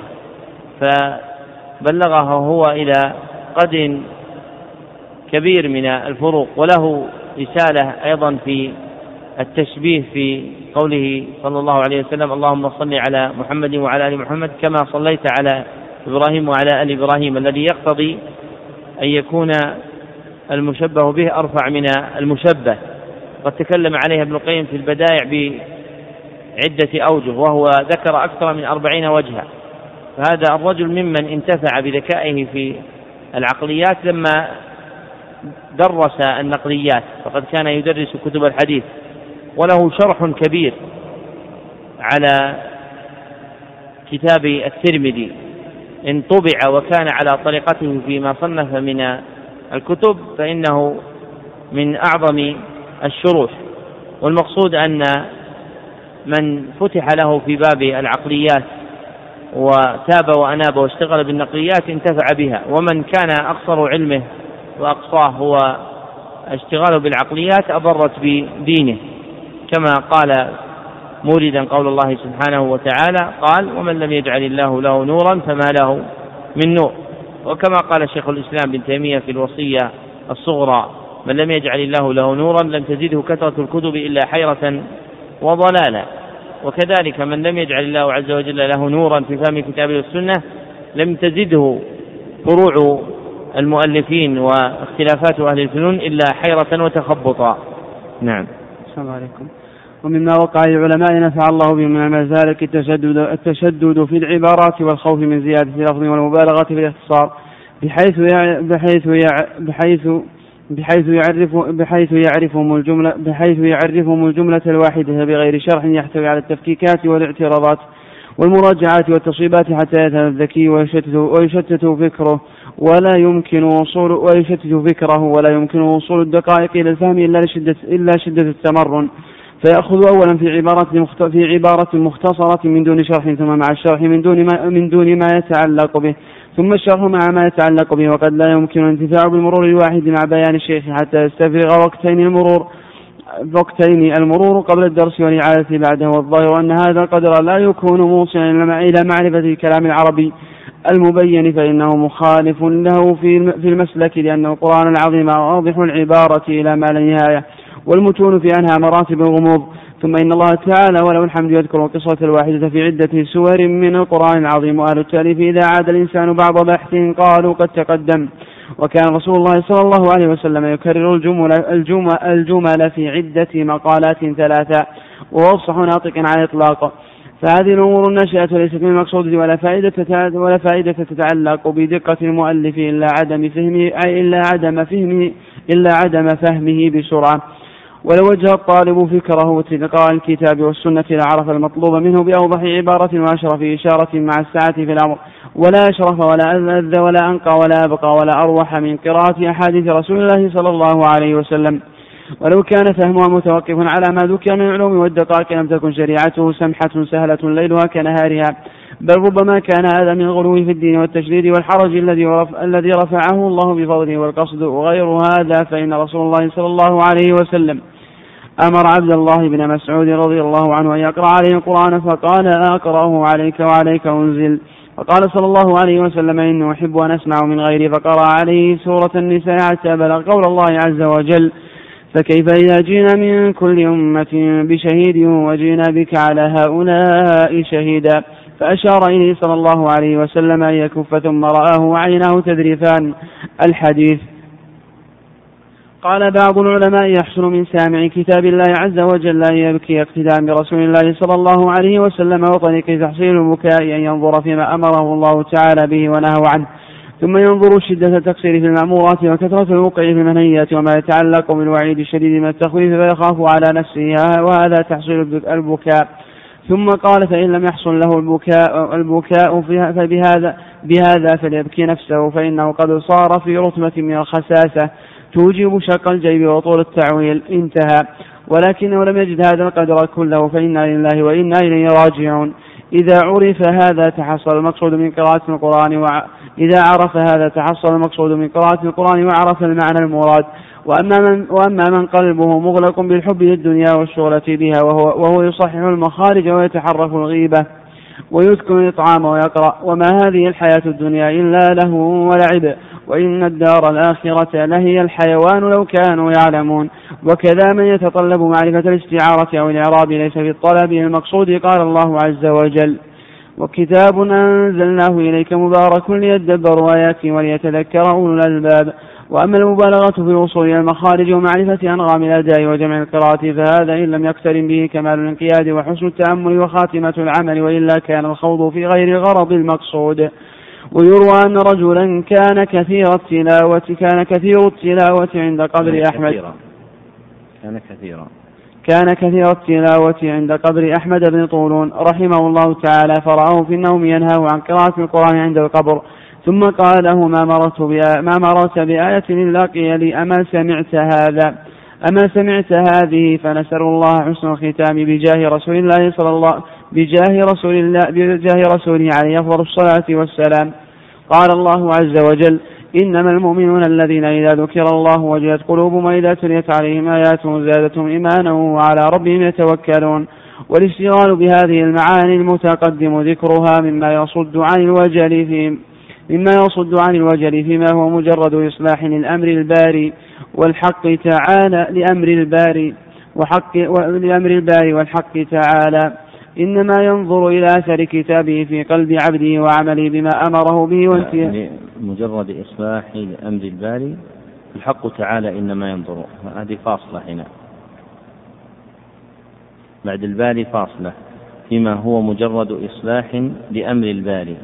A: فبلغها هو إلى قدر كبير من الفروق. وله رسالة أيضا في التشبيه في قوله صلى الله عليه وسلم اللهم صل على محمد وعلى آل محمد كما صليت على إبراهيم وعلى آل إبراهيم، الذي يقتضي أن يكون المشبه به أرفع من المشبه. قد تكلم عليها ابن القيم في البدائع بعدة أوجه، وهو ذكر أكثر من 40 وجها. فهذا الرجل ممن انتفع بذكائه في العقليات لما درس النقليات، فقد كان يدرس كتب الحديث. وله شرح كبير على كتاب الترمذي إن طبع وكان على طريقته فيما صنف من الكتب فإنه من أعظم الشروح. والمقصود أن من فتح له في باب العقليات وتاب وأناب واشتغل بالنقليات انتفع بها، ومن كان أقصر علمه وأقصاه هو اشتغاله بالعقليات أضرت بدينه، كما قال موردا قول الله سبحانه وتعالى قال ومن لم يجعل الله له نورا فما له من نور. وكما قال شيخ الإسلام بن تيمية في الوصية الصغرى من لم يجعل الله له نورا لم تزده كثرة الكتب إلا حيرة وضلالا. وكذلك من لم يجعل الله عز وجل له نورا في فهم كتابه والسنة لم تزده فروع المؤلفين واختلافات أهل الفنون إلا حيرة وتخبطا. نعم.
B: السلام عليكم. ومما وقع للعلماء نفع الله بهم من المزالك التشدد في العبارات والخوف من زيادة اللفظ والمبالغة في الاختصار بحيث يعرفهم الجملة الواحدة بغير شرح يحتوي على التفكيكات والاعتراضات والمراجعات والتصويبات حتى يذهب الذكي ويشتت فكره ولا يمكن وصول الدقائق إلى الفهم إلا شدة التمرن، فيأخذ أولا في عبارة مختصرة من دون شرح، ثم مع الشرح من دون ما يتعلق به، ثم الشرح مع ما يتعلق به. وقد لا يمكن الانتفاع بالمرور الواحد مع بيان الشيخ حتى يستفرغ وقتين المرور قبل الدرس والإعادة بعده. والظاهر أن هذا القدر لا يكون موصلا إلى معرفة الكلام العربي المبين، فإنه مخالف له في المسلك، لأن القرآن العظيم واضح العبارة إلى ما لا نهاية، والمتون في أنها مراتب الغموض. ثم إن الله تعالى وله الحمد يذكر القصة الواحدة في عدة سور من القرآن العظيم، وأهل التأليف إذا عاد الإنسان بعض بحث قالوا قد تقدم. وكان رسول الله صلى الله عليه وسلم يكرر الجمل في عدة مقالات 3 وأفصح ناطق على الإطلاق. فهذه الأمور الناشئة ليست من المقصود ولا فائدة تتعلق بدقة المؤلف إلا عدم فهمه بسرعة. ولو وجه الطالب فكره واتقاء الكتاب والسنة لعرف المطلوب منه بأوضح عبارة وأشرف إشارة مع السعة في الأمر، ولا أشرف ولا ألذ ولا أنقى ولا أبقى ولا أروح من قراءة أحاديث رسول الله صلى الله عليه وسلم. ولو كان فهمها متوقف على ما ذكر من العلوم والدقائق لم تكن شريعته سمحة سهلة ليلها كنهارها، بل ربما كان هذا من الغلو في الدين والتشديد والحرج الذي رفعه الله بفضله، والقصد غير هذا، فإن رسول الله صلى الله عليه وسلم أمر عبد الله بن مسعود رضي الله عنه أن يقرأ عليه القرآن، فقال أقرأه عليك وعليك أنزل. فقال صلى الله عليه وسلم إني أحب أن أسمع من غيري، فقرأ عليه سورة النساء حتى بلغ قول الله عز وجل فكيف إذا جئنا من كل أمة بشهيد وجئنا بك على هؤلاء شهيدا، فأشار إليه صلى الله عليه وسلم أن يكف، ثم رآه وعيناه تذرفان الحديث. قال بعض العلماء يحسن من سامع كتاب الله عز وجل أن يبكي اقتداء برسول الله صلى الله عليه وسلم، وطريق تحصيل البكاء أن ينظر فيما أمره الله تعالى به ونهى عنه، ثم ينظر شدة التقصير في المأمورات وكثرة الوقوع في المنهيات وما يتعلق بالوعيد الشديد من التخويف فيخاف على نفسه، وهذا تحصيل البكاء. ثم قال فإن لم يحصل له البكاء بهذا فليبكي نفسه، فإنه قد صار في رتبة من الخساسة توجب شق الجيب وطول التعويل. انتهى. ولكنه لم يجد هذا القدر كله، فإنا لله وإنا إليه راجعون. إذا عرف هذا تحصل المقصود من قراءة القرآن إذا عرف هذا تحصل المقصود من قراءة القرآن وعرف المعنى المراد. وأما من قلبه مغلق بالحب للدنيا والشغلة بها وهو يصحح المخارج ويتحرف الغيبة ويسكن الإطعام ويقرأ، وما هذه الحياة الدنيا إلا لهو ولعب، وإن الدار الآخرة لهي الحيوان لو كانوا يعلمون. وكذا من يتطلب معرفة الاستعارة أو الإعراب ليس في الطلب المقصود. قال الله عز وجل وكتاب أنزلناه إليك مبارك ليدبروا آياته وليتذكر أولو الألباب. وأما المبالغة في الوصول إلى المخارج ومعرفة أنغام الأداء وجمع القراءة فهذا إن لم يقترن به كمال الانقياد وحسن التأمل وخاتمة العمل، وإلا كان الخوض في غير الغرض المقصود. ويروى أن رجلا كان كثير التلاوة عند قبر أحمد عند قبر أحمد بن طولون رحمه الله تعالى، فرآه في النوم ينهى عن قراءة القرآن عند القبر، ثم قال له ما مررت بآية إلا قيل لي أما سمعت هذه، فنسأل الله حسن الختام بجاه رسوله عليه أفضل الصلاة والسلام. قال الله عز وجل إنما المؤمنون الذين إذا ذكر الله وجلت قلوبهم وإذا تليت عليهم آياته زادتهم إيمانا وعلى ربهم يتوكلون. والاشتغال بهذه المعاني المتقدم ذكرها مما يصد عن الوجل فيما هو مجرد إصلاح للأمر الباري والحق تعالى إنما ينظر إلى أثر كتابه في قلب عبده وعمله بما أمره به وانتهى.
A: مجرد إصلاح لأمر الباري الحق تعالى إنما ينظر، هذه فاصلة هنا بعد الباري فاصلة فيما هو مجرد إصلاح لأمر الباري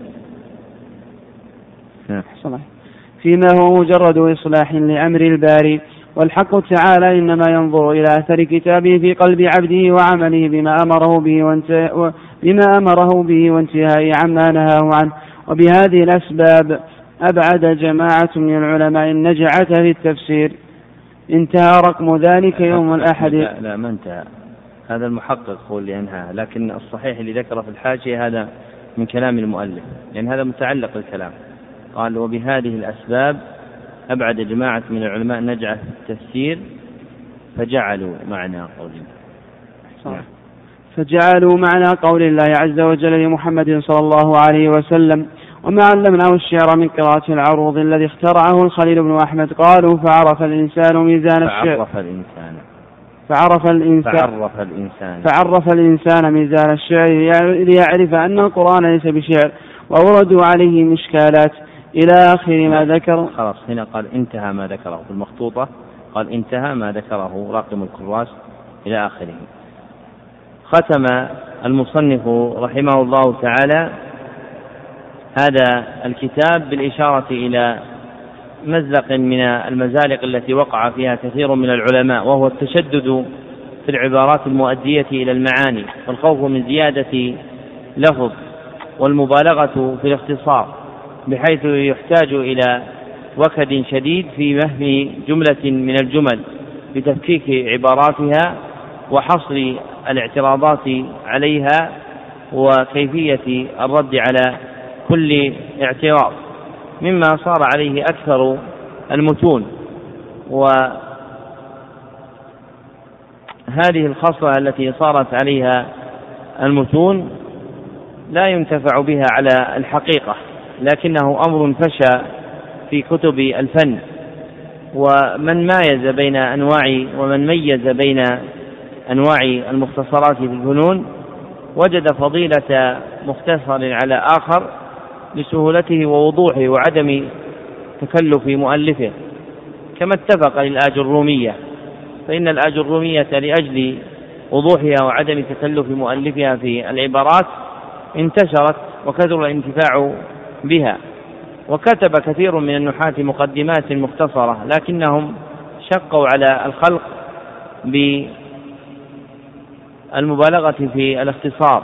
B: فيما هو مجرد إصلاح لأمر الباري والحق تعالى إنما ينظر إلى أثر كتابه في قلب عبده وعمله بما أمره به وانتهاء عما نهاه عنه. وبهذه الأسباب أبعد جماعة من العلماء النجعة في التفسير. انتهى رقم ذلك يوم الأحد.
A: لا ما انتهى، هذا المحقق هو اللي انهى، لكن الصحيح اللي ذكره في الحاشية هذا من كلام المؤلف، لأن هذا متعلق بالكلام. قال وبهذه الأسباب أبعد جماعة من العلماء نجعة في التفسير فجعلوا معنى قول الله عز وجل لمحمد صلى الله عليه وسلم وما علمناه الشعر من قراءة العروض الذي اخترعه الخليل بن أحمد. قالوا فعرف الإنسان ميزان الشعر ليعرف أن القرآن ليس بشعر، وأوردوا عليه مشكالات إلى آخر ما ذكر. خلاص هنا قال انتهى ما ذكره في المخطوطة، قال انتهى ما ذكره راقم الكراس إلى آخره. ختم المصنف رحمه الله تعالى هذا الكتاب بالإشارة إلى مزلق من المزالق التي وقع فيها كثير من العلماء، وهو التشدد في العبارات المؤدية إلى المعاني والخوف من زيادة لفظ والمبالغة في الاختصار، بحيث يحتاج إلى وكد شديد في فهم جملة من الجمل بتفكيك عباراتها وحصر الاعتراضات عليها وكيفية الرد على كل اعتراض، مما صار عليه أكثر المتون. وهذه الخصلة التي صارت عليها المتون لا ينتفع بها على الحقيقة، لكنه أمر فشى في كتب الفن. ومن ميز بين أنواع المختصرات في الفنون وجد فضيلة مختصر على آخر لسهولته ووضوحه وعدم تكلف مؤلفه، كما اتفق للآجرومية، فإن الآجرومية لأجل وضوحها وعدم تكلف مؤلفها في العبارات انتشرت وكثر الانتفاع بها، وكتب كثير من النحاة مقدمات مختصرة، لكنهم شقوا على الخلق بالمبالغة في الاختصار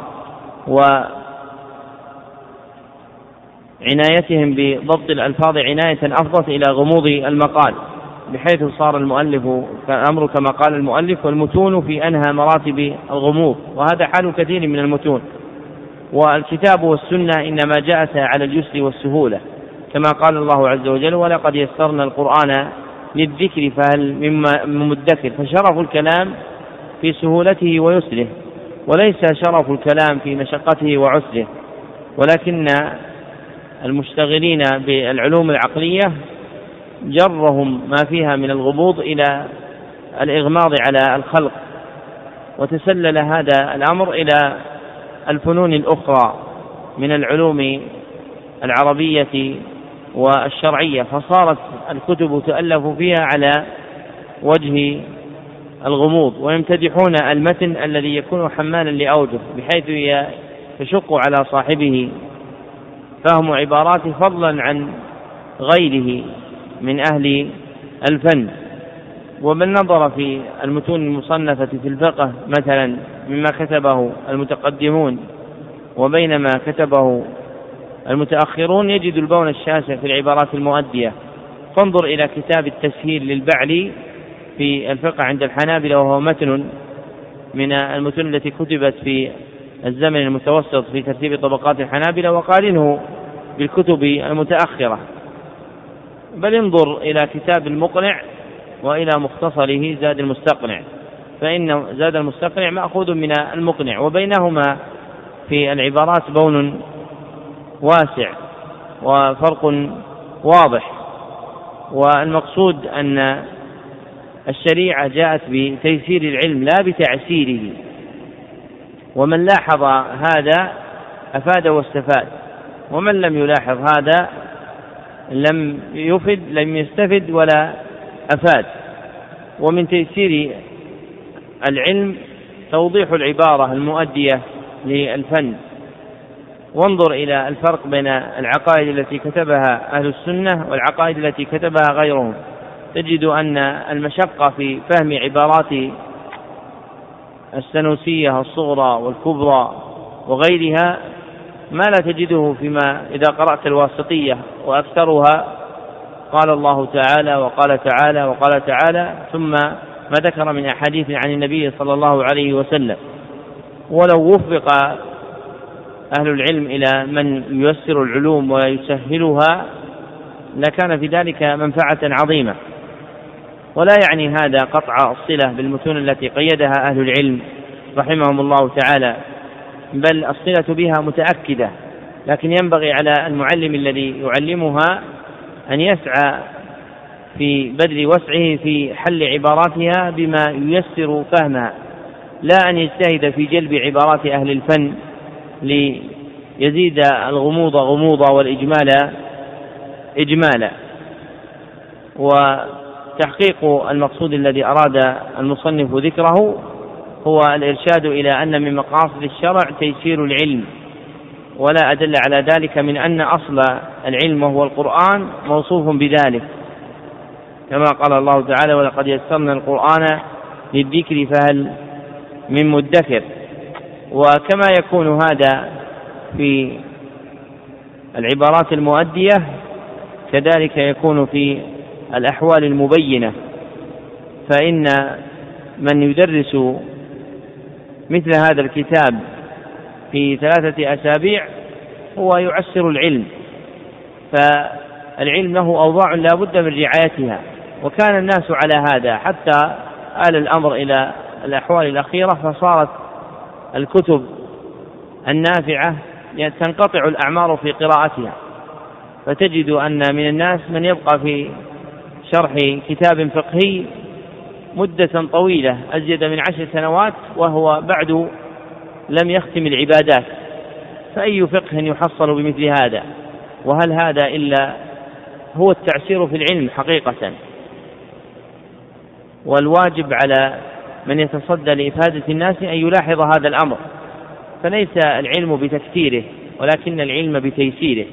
A: وعنايتهم بضبط الألفاظ عناية أفضت إلى غموض المقال، بحيث صار المؤلف الأمر كما قال المؤلف: والمتون في أنهى مراتب الغموض. وهذا حال كثير من المتون. والكتاب والسنة إنما جاءتا على اليسر والسهولة، كما قال الله عز وجل: ولقد يسرنا القرآن للذكر فهل من مدكر. فشرف الكلام في سهولته ويسره، وليس شرف الكلام في مشقته وعسره. ولكن المشتغلين بالعلوم العقلية جرهم ما فيها من الغموض إلى الإغماض على الخلق، وتسلل هذا الأمر إلى الفنون الأخرى من العلوم العربية والشرعية، فصارت الكتب تؤلف فيها على وجه الغموض، ويمتدحون المتن الذي يكون حمالا لأوجه، بحيث يشق على صاحبه فهم عباراته فضلا عن غيره من أهل الفن. ومن نظر في المتون المصنفة في الفقه مثلا مما كتبه المتقدمون وبينما كتبه المتأخرون يجد البون الشاسع في العبارات المؤدية. فانظر إلى كتاب التسهيل للبعلي في الفقه عند الحنابلة، وهو متن من المتون التي كتبت في الزمن المتوسط في ترتيب طبقات الحنابلة، وقارنه بالكتب المتأخرة. بل انظر إلى كتاب المقنع وإلى مختصره زاد المستقنع، فإن زاد المستقنع مأخوذ من المقنع، وبينهما في العبارات بون واسع وفرق واضح. والمقصود أن الشريعة جاءت بتيسير العلم لا بتعسيره، ومن لاحظ هذا أفاد واستفاد، ومن لم يلاحظ هذا لم يستفد ولا أفاد. ومن تيسير العلم توضيح العبارة المؤدية للفن. وانظر إلى الفرق بين العقائد التي كتبها أهل السنة والعقائد التي كتبها غيرهم، تجد أن المشقة في فهم عبارات السنوسية الصغرى والكبرى وغيرها ما لا تجده فيما إذا قرأت الواسطية، وأكثرها قال الله تعالى وقال تعالى وقال تعالى ثم ما ذكر من أحاديث عن النبي صلى الله عليه وسلم. ولو وفق أهل العلم إلى من ييسر العلوم ويسهلها لكان في ذلك منفعة عظيمة. ولا يعني هذا قطع الصلة بالمتون التي قيدها أهل العلم رحمهم الله تعالى، بل الصلة بها متأكدة، لكن ينبغي على المعلم الذي يعلمها أن يسعى في بذل وسعه في حل عباراتها بما ييسر فهمها، لا أن يجتهد في جلب عبارات أهل الفن ليزيد الغموض غموضا والإجمال إجمالا. وتحقيق المقصود الذي أراد المصنف ذكره هو الإرشاد إلى أن من مقاصد الشرع تيسير العلم، ولا أدل على ذلك من أن أصل العلم وهو القرآن موصوف بذلك، كما قال الله تعالى: ولقد يسرنا القرآن للذكر فهل من مدكر. وكما يكون هذا في العبارات المؤدية كذلك يكون في الأحوال المبينة، فإن من يدرس مثل هذا الكتاب في 3 أسابيع هو يعسر العلم، فالعلم له أوضاع لا بد من رعايتها، وكان الناس على هذا حتى آل الأمر إلى الأحوال الأخيرة، فصارت الكتب النافعة تنقطع الأعمار في قراءتها، فتجد أن من الناس من يبقى في شرح كتاب فقهي مدة طويلة أزيد من 10 سنوات وهو بعد لم يختم العبادات، فأي فقه يحصل بمثل هذا؟ وهل هذا إلا هو التعسير في العلم حقيقة؟ والواجب على من يتصدى لإفادة الناس أن يلاحظ هذا الأمر، فليس العلم بتكثيره ولكن العلم بتيسيره.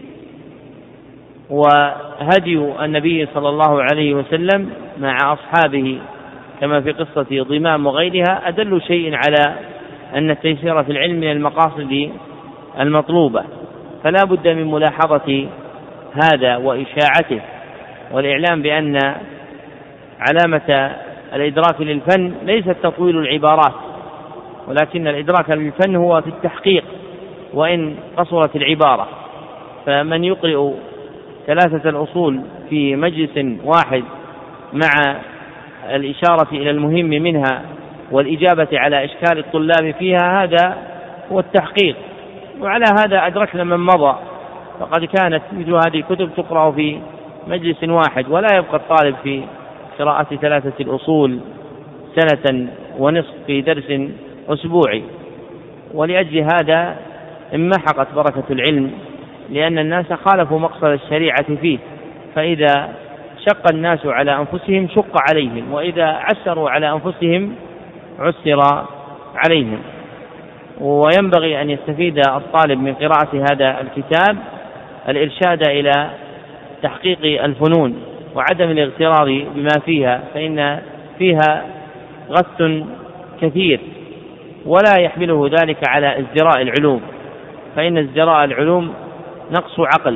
A: وهدي النبي صلى الله عليه وسلم مع أصحابه كما في قصة ضمام وغيرها أدل شيء على أن التيسير في العلم من المقاصد المطلوبة، فلا بد من ملاحظة هذا وإشاعته، والإعلام بأن علامة الإدراك للفن ليس تطويل العبارات، ولكن الإدراك للفن هو في التحقيق وإن قصرت العبارة. فمن يقرأ 3 الأصول في مجلس واحد مع الإشارة إلى المهم منها والإجابة على إشكال الطلاب فيها، هذا هو التحقيق. وعلى هذا أدركنا من مضى، فقد كانت مثل هذه الكتب تقرأ في مجلس واحد، ولا يبقى الطالب في قراءة 3 الأصول 1.5 سنة في درس أسبوعي. ولأجل هذا انمحقت بركة العلم، لأن الناس خالفوا مقصد الشريعة فيه، فإذا شق الناس على أنفسهم شق عليهم، وإذا عسروا على أنفسهم عسر عليهم. وينبغي أن يستفيد الطالب من قراءة هذا الكتاب الإرشاد إلى تحقيق الفنون وعدم الاغترار بما فيها، فإن فيها غث كثير، ولا يحمله ذلك على ازدراء العلوم، فإن ازدراء العلوم نقص عقل،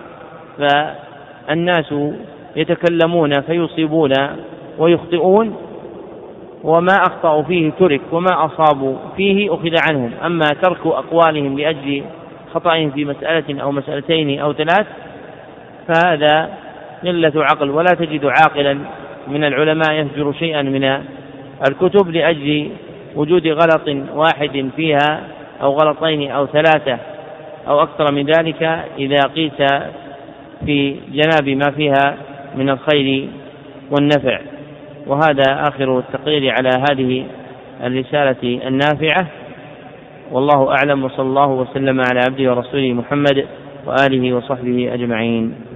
A: فالناس يتكلمون فيصيبون ويخطئون، وما أخطأوا فيه ترك وما أصابوا فيه أخذ عنهم. أما ترك أقوالهم لأجل خطأهم في مسألة أو مسألتين أو 3 فهذا قلة عقل، ولا تجد عاقلا من العلماء يهجر شيئا من الكتب لأجل وجود غلط واحد فيها أو غلطين أو 3 أو أكثر من ذلك إذا قيس في جناب ما فيها من الخير والنفع. وهذا آخر التقرير على هذه الرسالة النافعة، والله أعلم، وصلى الله وسلم على عبده ورسوله محمد وآله وصحبه أجمعين.